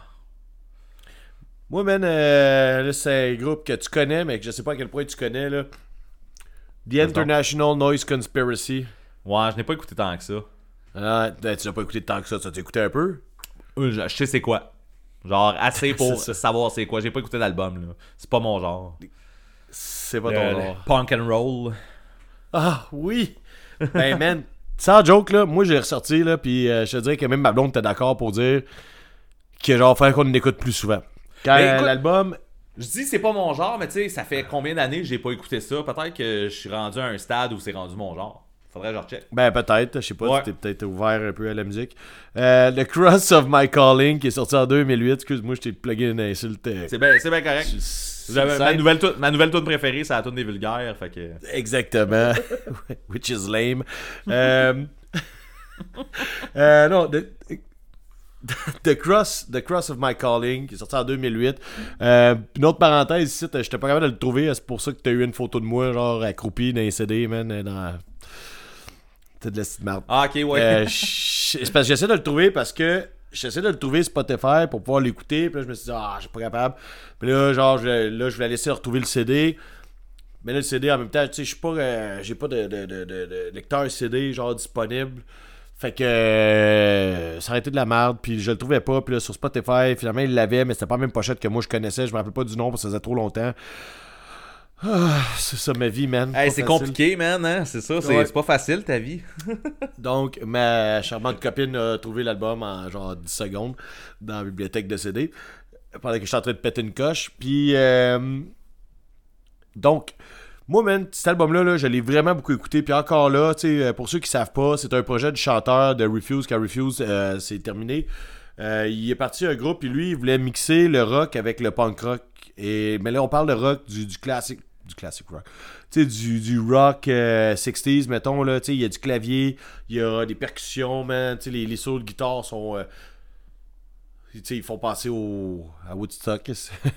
Moi, man, là, c'est un groupe que tu connais, mais que je sais pas à quel point tu connais, là. The International Noise Conspiracy. Ouais, je n'ai pas écouté tant que ça. Ah, tu n'as pas écouté tant que ça. Tu as écouté un peu? Je sais c'est quoi. Genre, assez pour savoir c'est quoi. J'ai pas écouté d'album, là. C'est pas mon genre. C'est pas ton genre. Punk and roll. Ah, oui! Ben, man, sans joke, là, moi, j'ai ressorti, là, puis je te dirais que même ma blonde était d'accord pour dire que, genre, fallait qu'on l'écoute plus souvent. Quand l'album... Je dis c'est pas mon genre, mais tu sais, ça fait combien d'années que j'ai pas écouté ça? Peut-être que je suis rendu à un stade où c'est rendu mon genre. Faudrait que je recheck. Ben peut-être, je sais pas, tu t'es peut-être ouvert un peu à la musique. The Cross of My Calling qui est sorti en 2008. Excuse-moi, je t'ai plugué une insulte. C'est bien correct. Ma nouvelle tune préférée, c'est la tune des vulgaires. Fait que... Exactement. Which is lame. Non, The Cross of My Calling qui est sorti en 2008. Une autre parenthèse ici, j'étais pas capable de le trouver, c'est pour ça que t'as eu une photo de moi genre accroupi dans les CD, man, t'as de la petite merde. Ah ok, ouais. C'est parce que j'essaie de le trouver parce que j'essaie de le trouver Spotify pour pouvoir l'écouter. Puis là, je me suis dit, je suis pas capable. Puis là, genre, je voulais laisser retrouver le CD. Mais là, le CD, en même temps, tu sais, je suis pas. J'ai pas de lecteur CD, genre, disponible. Fait que ça aurait été de la merde, puis je le trouvais pas. Puis là, sur Spotify, finalement, il l'avait, mais c'était pas la même pochette que moi je connaissais. Je me rappelle pas du nom parce que ça faisait trop longtemps. C'est ça ma vie, man. Hey, c'est facile. Compliqué, man, hein? C'est ça, c'est pas facile ta vie. Donc, ma charmante copine a trouvé l'album en genre 10 secondes dans la bibliothèque de CD pendant que je suis en train de péter une coche. Puis, donc, moi, man, cet album-là, là, je l'ai vraiment beaucoup écouté. Puis encore là, tu sais, pour ceux qui savent pas, c'est un projet du chanteur de Refuse. Quand Refuse c'est terminé, il est parti un groupe, puis lui, il voulait mixer le rock avec le punk rock. Mais là, on parle de rock, du classique rock. Tu sais, du rock 60s, mettons, là. Tu sais, il y a du clavier, il y a des percussions, man. Tu sais, les solos de guitare sont... tu sais, ils font penser à Woodstock.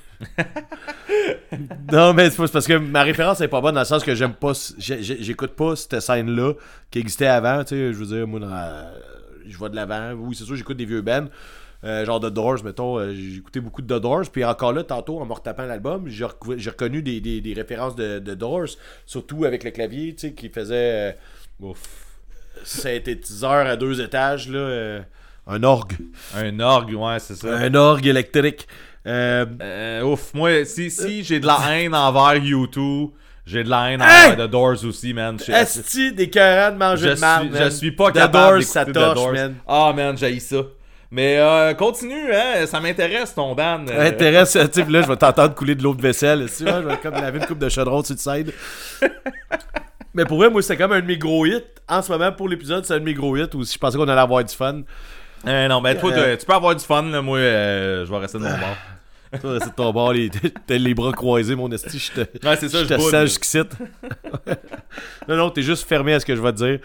Non, mais c'est parce que ma référence est pas bonne dans le sens que j'aime pas... J'écoute pas cette scène-là qui existait avant. Tu sais, je veux dire, moi, je vais de l'avant. Oui, c'est sûr, j'écoute des vieux bands. Genre The Doors, mettons, j'ai écouté beaucoup de The Doors, puis encore là, tantôt, en me retapant l'album, j'ai reconnu des références de Doors, surtout avec le clavier, tu sais, qui faisait synthétiseur à 2 étages, là, un orgue. Un orgue, ouais, c'est ça. Un orgue électrique. Moi, si j'ai de la haine envers U2, j'ai de la haine envers The Doors aussi, man. Esti d'écœurant de manger de marde, je suis pas The capable Doors, ça d'écouter The torche, Doors. man. Ah, man, j'haïs ça. Mais continue, hein, ça m'intéresse ton band. Intéresse, tu sais, là, je vais t'entendre couler de l'eau de vaisselle. Tu vois, je vais comme laver une coupe de chaudron sur le side. Mais pour vrai, moi, c'est comme un de mes gros hits. En ce moment, pour l'épisode, c'est un de mes gros hits où je pensais qu'on allait avoir du fun. Non, ben toi, tu peux avoir du fun, là. Moi, je vais rester de mon bord. Toi, rester de ton bord, t'as les bras croisés, mon esti. Ouais, c'est ça, je te sens jusqu'ici. Non, t'es juste fermé à ce que je vais te dire.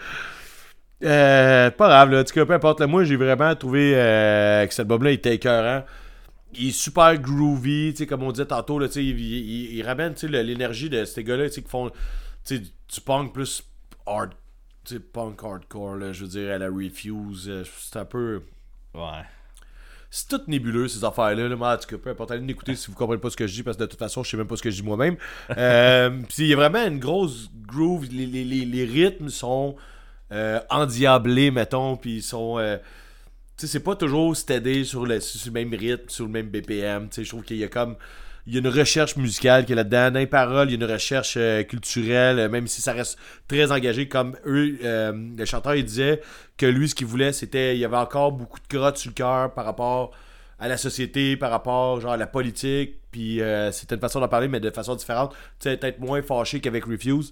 Pas grave, là. En tout cas, peu importe. Là, moi, j'ai vraiment trouvé que cet album-là était écœurant. Il est super groovy, tu sais, comme on disait tantôt, là, tu sais, il ramène, tu sais, l'énergie de ces gars-là, tu sais, qui font, tu sais, du punk plus hard, tu sais, punk hardcore, là, je veux dire, à la Refuse, c'est un peu... Ouais. C'est tout nébuleux, ces affaires-là, là. En tout cas, peu importe, allez l'écouter si vous comprenez pas ce que je dis, parce que de toute façon, je sais même pas ce que je dis moi-même. Puis il y a vraiment une grosse groove, les rythmes sont... endiablés, mettons, puis ils sont... tu sais, c'est pas toujours steady sur le même rythme, sur le même BPM, tu sais, je trouve qu'il y a comme... Il y a une recherche musicale qui est là-dedans, dans les paroles, il y a une recherche culturelle, même si ça reste très engagé, comme eux, le chanteur, il disait que lui, ce qu'il voulait, c'était... Il y avait encore beaucoup de crottes sur le cœur par rapport à la société, par rapport, genre, à la politique, puis c'était une façon d'en parler, mais de façon différente, tu sais, peut-être moins fâché qu'avec Refuse.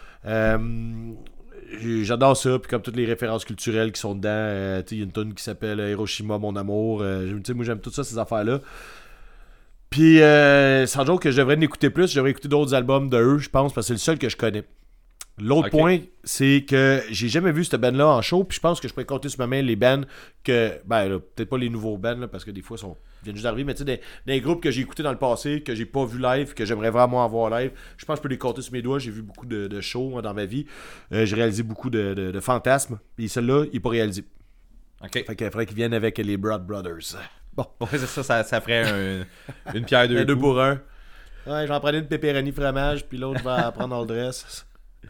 J'adore ça, puis comme toutes les références culturelles qui sont dedans, il y a une tune qui s'appelle Hiroshima mon amour, moi j'aime tout ça, ces affaires-là. Puis sans joke que je devrais en écouter plus, je devrais écouter d'autres albums de eux, je pense, parce que c'est le seul que je connais. L'autre point, c'est que j'ai jamais vu cette band-là en show, puis je pense que je pourrais compter sur ma main les bands que, ben là, peut-être pas les nouveaux bands, là, parce que des fois ils viennent juste d'arriver, mais tu sais, des groupes que j'ai écoutés dans le passé, que j'ai pas vu live, que j'aimerais vraiment avoir live, je pense que je peux les compter sur mes doigts. J'ai vu beaucoup de shows dans ma vie, j'ai réalisé beaucoup de fantasmes, et celle-là, il n'est pas réalisé. Ok. Fait qu'il faudrait qu'ils viennent avec les Brothers. Bon. Ouais, c'est ça ferait une pierre deux deux coups. pour un. Ouais, j'en prenais une pepperoni fromage, puis l'autre va prendre dans le dress.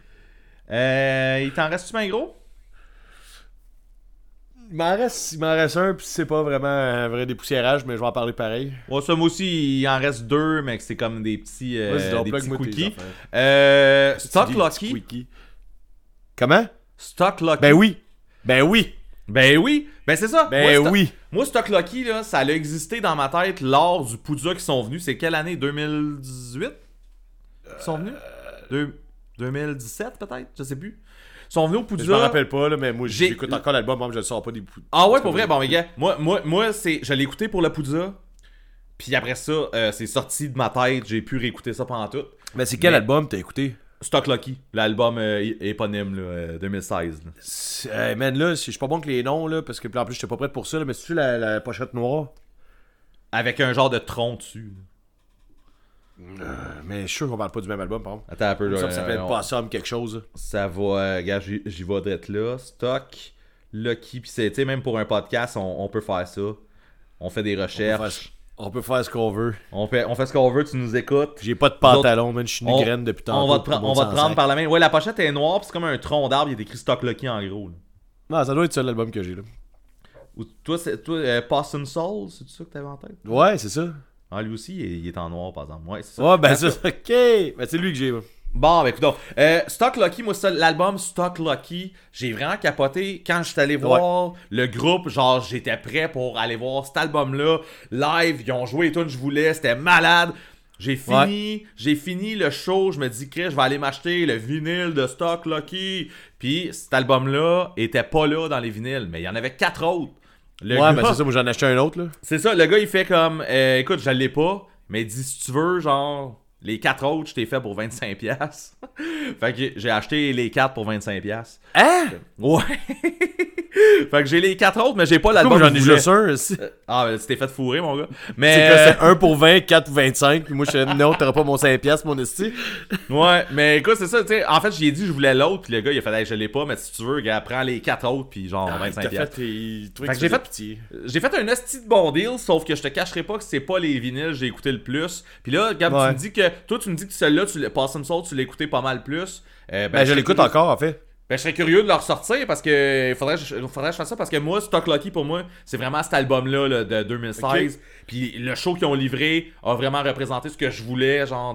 Il t'en reste-tu bien gros? Il m'en reste un, puis c'est pas vraiment un vrai dépoussiérage, mais je vais en parler pareil. Ouais, ça, moi aussi, il en reste 2, mais que c'est comme des petits, des petits cookies. Stock Lucky. Comment? Stock Lucky. Ben oui. Ben c'est ça. Ben oui. Moi, Stock Lucky, là, ça a existé dans ma tête lors du Poudja qui sont venus. C'est quelle année? 2018? Ils sont venus? 2017 peut-être? Je sais plus. Ils sont venus au Poudja. Je me rappelle pas, là, mais moi j'écoute encore l'album, même je le sors pas des Poudja. Ah ouais, pour vrai? Bon, mais gars, moi je l'ai écouté pour le Poudja. Puis après ça, c'est sorti de ma tête. J'ai pu réécouter ça pendant tout. Mais c'est quel album t'as écouté? Stock Lucky, l'album éponyme, là, 2016. Là. Man, là, je suis pas bon que les noms, là, parce que en plus, j'étais pas prêt pour ça, là, mais c'est-tu la pochette noire? Avec un genre de tronc dessus. Mais je suis sûr qu'on parle pas du même album, par exemple. Attends un peu, là. Ça s'appelle Possum quelque chose. Ça va, gars, j'y vais d'être là. Stock Lucky, puis c'est, tu sais, même pour un podcast, on peut faire ça. On fait des recherches. On peut faire ce qu'on veut. On fait ce qu'on veut, tu nous écoutes. J'ai pas de pantalon, man. Je suis une graine depuis tantôt. On va te prendre par la main. Ouais, la pochette est noire, pis c'est comme un tronc d'arbre, il est écrit Stock Lucky en gros. Là. Non, ça doit être ça l'album que j'ai là. Ou toi, Possum Soul, c'est ça que t'avais en tête? Ouais, c'est ça. Ah, lui aussi, il est en noir, par exemple. Ouais, c'est ça. Ouais, ben c'est ça. Ok. Ben c'est lui que j'ai. Bon, ben écoute donc. Stock Lucky, moi, ça, l'album Stock Lucky, j'ai vraiment capoté. Quand je suis allé voir le groupe, genre, j'étais prêt pour aller voir cet album-là. Live, ils ont joué tout, je voulais, c'était malade. J'ai fini le show, je me dis, je vais aller m'acheter le vinyle de Stock Lucky. Puis cet album-là était pas là dans les vinyles, mais il y en avait 4 autres. Mais c'est ça, moi j'en ai acheté un autre là. C'est ça, le gars il fait comme, écoute, je l'ai pas, mais il dit, si tu veux, genre... Les 4 autres, je t'ai fait pour 25$. Fait que j'ai acheté les 4 pour 25$. Hein? Ouais. Fait que j'ai les 4 autres, mais j'ai pas l'album. J'en ai juste un aussi. Ben, tu t'es fait fourrer, mon gars. Mais c'est 1 pour 20, 4 pour 25. Puis moi, je suis non, t'auras pas mon 5$, mon esti. Ouais, mais écoute, c'est ça, tu sais. En fait, j'y ai dit, je voulais l'autre. Puis le gars, il a fait, je l'ai pas, mais si tu veux, gars, prends les 4 autres. Puis genre 25$. J'ai fait un esti de bon deal, sauf que je te cacherai pas que c'est pas les vinyles que j'ai écouté le plus. Puis là, Gab, tu me dis que celle-là, Possum Soul, tu l'as écouté pas mal plus. Je l'écoute encore, en fait. Ben, je serais curieux de le ressortir parce que faudrait que je fasse ça parce que moi, Stock Lucky, pour moi, c'est vraiment cet album-là là, de 2016. Okay. Puis le show qu'ils ont livré a vraiment représenté ce que je voulais, genre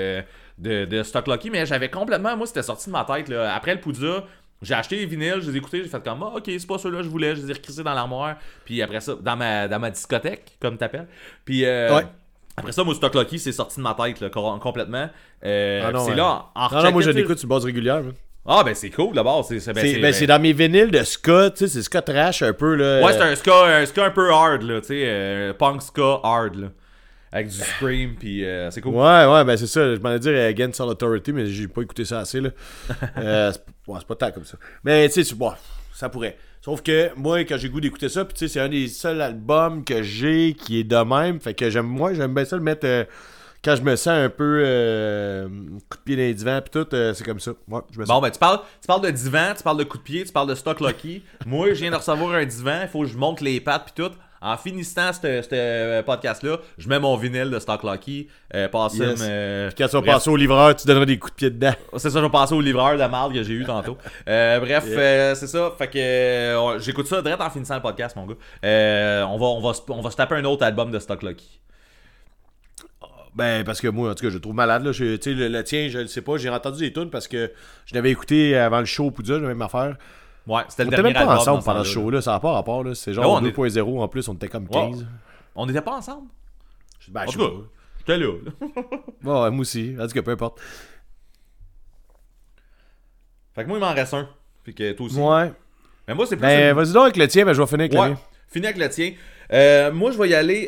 de Stock Lucky. Mais j'avais complètement, moi, c'était sorti de ma tête. Là. Après le Poudja, j'ai acheté les vinyles, je les ai écoutés, j'ai fait comme, ok, c'est pas ceux-là que je voulais, je les ai recrissés dans l'armoire. Puis après ça, dans ma discothèque, comme t'appelles. Puis après ça, moi, Stock Lucky, c'est sorti de ma tête là, complètement. C'est là, non, moi, je l'écoute sur base régulière. Man. Ah, ben c'est cool d'abord. C'est dans mes vinyles de ska, tu sais, c'est ska trash un peu. Là. Ouais, c'est un ska un peu hard, là, tu sais, punk ska hard, là. Avec du scream, pis c'est cool. Ouais, ben c'est ça. Je m'en ai dit Against All Authority, mais j'ai pas écouté ça assez, là. C'est pas tant comme ça. Mais tu sais, ça pourrait. Sauf que moi, quand j'ai goût d'écouter ça, puis tu sais, c'est un des seuls albums que j'ai qui est de même. Fait que j'aime bien ça le mettre quand je me sens un peu coup de pied dans les divans, puis tout, c'est comme ça. Ouais, je me sens. Bon, ben tu parles de divan, tu parles de coup de pied, tu parles de Stock Lucky. Moi, je viens de recevoir un divan, il faut que je monte les pattes, puis tout. En finissant ce podcast-là, je mets mon vinyle de Stock Lucky. Puis quand tu vas passer au livreur, tu donneras des coups de pied dedans. C'est ça, je vais passer au livreur de marde que j'ai eu tantôt. C'est ça. Fait que j'écoute ça direct en finissant le podcast, mon gars. On va se taper un autre album de Stock Lucky. Ben, parce que moi, en tout cas, je le trouve malade. Là. Tu sais, le tien, je le sais pas. J'ai entendu des tunes parce que je l'avais écouté avant le show au Poudja, la même affaire. Ouais, c'était le dernier album. On était même pas ensemble pendant ce show-là, ça n'a pas rapport. Là. C'est genre 2.0 en plus, on était comme 15. Ouais. On n'était pas ensemble? Ben, je sais pas. J'étais là. Ouais, moi aussi. En tout cas, peu importe. Fait que moi, il m'en reste un. Fait que toi aussi. Ouais. Mais moi, c'est plus. Ben, vas-y donc avec le tien, ben, je vais finir avec le mien. Finis avec le tien. Moi, je vais y aller.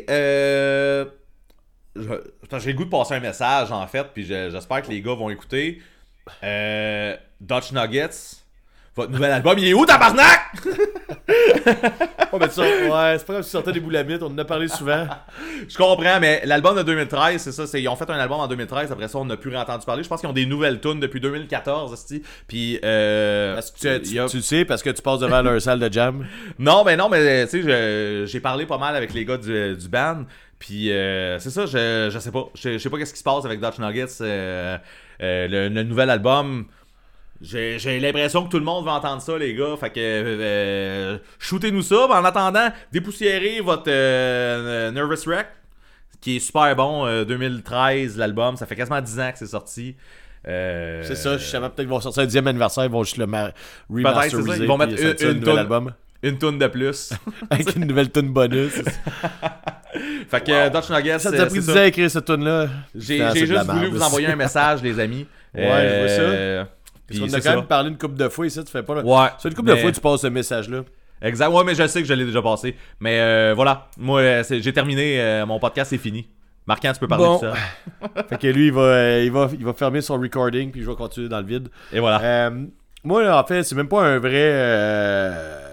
J'ai le goût de passer un message, en fait, puis j'espère que les gars vont écouter. Dutch Nuggets. Votre nouvel album, il est où, tabarnak? Ben ça, ouais, c'est pas comme si tu sortais des boulamites, on en a parlé souvent. Je comprends, mais l'album de 2013, c'est ça, ils ont fait un album en 2013, après ça, on n'a plus entendu parler. Je pense qu'ils ont des nouvelles tunes depuis 2014, puis tu le sais, parce que tu passes devant leur salle de jam. Non, mais tu sais, j'ai parlé pas mal avec les gars du band, puis c'est ça, je sais pas. Je sais pas qu'est-ce qui se passe avec Dutch Nuggets, le nouvel album. J'ai l'impression que tout le monde va entendre ça, les gars. Fait que shootez-nous ça. En attendant, dépoussiérez votre Nervous Wreck, qui est super bon. 2013, l'album. Ça fait quasiment 10 ans que c'est sorti. C'est ça. Justement, peut-être qu'ils vont sortir un 10e anniversaire. Ils vont juste le remasteriser. Ils vont mettre une toune de plus. Avec une nouvelle toune bonus. Fait que Dutch Nuggets, ça t'a pris 10 ans à écrire cette toune-là. J'ai juste voulu vous envoyer un message, les amis. Ouais, je vois ça. Parce qu'on a quand même parlé une couple de fois ici, tu fais pas là. Ouais. C'est une couple de fois que tu passes ce message-là. Exact, ouais, mais je sais que je l'ai déjà passé. Mais voilà, moi, j'ai terminé, mon podcast est fini. Marquant, tu peux parler de ça. Fait que lui, il va fermer son recording, puis je vais continuer dans le vide. Et voilà. Moi, en fait, c'est même pas un vrai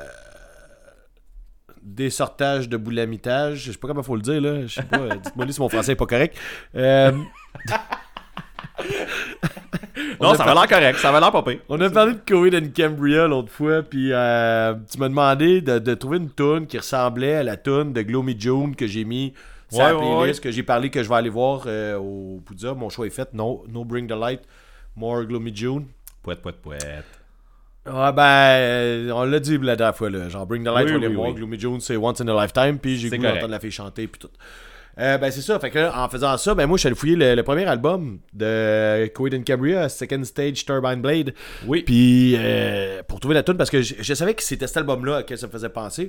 dessortage de boulamitage. Je sais pas comment faut le dire, là. Je sais pas, dites-moi si mon français est pas correct. Non, ça avait l'air correct, ça avait l'air pas pire. On a parlé de Coheed and Cambria l'autre fois, puis tu m'as demandé de trouver une tune qui ressemblait à la tune de Gloomy June que j'ai mis sur la playlist, que j'ai parlé que je vais aller voir au Poudza. Mon choix est fait. No Bring the Light, More Gloomy June. Pouette. Ouais, ben, on l'a dit la dernière fois, là. Genre, Bring the Light, on va aller voir. Oui. Gloomy June, c'est Once in a Lifetime, puis j'ai goût d'entendre la fille chanter, puis tout. Ben, c'est ça. Fait que là, en faisant ça, ben, moi, je suis allé fouiller le premier album de Coheed and Cambria, Second Stage Turbine Blade. Oui. Puis, pour trouver la tune, parce que je savais que c'était cet album-là auquel ça me faisait penser.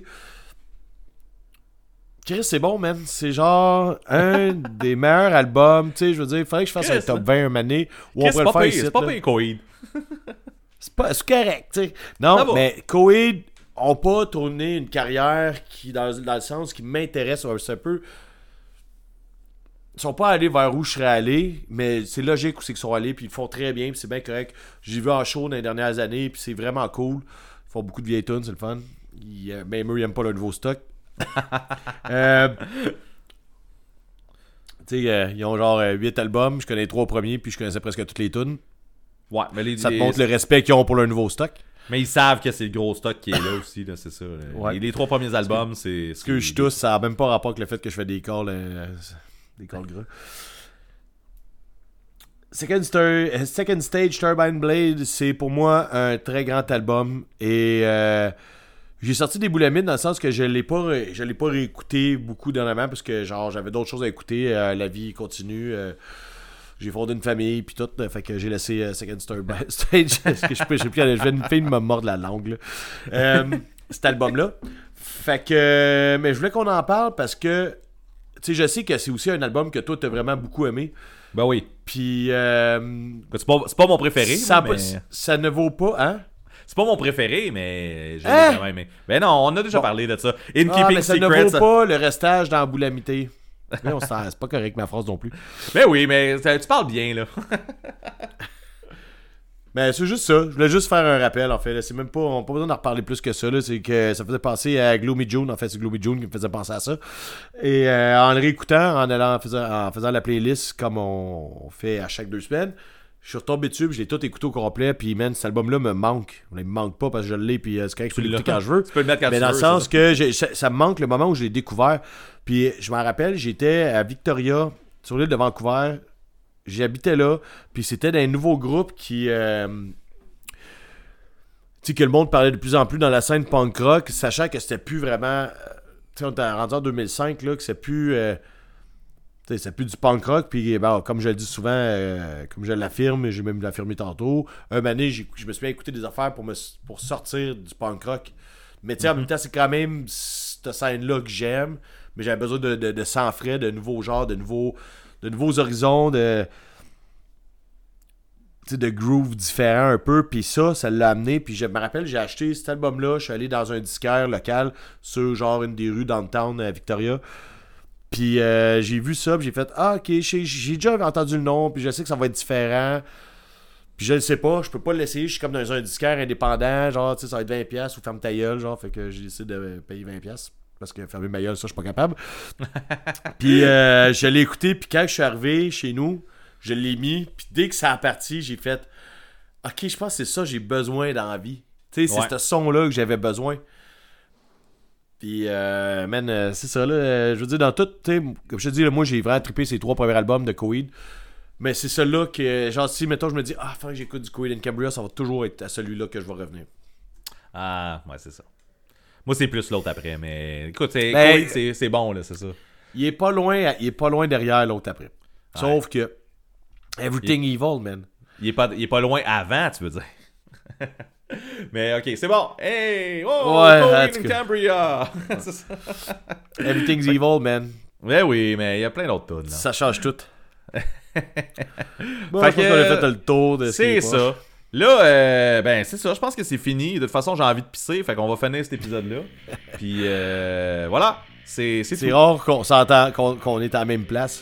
Chris, c'est bon, man. C'est genre un des meilleurs albums. Tu sais, je veux dire, il faudrait que je fasse un top 20 un année. Ou on pourrait le faire ici. C'est pas pire, Coheed. C'est correct, tu sais. Non, mais Coheed ont pas tourné une carrière qui, dans le sens qui m'intéresse un peu. Ils sont pas allés vers où je serais allé, mais c'est logique où c'est qu'ils sont allés, puis ils le font très bien, puis c'est bien correct. J'ai vu en show dans les dernières années, puis c'est vraiment cool. Ils font beaucoup de vieilles tunes, c'est le fun. Même eux, ils aiment pas le nouveau stock. Tu sais, ils ont genre 8 albums, je connais les 3 premiers, puis je connaissais presque toutes les tunes. Ouais, mais ça te montre le respect qu'ils ont pour leur nouveau stock. Mais ils savent que c'est le gros stock qui est là aussi, là, c'est ça. Ouais. Les 3 premiers albums, c'est... Ce que je tousse, ça n'a même pas rapport avec le fait que je fais des calls gras. Second Stage Turbine Blade, c'est pour moi un très grand album. Et j'ai sorti des boulamites dans le sens que je l'ai pas réécouté beaucoup dernièrement parce que genre j'avais d'autres choses à écouter. La vie continue. J'ai fondé une famille puis tout. Fait que j'ai laissé Second Stage. Est-ce que je vais une fille me mordre la langue là. Cet album-là. Fait que mais je voulais qu'on en parle parce que tu sais, je sais que c'est aussi un album que toi t'as vraiment beaucoup aimé. Ben oui. Puis c'est pas mon préféré. Ça ne vaut pas, hein? C'est pas mon préféré, mais j'ai vraiment aimé. Ben non, on a déjà parlé de ça. In Keeping mais ça Secrets. Ne vaut pas le restage dans Boulamité. C'est pas correct ma phrase non plus. Ben oui, mais tu parles bien, là. Ben c'est juste ça. Je voulais juste faire un rappel, en fait. Là. C'est même pas... On n'a pas besoin d'en reparler plus que ça. Là. C'est que ça faisait penser à Gloomy June. En fait, c'est Gloomy June qui me faisait penser à ça. Et en le réécoutant, en faisant la playlist comme on fait à chaque 2 semaines, je suis retombé dessus, puis je l'ai tout écouté au complet, puis man, cet album-là me manque. Il me manque pas parce que je l'ai, puis c'est correct que je peux l'écouter quand je veux. Tu peux le mettre quand mais tu dans veux, le sens que ça me manque le moment où je l'ai découvert. Puis je m'en rappelle, j'étais à Victoria, sur l'île de Vancouver. J'habitais là, puis c'était d'un nouveau groupe qui... tu sais, que le monde parlait de plus en plus dans la scène punk rock, sachant que c'était plus vraiment... tu sais, on était rendu en 2005, là, que c'est plus... c'est plus du punk rock, puis ben, comme je le dis souvent, comme je l'affirme, j'ai même l'affirmé tantôt, un moment donné, je me suis bien écouté des affaires pour sortir du punk rock. Mais tu sais, en même temps, c'est quand même cette scène-là que j'aime, mais j'avais besoin de sang frais, de nouveaux genres, de nouveaux horizons, de groove différents un peu, puis ça l'a amené, puis je me rappelle, j'ai acheté cet album-là, je suis allé dans un disquaire local, sur genre une des rues downtown à Victoria. Puis j'ai vu ça, puis j'ai fait « Ah, ok, j'ai déjà entendu le nom, puis je sais que ça va être différent. » Puis je le sais pas, je peux pas l'essayer, je suis comme dans un disquaire indépendant, genre, tu sais, ça va être 20$ ou ferme ta gueule, genre, fait que j'ai décidé de payer 20$. Parce que fermer ma gueule, ça, je suis pas capable. Puis je l'ai écouté, puis quand je suis arrivé chez nous, je l'ai mis, puis dès que ça a parti, j'ai fait « Ok, je pense que c'est ça que j'ai besoin dans la vie. » Tu sais, c'est ce son-là que j'avais besoin. Puis, c'est ça, là. Je veux dire, dans tout, tu sais, comme je te dis, là, moi, j'ai vraiment trippé ces 3 premiers albums de Coheed. Mais c'est celui-là que, genre, si, mettons, je me dis, faut que j'écoute du Coheed and Cambria, ça va toujours être à celui-là que je vais revenir. Ah, ouais, c'est ça. Moi, c'est plus l'autre après, mais écoute, Coheed, c'est bon, là, c'est ça. Il est pas loin derrière l'autre après. Ouais. Sauf que, Everything Evil, man. Il est pas loin avant, tu veux dire. Mais ok, c'est bon. Hey! Oh! Coheed and Cambria! C'est ça. Everything's Evil, man. Ouais, oui, mais il y a plein d'autres tunes. Ça change tout. Bon, je pense qu'on a fait le tour de ce c'est ça. Là, ben, c'est ça. Je pense que c'est fini. De toute façon, j'ai envie de pisser. Fait qu'on va finir cet épisode-là. Puis, voilà. C'est rare qu'on s'entend, qu'on est à la même place.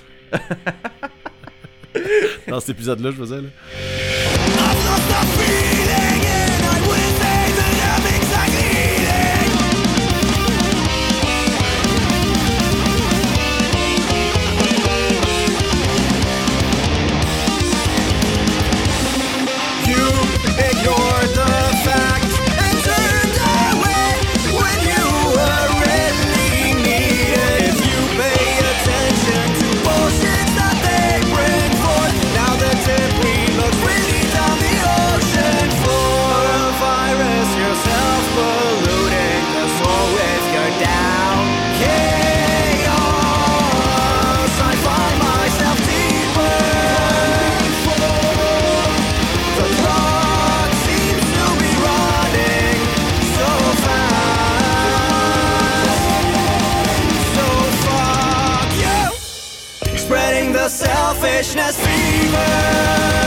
Dans cet épisode-là, je veux dire. selfishness fever.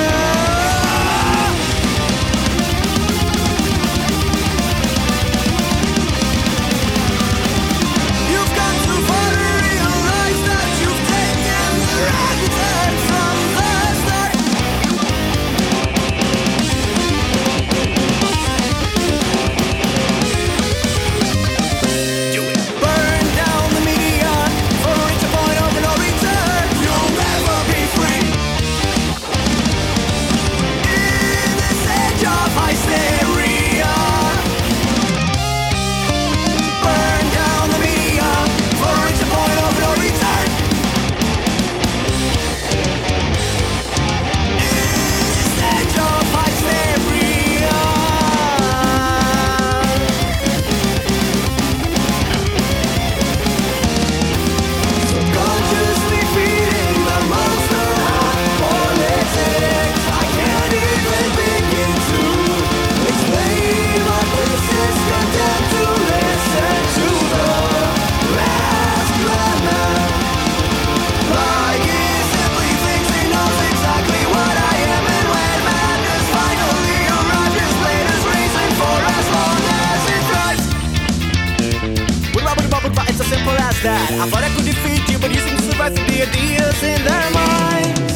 I thought I could defeat you, but you seem to survive through the ideas in their minds.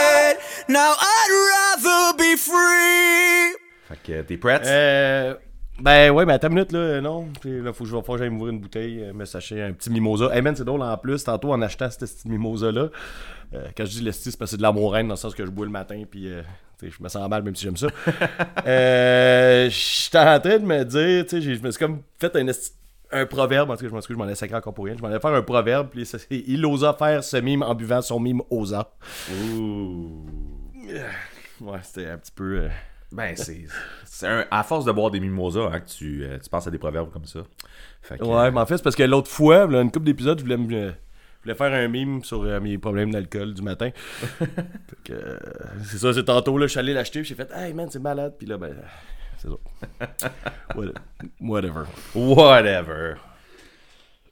T'es prêt? Ben ouais, mais attends une minute, là, non. Puis là, faut que j'aille m'ouvrir une bouteille, me sacher un petit mimosa. Hey man, c'est drôle en plus, tantôt en achetant cette petite mimosa-là, quand je dis l'esti, c'est parce que c'est de la moraine dans le sens que je bois le matin, puis je me sens mal même si j'aime ça. J'étais en train de me dire, tu sais, je me suis comme fait un proverbe, en tout cas, je m'en ai sacré encore pour rien. Je m'en allais faire un proverbe, puis il osa faire ce mime en buvant son mime osa. Ouh. Ouais, c'était un petit peu. Ben, à force de boire des mimosas hein, que tu penses à des proverbes comme ça. Fait que, Ouais, mais en fait, c'est parce que l'autre fois, là, une couple d'épisodes, je voulais faire un mime sur mes problèmes d'alcool du matin. Fait que, c'est ça, c'est tantôt, là, je suis allé l'acheter, puis j'ai fait, hey man, c'est malade, puis là, ben, c'est ça. Whatever. Whatever.